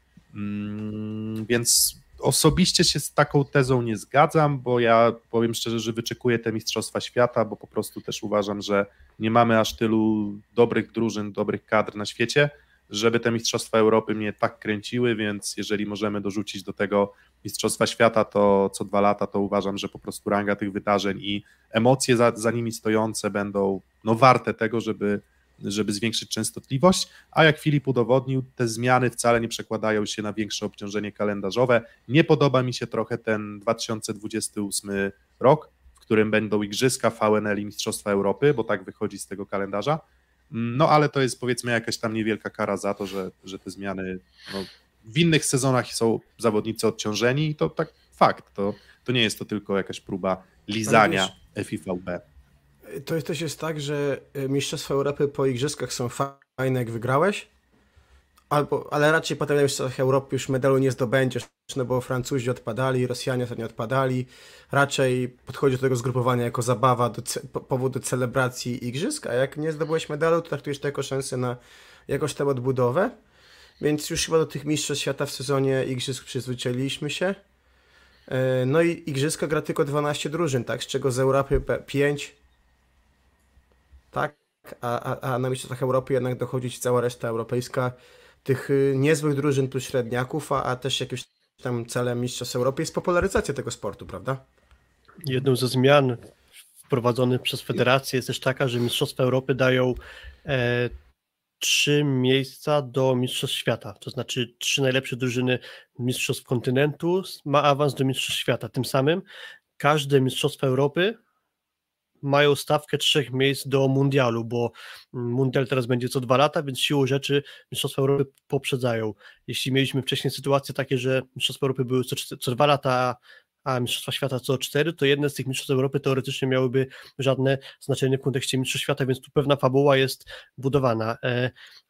Mm, więc osobiście się z taką tezą nie zgadzam, bo ja powiem szczerze, że wyczekuję te Mistrzostwa Świata, bo po prostu też uważam, że nie mamy aż tylu dobrych drużyn, dobrych kadr na świecie, żeby te Mistrzostwa Europy mnie tak kręciły, więc jeżeli możemy dorzucić do tego Mistrzostwa Świata, to co dwa lata, to uważam, że po prostu ranga tych wydarzeń i emocje za, za nimi stojące będą no, warte tego, żeby, żeby zwiększyć częstotliwość, a jak Filip udowodnił, te zmiany wcale nie przekładają się na większe obciążenie kalendarzowe. Nie podoba mi się trochę ten dwa tysiące dwudziesty ósmy rok, w którym będą igrzyska, V N L i Mistrzostwa Europy, bo tak wychodzi z tego kalendarza. No ale to jest powiedzmy jakaś tam niewielka kara za to, że, że te zmiany no, w innych sezonach są zawodnicy odciążeni i to tak fakt, to, to nie jest to tylko jakaś próba lizania F I V B. To też jest tak, że Mistrzostwa Europy po igrzyskach są fajne jak wygrałeś, albo, ale raczej potem na Mistrzostwach Europy już medalu nie zdobędziesz, no bo Francuzi odpadali, Rosjanie nie odpadali, raczej podchodzi do tego zgrupowania jako zabawa, do ce- powód do celebracji igrzysk, a jak nie zdobyłeś medalu, to traktujesz to jako szansę na jakąś tam odbudowę, więc już chyba do tych mistrzostw świata w sezonie igrzysk przyzwyczailiśmy się. No i igrzyska gra tylko dwanaście drużyn, tak, z czego z Europy pięć, tak, a, a, a na mistrzostwach Europy jednak dochodzi cała reszta europejska tych niezłych drużyn plus średniaków, a, a też jakimś tam celem mistrzostw Europy jest popularyzacja tego sportu, prawda? Jedną ze zmian wprowadzonych przez federację jest też taka, że mistrzostwa Europy dają e, trzy miejsca do Mistrzostw Świata, to znaczy trzy najlepsze drużyny Mistrzostw Kontynentu ma awans do Mistrzostw Świata. Tym samym każde Mistrzostwa Europy mają stawkę trzech miejsc do mundialu, bo mundial teraz będzie co dwa lata, więc siłą rzeczy Mistrzostwa Europy poprzedzają. Jeśli mieliśmy wcześniej sytuacje takie, że Mistrzostwa Europy były co, co dwa lata, a Mistrzostwa Świata co cztery, to jedne z tych Mistrzostw Europy teoretycznie miałyby żadne znaczenie w kontekście Mistrzostw Świata, więc tu pewna fabuła jest budowana. E,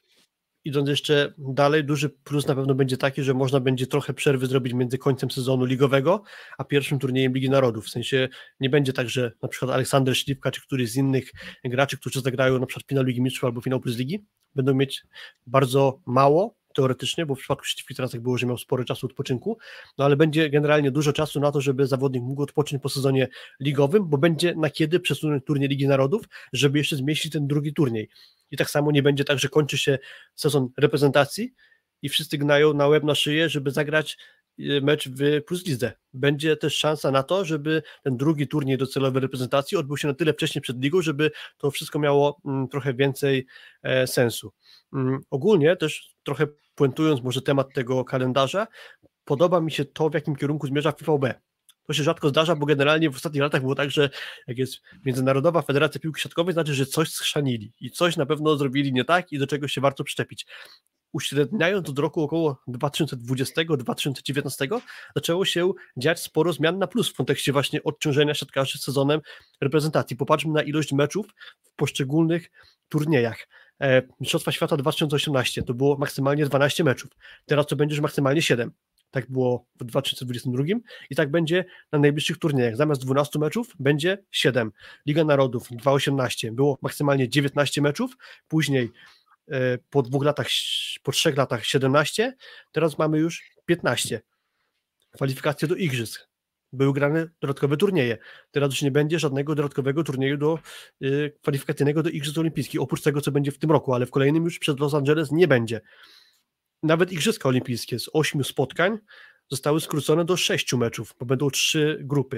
idąc jeszcze dalej, duży plus na pewno będzie taki, że można będzie trochę przerwy zrobić między końcem sezonu ligowego, a pierwszym turniejem Ligi Narodów. W sensie nie będzie tak, że na przykład Aleksander Śliwka, czy któryś z innych graczy, którzy zagrają na przykład finał Ligi Mistrzów albo finał Plus Ligi, będą mieć bardzo mało, teoretycznie, bo w przypadku Śliwki teraz tak było, że miał sporo czasu odpoczynku, no ale będzie generalnie dużo czasu na to, żeby zawodnik mógł odpocząć po sezonie ligowym, bo będzie na kiedy przesunąć turniej Ligi Narodów, żeby jeszcze zmieścić ten drugi turniej. I tak samo nie będzie tak, że kończy się sezon reprezentacji i wszyscy gnają na łeb, na szyję, żeby zagrać mecz w Plus Lidze. Będzie też szansa na to, żeby ten drugi turniej docelowy reprezentacji odbył się na tyle wcześnie przed ligą, żeby to wszystko miało mm, trochę więcej e, sensu. Mm, ogólnie też trochę puentując może temat tego kalendarza, podoba mi się to, w jakim kierunku zmierza F I F A B. To się rzadko zdarza, bo generalnie w ostatnich latach było tak, że jak jest Międzynarodowa Federacja Piłki Siatkowej, znaczy, że coś schrzanili i coś na pewno zrobili nie tak i do czegoś się warto przyczepić. Uśredniając od roku około dwa tysiące dwudziestego do dwa tysiące dziewiętnastego zaczęło się dziać sporo zmian na plus w kontekście właśnie odciążenia siatkarzy sezonem reprezentacji. Popatrzmy na ilość meczów w poszczególnych turniejach. E, Mistrzostwa Świata dwa tysiące osiemnaście to było maksymalnie dwanaście meczów. Teraz to będzie już maksymalnie siedem. Tak było w dwa tysiące dwudziestym drugim i tak będzie na najbliższych turniejach. Zamiast dwunastu meczów będzie siedem. Liga Narodów dwa tysiące osiemnaście było maksymalnie dziewiętnaście meczów, później e, po dwóch latach, po trzech latach siedemnaście, teraz mamy już piętnaście. Kwalifikacje do Igrzysk. Były grane dodatkowe turnieje. Teraz już nie będzie żadnego dodatkowego turnieju do, y, kwalifikacyjnego do Igrzysk Olimpijskich, oprócz tego, co będzie w tym roku, ale w kolejnym już przed Los Angeles nie będzie. Nawet Igrzyska Olimpijskie z ośmiu spotkań zostały skrócone do sześciu meczów, bo będą trzy grupy.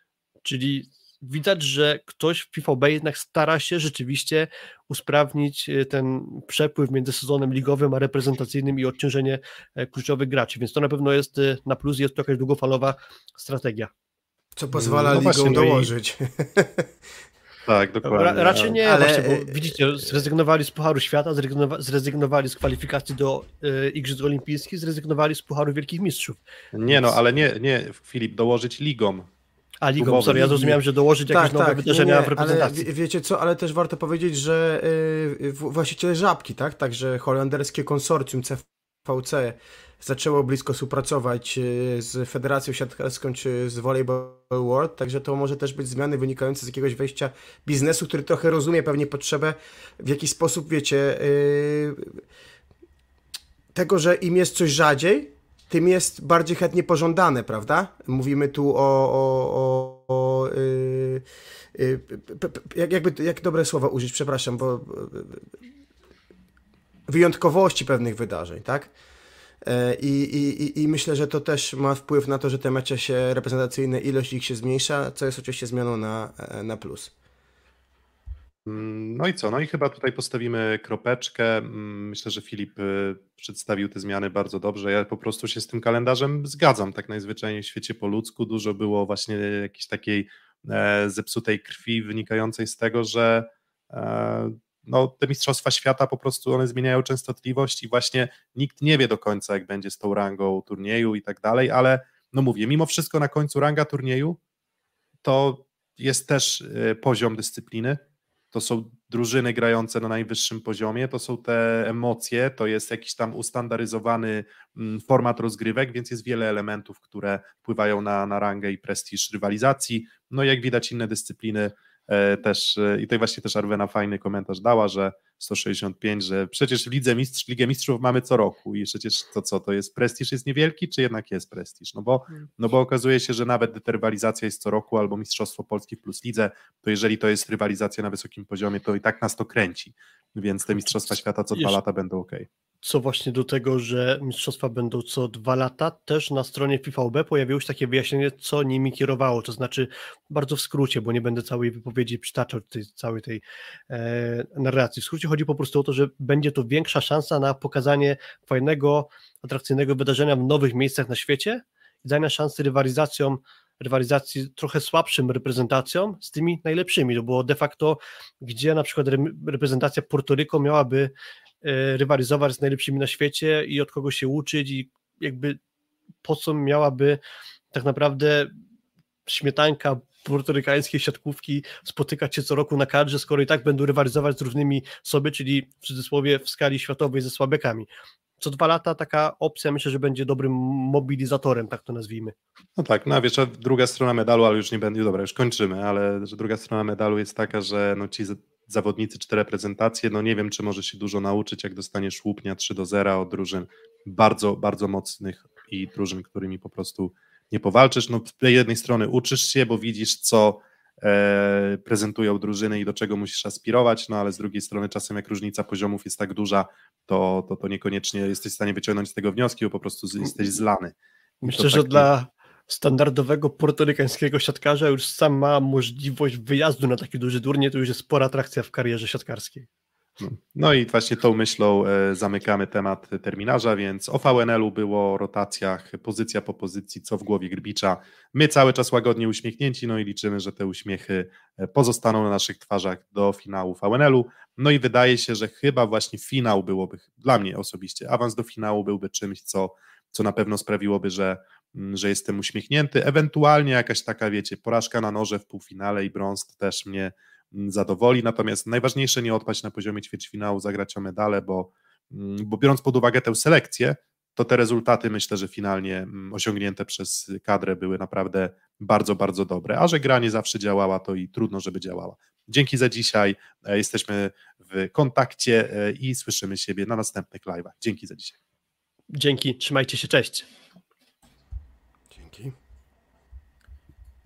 Czyli widać, że ktoś w F I F A B jednak stara się rzeczywiście usprawnić ten przepływ między sezonem ligowym a reprezentacyjnym i odciążenie kluczowych graczy, więc to na pewno jest na plus, jest to jakaś długofalowa strategia. Co pozwala no ligom właśnie, dołożyć. No i... Tak, dokładnie. Ra, raczej nie, ale... właśnie, bo widzicie, zrezygnowali z Pucharu Świata, zrezygnowa- zrezygnowali z kwalifikacji do y, Igrzysk Olimpijskich, zrezygnowali z Pucharu Wielkich Mistrzów. Nie no, ale nie, nie, Filip, dołożyć ligom. A ligą, sorry, ja zrozumiałem, że dołożyć jakieś tak, nowe tak, wydarzenia nie, nie, w reprezentacji. Ale wiecie co, ale też warto powiedzieć, że yy, właściciele Żabki, tak, także holenderskie konsorcjum C V C zaczęło blisko współpracować z Federacją Siatkarską czy z Volleyball World, także to może też być zmiany wynikające z jakiegoś wejścia biznesu, który trochę rozumie pewnie potrzebę, w jaki sposób, wiecie, yy, tego, że im jest coś rzadziej, tym jest bardziej chętnie pożądane, prawda? Mówimy tu o, o, o, o yy, yy, p, p, jak, jakby, jak dobre słowa użyć, przepraszam, bo wyjątkowości pewnych wydarzeń, tak? I, i, I myślę, że to też ma wpływ na to, że te mecze się reprezentacyjne, ilość ich się zmniejsza, co jest oczywiście zmianą na, na plus. No i co? No i chyba tutaj postawimy kropeczkę. Myślę, że Filip przedstawił te zmiany bardzo dobrze. Ja po prostu się z tym kalendarzem zgadzam, tak najzwyczajniej w świecie po ludzku. Dużo było właśnie jakiejś takiej zepsutej krwi wynikającej z tego, że no, te mistrzostwa świata po prostu one zmieniają częstotliwość i właśnie nikt nie wie do końca, jak będzie z tą rangą turnieju i tak dalej, ale no mówię, mimo wszystko na końcu ranga turnieju to jest też poziom dyscypliny, to są drużyny grające na najwyższym poziomie, to są te emocje, to jest jakiś tam ustandaryzowany format rozgrywek, więc jest wiele elementów, które wpływają na, na rangę i prestiż rywalizacji, no jak widać inne dyscypliny też, i tutaj właśnie też Arwena fajny komentarz dała, że sto sześćdziesiąt pięć, że przecież w Lidze Mistrz, Ligę Mistrzów mamy co roku i przecież to co, to jest prestiż jest niewielki, czy jednak jest prestiż? No bo, no bo okazuje się, że nawet gdy ta rywalizacja jest co roku albo Mistrzostwo Polski w Plus Lidze, to jeżeli to jest rywalizacja na wysokim poziomie, to i tak nas to kręci. więc te Mistrzostwa Świata co dwa Jeszcze- lata będą ok. Co właśnie do tego, że mistrzostwa będą co dwa lata, też na stronie FIFA U B pojawiło się takie wyjaśnienie, co nimi kierowało, to znaczy bardzo w skrócie, bo nie będę całej wypowiedzi przytaczał, tej, całej tej e, narracji. W skrócie chodzi po prostu o to, że będzie to większa szansa na pokazanie fajnego, atrakcyjnego wydarzenia w nowych miejscach na świecie i dania szansy rywalizacjom, rywalizacji trochę słabszym reprezentacjom z tymi najlepszymi, to było de facto, gdzie na przykład re- reprezentacja Portoryko miałaby e, rywalizować z najlepszymi na świecie i od kogo się uczyć i jakby po co miałaby tak naprawdę śmietanka portorykańskiej siatkówki spotykać się co roku na kadrze, skoro i tak będą rywalizować z równymi sobie, czyli w cudzysłowie w skali światowej ze słabiakami. Co dwa lata taka opcja myślę, że będzie dobrym mobilizatorem, tak to nazwijmy. No tak, no a wiesz, a druga strona medalu, ale już nie będę, dobra, już kończymy, ale że druga strona medalu jest taka, że no ci z- zawodnicy czy te reprezentacje, no nie wiem, czy może się dużo nauczyć, jak dostaniesz łupnia trzy do zera od drużyn bardzo, bardzo mocnych i drużyn, którymi po prostu nie powalczysz. No z tej jednej strony uczysz się, bo widzisz, co e, prezentują drużyny i do czego musisz aspirować, no ale z drugiej strony czasem jak różnica poziomów jest tak duża, to, to, to niekoniecznie jesteś w stanie wyciągnąć z tego wnioski, bo po prostu z, jesteś zlany. I Myślę, to że taki- dla standardowego portorykańskiego siatkarza już sama możliwość wyjazdu na taki duży turniej to już jest spora atrakcja w karierze siatkarskiej. No, no i właśnie tą myślą e, zamykamy temat terminarza, więc o V N L-u było, o rotacjach, pozycja po pozycji, co w głowie Grbicza. My cały czas łagodnie uśmiechnięci, no i liczymy, że te uśmiechy e, pozostaną na naszych twarzach do finału V N L-u. No i wydaje się, że chyba właśnie finał byłoby, dla mnie osobiście, awans do finału byłby czymś, co, co na pewno sprawiłoby, że, mm, że jestem uśmiechnięty. Ewentualnie jakaś taka, wiecie, porażka na noże w półfinale i brąz to też mnie zadowoli, natomiast najważniejsze nie odpaść na poziomie ćwierćfinału, zagrać o medale, bo, bo biorąc pod uwagę tę selekcję, to te rezultaty myślę, że finalnie osiągnięte przez kadrę były naprawdę bardzo, bardzo dobre, a że gra nie zawsze działała, to i trudno, żeby działała. Dzięki za dzisiaj, jesteśmy w kontakcie i słyszymy siebie na następnych live'ach. Dzięki za dzisiaj. Dzięki, trzymajcie się, cześć. Dzięki.